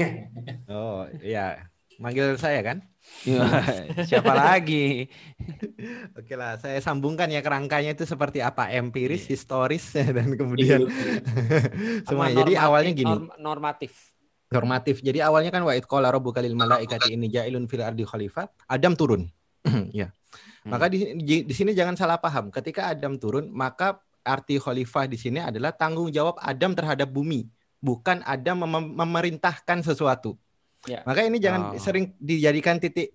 Oh iya, manggil saya kan?
Siapa lagi?
Oke lah, saya sambungkan ya kerangkanya itu seperti apa, empiris, historis, dan kemudian semuanya. Jadi awalnya gini. Normatif. Jadi awalnya kan wa id qala rabbuka lil malaikati inni ja'ilun fil ardi khalifah. Adam turun. Ya. Maka di sini jangan salah paham. Ketika Adam turun, maka arti khalifah di sini adalah tanggung jawab Adam terhadap bumi, bukan Adam memerintahkan sesuatu. Maka ini jangan sering dijadikan titik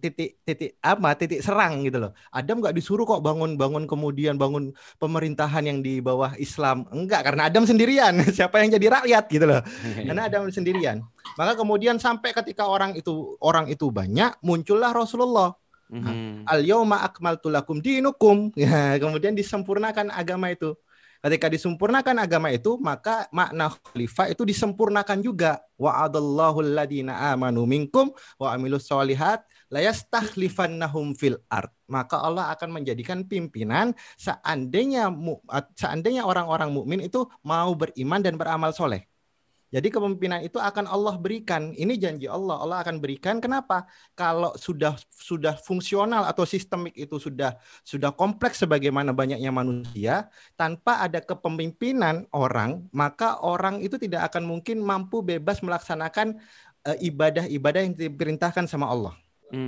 serang gitu loh. Adam nggak disuruh kok bangun kemudian bangun pemerintahan yang di bawah Islam. Enggak, karena Adam sendirian. Siapa yang jadi rakyat gitu loh. Karena Adam sendirian. Maka kemudian sampai ketika orang itu banyak, muncullah Rasulullah. Al-yauma akmaltu lakum dinukum. Ya, kemudian disempurnakan agama itu. Ketika disempurnakan agama itu, maka makna khalifah itu disempurnakan juga. Wa'adallahu alladhina amanu minkum wa amilus sholihat la yastakhlifannahum fil ard. Maka Allah akan menjadikan pimpinan seandainya orang-orang mukmin itu mau beriman dan beramal soleh. Jadi kepemimpinan itu akan Allah berikan. Ini janji Allah. Allah akan berikan. Kenapa? Kalau sudah fungsional atau sistemik itu sudah kompleks sebagaimana banyaknya manusia, tanpa ada kepemimpinan orang, maka orang itu tidak akan mungkin mampu bebas melaksanakan ibadah-ibadah yang diperintahkan sama Allah.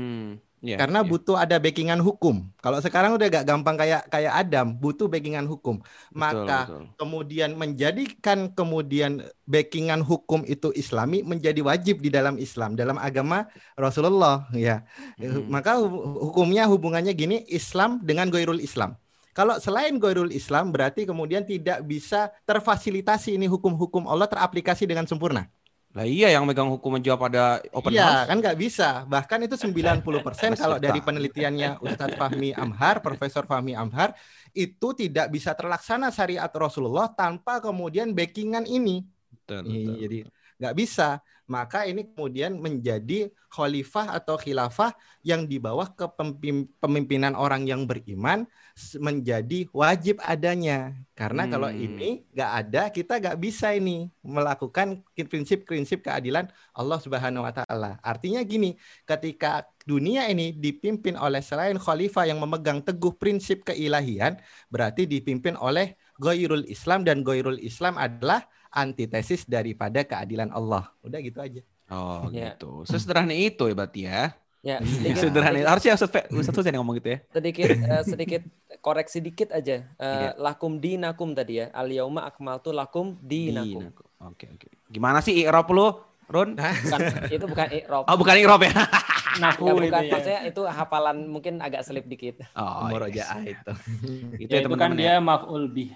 Karena butuh ada backingan hukum. Kalau sekarang udah gak gampang kayak Adam, butuh backingan hukum. Maka kemudian menjadikan backingan hukum itu Islami menjadi wajib di dalam Islam, dalam agama Rasulullah ya. Maka hukumnya hubungannya gini, Islam dengan ghairul Islam. Kalau selain ghairul Islam berarti kemudian tidak bisa terfasilitasi ini hukum-hukum Allah teraplikasi dengan sempurna.
Lah iya, yang megang hukum aja pada open house.
Iya, kan nggak bisa. Bahkan itu 90% kalau dari penelitiannya Ustadz Fahmi Amhar, Profesor Fahmi Amhar, itu tidak bisa terlaksana syariat Rasulullah tanpa kemudian backingan ini. Betul. Jadi nggak bisa. Maka ini kemudian menjadi khalifah atau khilafah yang di bawah kepemimpinan orang yang beriman menjadi wajib adanya. Karena kalau ini nggak ada, kita nggak bisa ini melakukan prinsip-prinsip keadilan Allah Subhanahu wa Ta'ala. Artinya gini, ketika dunia ini dipimpin oleh selain khalifah yang memegang teguh prinsip keilahian, berarti dipimpin oleh ghairul Islam, dan ghairul Islam adalah antitesis daripada keadilan Allah. Udah gitu aja.
Oh gitu. Sesederhana itu ya berarti ya.
Ya,
sederhana. Harusnya Ustaz Hussein yang ngomong gitu ya.
Sedikit koreksi dikit aja. Lakum dinakum tadi ya. Al yauma akmaltu lakum dinakum.
Oke. Gimana sih i'rab lu, Run?
Itu bukan i'rab.
Oh, bukan i'rab ya.
Bukan, maksudnya itu hafalan mungkin agak selip dikit.
Oh, murojaah itu.
Itu kan dia maf'ul bih.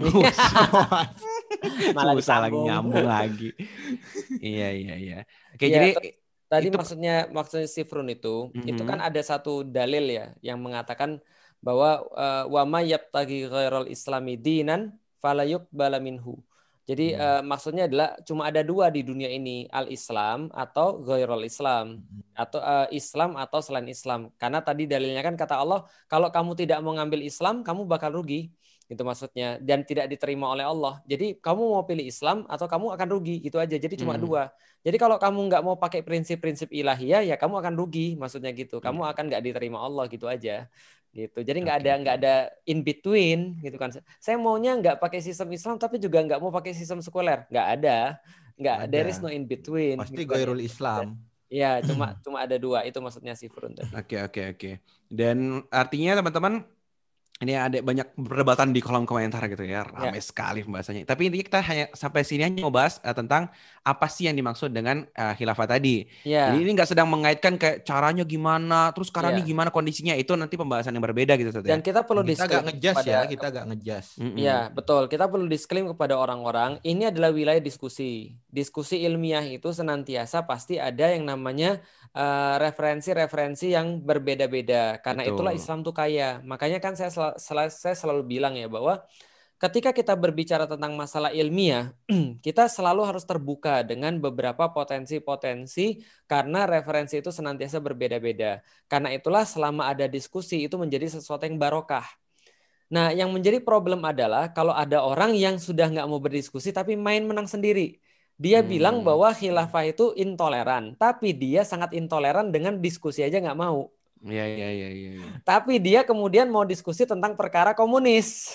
Malah susah lagi nyambung lagi. Iya. Oke,
ya,
jadi
tadi maksudnya Sifrun itu kan ada satu dalil ya yang mengatakan bahwa wa may yabtaghi ghairal islami dinan fala yuqbala minhu. Jadi maksudnya adalah cuma ada 2 di dunia ini, al-Islam atau ghairul Islam, atau Islam atau selain Islam. Karena tadi dalilnya kan kata Allah, kalau kamu tidak mau ngambil Islam, kamu bakal rugi. gitu maksudnya, dan tidak diterima oleh Allah. Jadi kamu mau pilih Islam atau kamu akan rugi, gitu aja. Jadi cuma dua. Jadi kalau kamu nggak mau pakai prinsip-prinsip ilahiyah, ya kamu akan rugi, maksudnya gitu. Kamu akan nggak diterima Allah, gitu aja. Gitu. Jadi nggak ada in between, gitu kan. Saya maunya nggak pakai sistem Islam, tapi juga nggak mau pakai sistem sekuler, nggak ada. Nggak, there is no in between.
Pasti
gitu
Ghairul
kan.
Islam.
Ya, cuma ada dua, itu maksudnya Sifrun tadi.
Oke. Dan artinya teman-teman, ini ada banyak perdebatan di kolom komentar gitu ya, ramai sekali pembahasannya. Tapi intinya kita hanya sampai sini hanya mau bahas tentang apa sih yang dimaksud dengan khilafah tadi. Jadi ini nggak sedang mengaitkan kayak caranya gimana, terus sekarang ini gimana kondisinya, itu nanti pembahasan yang berbeda gitu.
Dan kita perlu
kita gak ngejas.
Ya, betul. Kita perlu disclaim kepada orang-orang, ini adalah wilayah diskusi. Diskusi ilmiah itu senantiasa pasti ada yang namanya referensi-referensi yang berbeda-beda. Karena itulah Islam tuh kaya. Makanya kan saya selalu bilang ya bahwa ketika kita berbicara tentang masalah ilmiah, kita selalu harus terbuka dengan beberapa potensi-potensi karena referensi itu senantiasa berbeda-beda. Karena itulah selama ada diskusi itu menjadi sesuatu yang barokah. Nah, yang menjadi problem adalah kalau ada orang yang sudah nggak mau berdiskusi tapi main menang sendiri. Dia bilang bahwa khilafah itu intoleran, tapi dia sangat intoleran dengan diskusi aja nggak mau.
Iya.
Tapi dia kemudian mau diskusi tentang perkara komunis.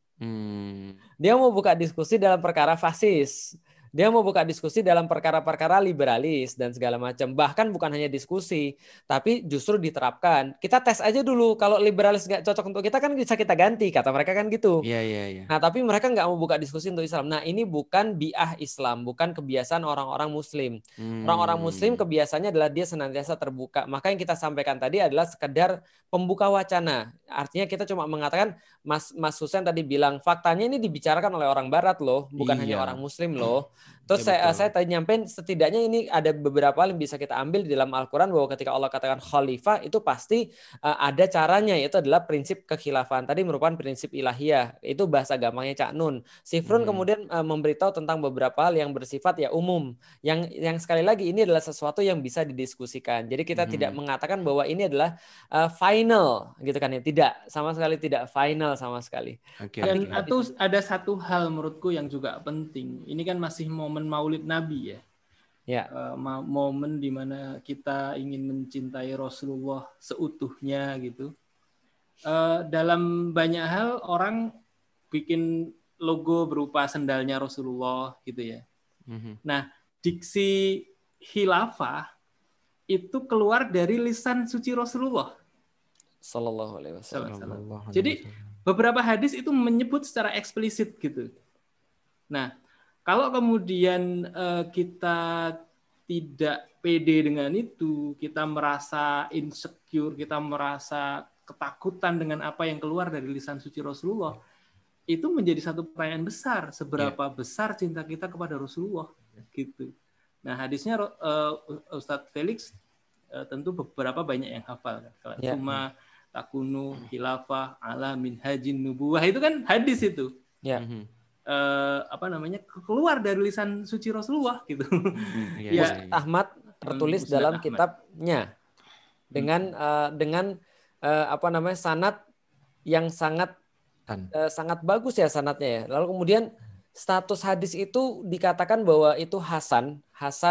Dia mau buka diskusi dalam perkara fasis. Dia mau buka diskusi dalam perkara-perkara liberalis dan segala macam. Bahkan bukan hanya diskusi, tapi justru diterapkan. Kita tes aja dulu. Kalau liberalis nggak cocok untuk kita kan bisa kita ganti. Kata mereka kan gitu.
Iya.
Nah, tapi mereka nggak mau buka diskusi untuk Islam. Nah, ini bukan bi'ah Islam. Bukan kebiasaan orang-orang Muslim. Orang-orang Muslim kebiasaannya adalah dia senantiasa terbuka. Maka yang kita sampaikan tadi adalah sekedar pembuka wacana. Artinya kita cuma mengatakan, Mas Husain tadi bilang, faktanya ini dibicarakan oleh orang Barat loh. Bukan hanya orang Muslim loh. Terus saya tadi nyampein setidaknya ini ada beberapa hal yang bisa kita ambil di dalam Al-Quran bahwa ketika Allah katakan khalifah itu pasti ada caranya, yaitu adalah prinsip kekhilafan. Tadi merupakan prinsip ilahiyah. Itu bahasa gampangnya Cak Nun. Sifrun kemudian memberitahu tentang beberapa hal yang bersifat ya umum. Yang sekali lagi ini adalah sesuatu yang bisa didiskusikan. Jadi kita tidak mengatakan bahwa ini adalah final gitu kan ya. Tidak, sama sekali tidak final sama sekali.
Dan atau ada satu hal menurutku yang juga penting. Ini kan masih momen Maulid Nabi ya. Momen di mana kita ingin mencintai Rasulullah seutuhnya gitu. Dalam banyak hal orang bikin logo berupa sendalnya Rasulullah gitu ya. Nah, diksi khilafah itu keluar dari lisan suci Rasulullah
Sallallahu alaihi wasallam.
Jadi beberapa hadis itu menyebut secara eksplisit gitu. Nah, kalau kemudian kita tidak pede dengan itu, kita merasa insecure, kita merasa ketakutan dengan apa yang keluar dari lisan suci Rasulullah, itu menjadi satu pertanyaan besar, seberapa besar cinta kita kepada Rasulullah gitu. Nah, hadisnya Ustadz Felix tentu beberapa banyak yang hafal kan. Suma takunu khilafah ala min hajin nubuwah, itu kan hadis itu. Keluar dari lisan suci Rasulullah gitu.
Ahmad tertulis dalam kitabnya dengan sanad yang sangat bagus ya sanadnya ya. Lalu kemudian status hadis itu dikatakan bahwa itu hasan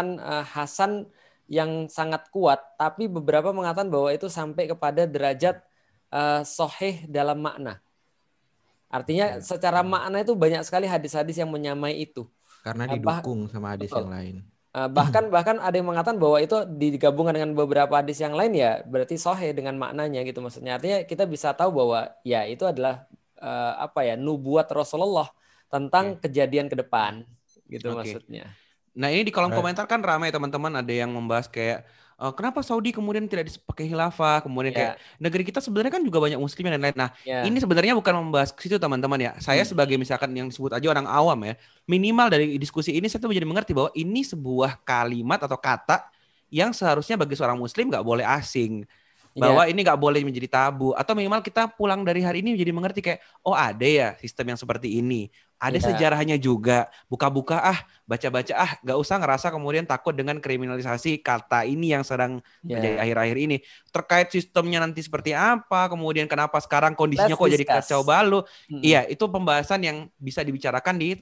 yang sangat kuat, tapi beberapa mengatakan bahwa itu sampai kepada derajat sahih dalam makna. Artinya secara makna itu banyak sekali hadis-hadis yang menyamai itu.
Karena didukung sama hadis yang lain.
Bahkan ada yang mengatakan bahwa itu digabungkan dengan beberapa hadis yang lain ya berarti sahih dengan maknanya gitu maksudnya. Artinya kita bisa tahu bahwa ya itu adalah nubuat Rasulullah tentang kejadian ke depan gitu maksudnya.
Nah ini di kolom komentar kan ramai teman-teman, ada yang membahas kayak kenapa Saudi kemudian tidak dipakai khilafah, kemudian kayak negeri kita sebenarnya kan juga banyak muslim dan lain-lain. Nah ini sebenarnya bukan membahas ke situ teman-teman ya. Saya sebagai misalkan yang disebut aja orang awam ya, minimal dari diskusi ini saya tuh menjadi mengerti bahwa ini sebuah kalimat atau kata yang seharusnya bagi seorang muslim nggak boleh asing. Bahwa ini nggak boleh menjadi tabu, atau minimal kita pulang dari hari ini menjadi mengerti kayak oh ada ya sistem yang seperti ini, Ada sejarahnya juga. Buka-buka baca-baca nggak usah ngerasa kemudian takut dengan kriminalisasi kata ini yang sedang terjadi akhir-akhir ini. Terkait sistemnya nanti seperti apa, kemudian kenapa sekarang kondisinya kok jadi kacau balau. Iya, itu pembahasan yang bisa dibicarakan di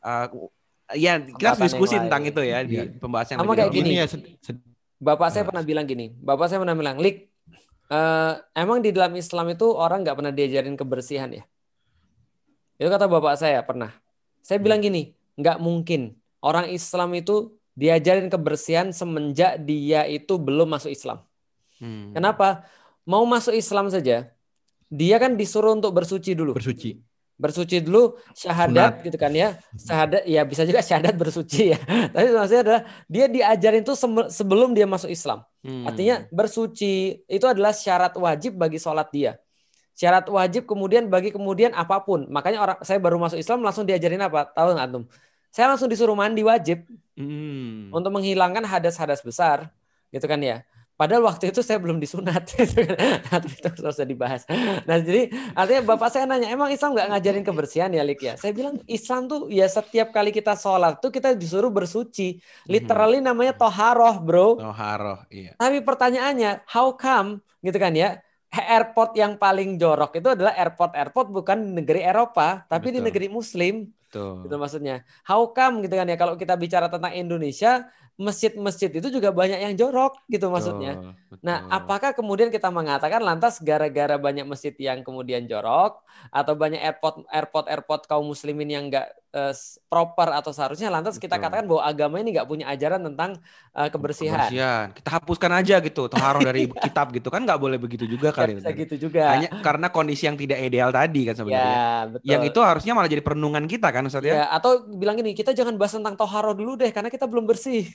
kita diskusi tentang itu ya di pembahasan yang
sama kayak gini. Bapak saya pernah bilang gini. Bapak saya pernah bilang, Lik, emang di dalam Islam itu orang nggak pernah diajarin kebersihan ya? Itu kata bapak saya pernah. Saya bilang gini, nggak mungkin orang Islam itu diajarin kebersihan semenjak dia itu belum masuk Islam. Kenapa? Mau masuk Islam saja, dia kan disuruh untuk bersuci dulu. Bersuci dulu, syahadat gitu kan ya. Syahadat ya bisa juga syahadat bersuci ya. Tapi maksudnya adalah dia diajarin itu sebelum dia masuk Islam. Artinya bersuci itu adalah syarat wajib bagi sholat dia. Syarat wajib kemudian apapun. Makanya saya baru masuk Islam langsung diajarin apa? Tahu nggak antum? Saya langsung disuruh mandi wajib untuk menghilangkan hadas-hadas besar, gitu kan ya. Padahal waktu itu saya belum disunat, itu harus dibahas. Nah jadi artinya bapak saya nanya, emang Islam nggak ngajarin kebersihan ya, Lik ya? Saya bilang Islam tuh ya setiap kali kita sholat tuh kita disuruh bersuci. Literally namanya toharoh, bro.
Toharoh, iya.
Tapi pertanyaannya, how come, gitu kan ya? Airport yang paling jorok itu adalah airport bukan di negeri Eropa, tapi di negeri Muslim. Gitu maksudnya. How come gitu kan ya, kalau kita bicara tentang Indonesia, masjid-masjid itu juga banyak yang jorok gitu maksudnya. Nah, apakah kemudian kita mengatakan lantas gara-gara banyak masjid yang kemudian jorok atau banyak airport kaum muslimin yang enggak proper atau seharusnya lantas kita katakan bahwa agama ini enggak punya ajaran tentang kebersihan.
Kita hapuskan aja gitu, toharoh dari kitab gitu kan, nggak boleh begitu juga kali.
Bisa gitu juga.
Hanya karena kondisi yang tidak ideal tadi kan sebenarnya.
Ya, betul.
Yang itu harusnya malah jadi perenungan kita kan Ustaz ya.
Atau bilang gini, kita jangan bahas tentang toharoh dulu deh karena kita belum bersih.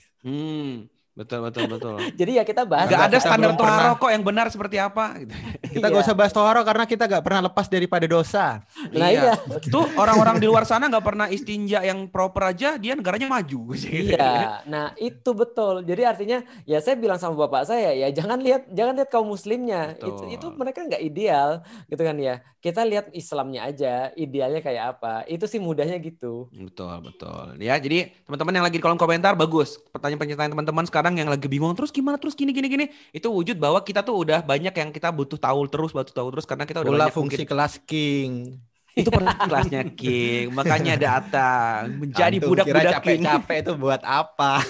Betul.
Jadi ya kita bahas.
Gak ada standar toharoh kok yang benar seperti apa. Gitu.
Kita gak usah bahas toharoh karena kita gak pernah lepas daripada dosa.
Nah iya.
Tuh orang-orang di luar sana gak pernah istinja yang proper aja, dia negaranya maju.
Iya. Nah itu betul. Jadi artinya ya saya bilang sama bapak saya ya jangan lihat kaum muslimnya. Itu mereka nggak ideal gitu kan ya. Kita lihat Islamnya aja, idealnya kayak apa. Itu sih mudahnya gitu.
Betul. Ya jadi teman-teman yang lagi di kolom komentar bagus. Pertanyaan teman-teman sekarang yang lagi bingung terus gimana terus gini itu wujud bahwa kita tuh udah banyak yang kita butuh tahu terus karena kita udah banyak
fungsi kelas king.
Itu pernah kelasnya king, makanya data menjadi budak-budak king.
Capek-capek itu buat apa?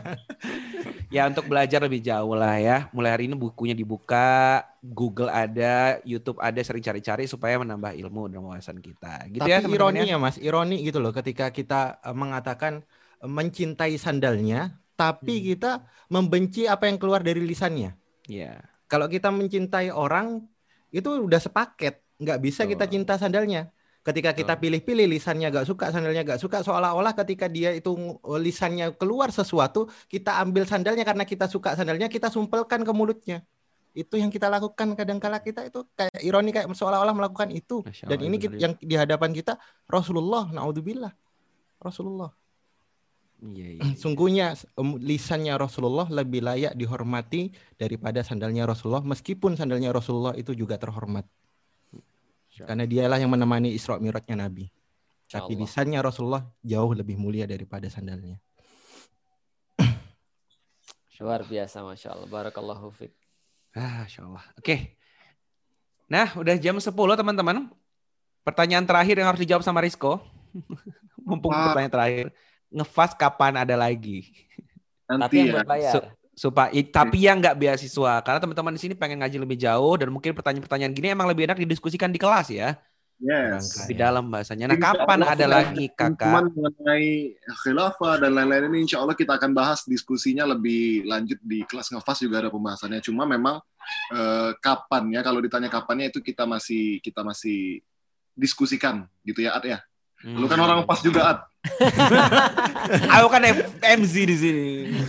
Ya untuk belajar lebih jauh lah ya. Mulai hari ini bukunya dibuka, Google ada, YouTube ada, sering cari-cari supaya menambah ilmu dan wawasan kita. Gitu. Tapi ya
ironi ya Mas, ironi gitu loh ketika kita mengatakan mencintai sandalnya, tapi kita membenci apa yang keluar dari lisannya.
Iya.
Kalau kita mencintai orang itu udah sepaket, nggak bisa kita cinta sandalnya. Ketika kita pilih-pilih lisannya nggak suka, sandalnya nggak suka, seolah-olah ketika dia itu lisannya keluar sesuatu, kita ambil sandalnya karena kita suka sandalnya, kita sumpelkan ke mulutnya. Itu yang kita lakukan kadang-kala kita itu kayak ironi, kayak seolah-olah melakukan itu. Dan ini yang di hadapan kita Rasulullah, naudzubillah, Rasulullah.
Iya.
Sungguhnya lisannya Rasulullah lebih layak dihormati daripada sandalnya Rasulullah, meskipun sandalnya Rasulullah itu juga terhormat. Karena dialah yang menemani Isra Mi'rajnya Nabi. Tapi lisannya Rasulullah jauh lebih mulia daripada sandalnya.
Luar biasa, Masya Allah. Barakallahu fiik.
Masya Allah. Oke. Nah, udah jam 10 teman-teman. Pertanyaan terakhir yang harus dijawab sama Rizko. Mumpung pertanyaan terakhir. Ngefast kapan ada lagi?
Nanti yang berbayar.
Tapi yang nggak beasiswa. Karena teman-teman di sini pengen ngaji lebih jauh dan mungkin pertanyaan-pertanyaan gini emang lebih enak didiskusikan di kelas ya.
Yes.
Di dalam bahasanya. Nah, kapan ada lagi Kakak?
Mengenai khilafah dan lain-lain ini insya Allah kita akan bahas diskusinya lebih lanjut di kelas ngefas, juga ada pembahasannya. Cuma memang kapan ya, kalau ditanya kapannya itu kita masih diskusikan gitu ya, Ad ya. Lu kan orang pas juga, Ad.
Aku kan MC di sini.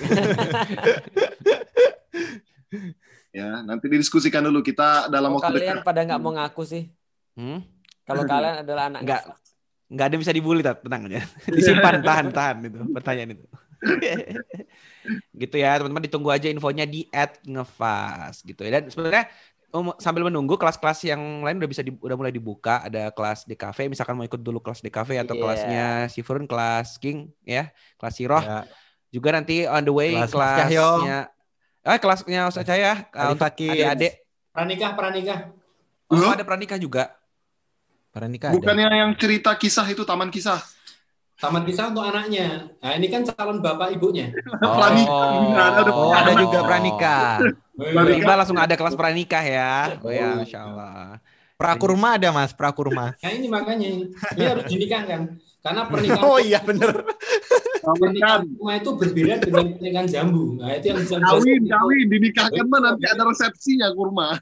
Ya, nanti didiskusikan dulu kita dalam waktu dekat.
Kalian pada nggak mau ngaku sih? Kalau kalian adalah anak
nggak ada bisa dibully, tenang aja. Disimpan, tahan itu pertanyaan itu. Gitu ya teman-teman, ditunggu aja infonya di @ngefas gitu ya. Dan sebenarnya sambil menunggu kelas-kelas yang lain udah mulai dibuka. Ada kelas DKV, misalkan mau ikut dulu kelas DKV atau kelasnya si Furun, kelas King ya, kelas Siroh. Juga nanti on the way kelasnya Ustaz Cahya untuk adik-adik.
Pranikah.
Oh, ada pranikah juga.
Pranikah. Bukannya yang cerita kisah itu Taman Kisah
untuk anaknya. Nah, ini kan calon bapak ibunya.
Ada juga pranikah.
Tiba langsung ada kelas pranikah ya. Ya, Masya Allah.
Prakurma ada Mas, prakurma.
Nah ini makanya ini harus dinikahkan. Karena pernikahan.
Oh iya benar.
Pernikahan kurma itu berbeda dengan pernikahan jambu. Nah itu yang bisa
kawin dinikahkan mah nanti ada resepsinya kurma.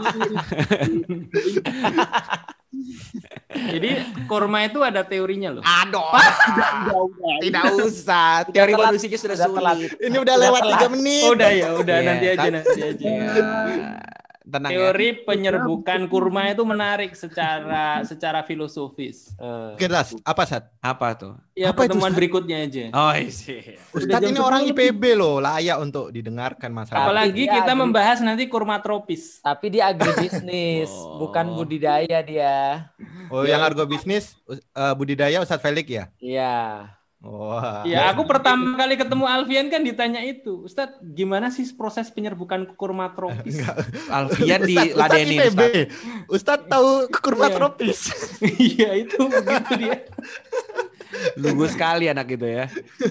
Jadi kurma itu ada teorinya loh.
Aduh. Tidak usah. Teori manusianya sudah sulit. Ini udah lewat 3 menit.
Udah nanti aja.
Tenang,
teori penyerbukan kurma itu menarik secara filosofis.
Jelas. Apa Sat?
Apa tuh?
Ya apa pertemuan berikutnya aja.
Oh iya.
Ustadz ini orang IPB loh, layak untuk didengarkan masalah.
Apalagi kita membahas nanti kurma tropis.
Tapi dia agribisnis, bukan budidaya dia.
Oh, yang agrobisnis budidaya Ustadz Felix ya?
Iya.
Wah.
Ya, aku pertama kali ketemu Alfian kan ditanya itu, Ustadz, gimana sih proses penyerbukan kurma tropis?
Alfian diladeni
Ustadz tahu kurma tropis.
Iya, itu begitu dia.
Lugu sekali anak itu ya.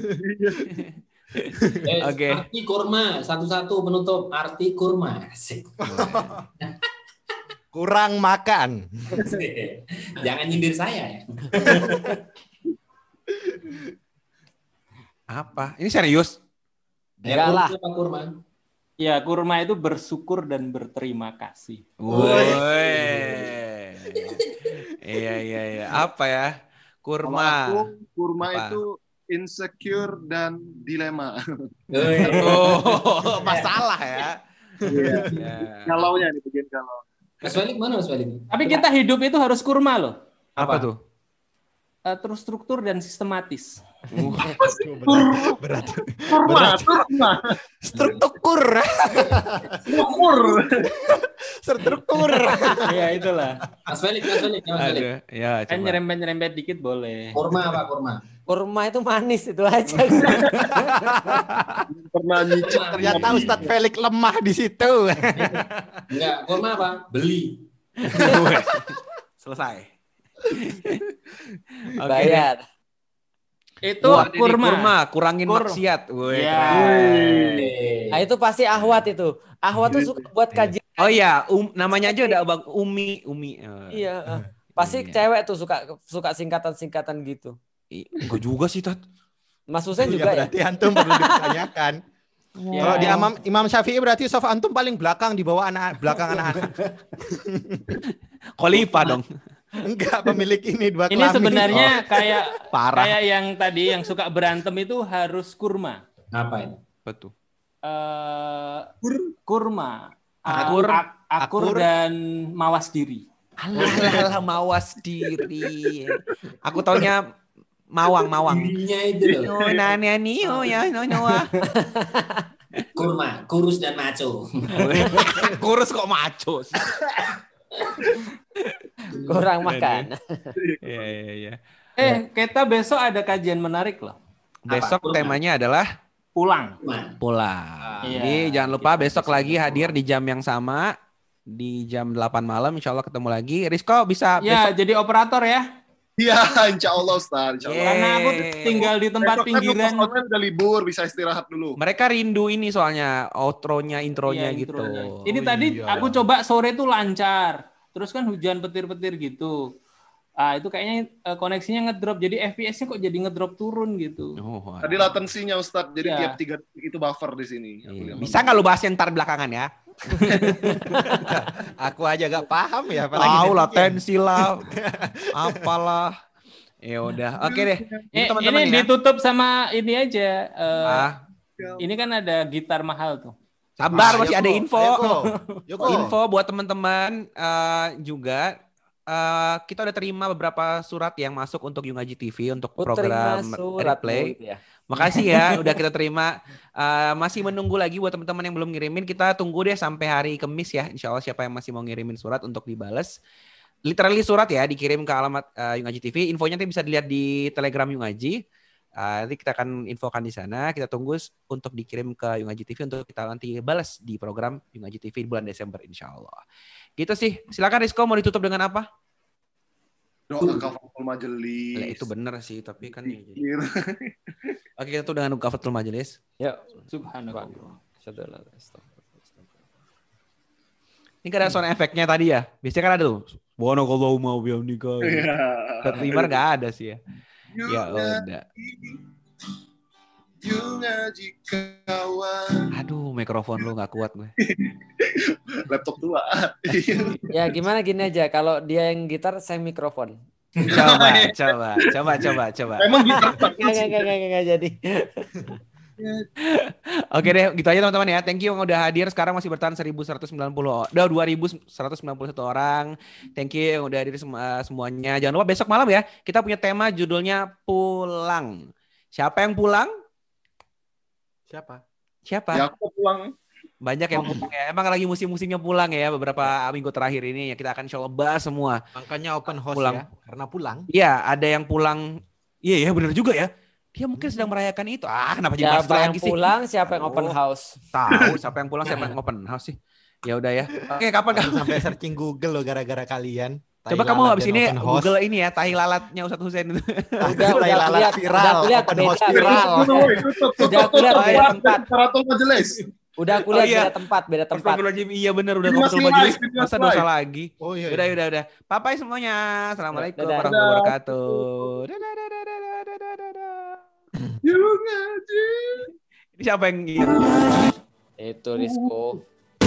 Oke. Arti kurma satu-satu penutup arti kurma.
Kurang makan.
Jangan nyindir saya ya.
Apa? Ini serius?
Enggak lah.
Kurma.
Ya, kurma itu bersyukur dan berterima kasih.
Woi. Iya. Apa ya? Kurma.
Kurma itu insecure dan dilema.
Oh, masalah ya.
Galaunya nih, bagian galau.
Mas Walik mana Mas Walik?
Tapi kita hidup itu harus kurma loh.
Apa tuh?
Terstruktur dan sistematis.
Berat. Struktur.
Ya itulah.
Mas Felix.
Ya,
kan nyerempet dikit boleh.
Kurma apa kurma?
Kurma itu manis itu aja.
Ternyata Ustadz Felix lemah di situ.
Enggak, kurma apa? Beli.
Selesai.
Bayar.
Itu kurma,
kurangin maksiat.
Nah, itu pasti Ahwat itu. Ahwat tuh suka buat kajian.
Oh iya, namanya aja ada Bang Umi.
Iya. Pasti cewek tuh suka singkatan-singkatan gitu.
Enggak juga sih, Tat.
Mas Husain juga ya.
Berarti antum perlu ditanyakan. Kalau di Imam Syafi'i berarti sof antum paling belakang di bawah belakang anak-anak.
Khalifah dong.
Enggak, pemilik ini 2 kelamin.
Ini sebenarnya kayak yang tadi yang suka berantem itu harus kurma.
Apa itu?
Betul.
Kurma. Akur dan mawas diri.
Alah, mawas diri. Aku taunya mawang.
Dirinya itu loh. Kurma, kurus dan maco.
Kurus kok maco.
Kurang makan.
Iya.
Kita besok ada kajian menarik loh.
Besok temanya adalah
pulang.
Jadi jangan lupa besok lagi hadir di jam yang sama, di jam 8 malam insya Allah ketemu lagi. Rizko bisa besok
jadi operator ya?
Iya, insya Allah Ustaz.
Karena aku tinggal di tempat pinggiran.
Kan udah libur, bisa istirahat dulu.
Mereka rindu ini soalnya intronya gitu.
Ini tadi aku coba sore tuh lancar. Terus kan hujan petir-petir gitu. Itu kayaknya koneksinya ngedrop. Jadi FPS-nya kok jadi ngedrop turun gitu.
Tadi latensinya Ustaz. Jadi tiap 3 detik itu buffer di sini.
Bisa nggak lu bahas yang ntar belakangan ya?
Aku aja gak paham ya.
Tahu latensi lah. Apalah. Ya udah. Oke deh.
Ini ditutup sama ini aja. Ini kan ada gitar mahal tuh.
Sabar, masih ada info. Info buat teman-teman juga. Kita udah terima beberapa surat yang masuk untuk You Ngaji TV untuk program replay. Makasih ya, udah kita terima. Masih menunggu lagi buat teman-teman yang belum ngirimin. Kita tunggu deh sampai hari Kamis ya. Insya Allah siapa yang masih mau ngirimin surat untuk dibales. Literally surat ya, dikirim ke alamat Yung Aji TV. Infonya nanti bisa dilihat di Telegram Yung Aji. Nanti kita akan infokan di sana. Kita tunggu untuk dikirim ke Yung Aji TV untuk kita nanti balas di program Yung Aji TV bulan Desember insya Allah. Gitu sih. Silakan Rizko, mau ditutup dengan apa?
Doa kafatul majelis.
Itu bener sih, tapi kan Oke, kita tutup dengan kafatul majelis.
Ya,
subhanallah.
Ini kan ada sound efeknya tadi ya. Biasanya kan ada tuh. Bono kalau mau bihamdika. Tertimar nggak ada sih ya. Ya udah.
Yung Aji kawan.
Aduh, mikrofon lu nggak kuat gue.
Laptop tua.
Ya gimana gini aja, kalau dia yang gitar, saya mikrofon.
Coba.
Emang gitar.
Nggak jadi.
Oke deh, gitu aja teman-teman ya. Thank you yang udah hadir. Sekarang masih bertahan 2191 orang. Thank you yang udah hadir semuanya. Jangan lupa besok malam ya, kita punya tema judulnya pulang. Siapa yang pulang?
Siapa?
Ya aku pulang.
Banyak yang pulang ya. Emang lagi musim-musimnya pulang ya. Beberapa minggu terakhir ini ya kita akan coba bahas semua.
Makanya open house
pulang.
ya. Karena pulang.
Iya, ada yang pulang. Iya ya, benar juga ya. Dia mungkin sedang merayakan itu. Kenapa jadi
siapa yang
lagi sih?
pulang, siapa yang open house?
Tahu siapa yang pulang, siapa yang open house sih. Ya udah ya. Oke, kapan kamu
sampai searching Google loh gara-gara kalian.
Coba kamu habis ini Google ini ya, tahi lalatnya Ustadz Husain itu.
Udah lalat viral, udah kulihat viral. Udah kulihat beda tempat.
Kafatul majelis.
Udah kulihat beda tempat.
Iya benar, udah kafatul majelis. Masa dosa lagi.
Oh iya.
Udah. Papai semuanya. Assalamualaikum warahmatullahi wabarakatuh.
Yung Aji.
Ini siapa yang gitu?
Itu Rizko.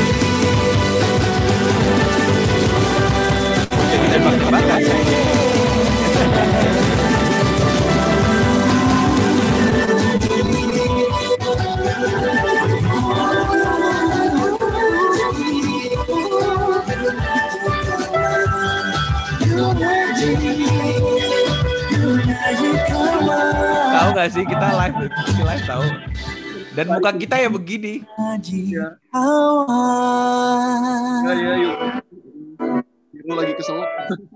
Tahu nggak sih kita live tahu. Dan muka kita ya begini.
Ya. Ya, yuk. Lu lagi kesel.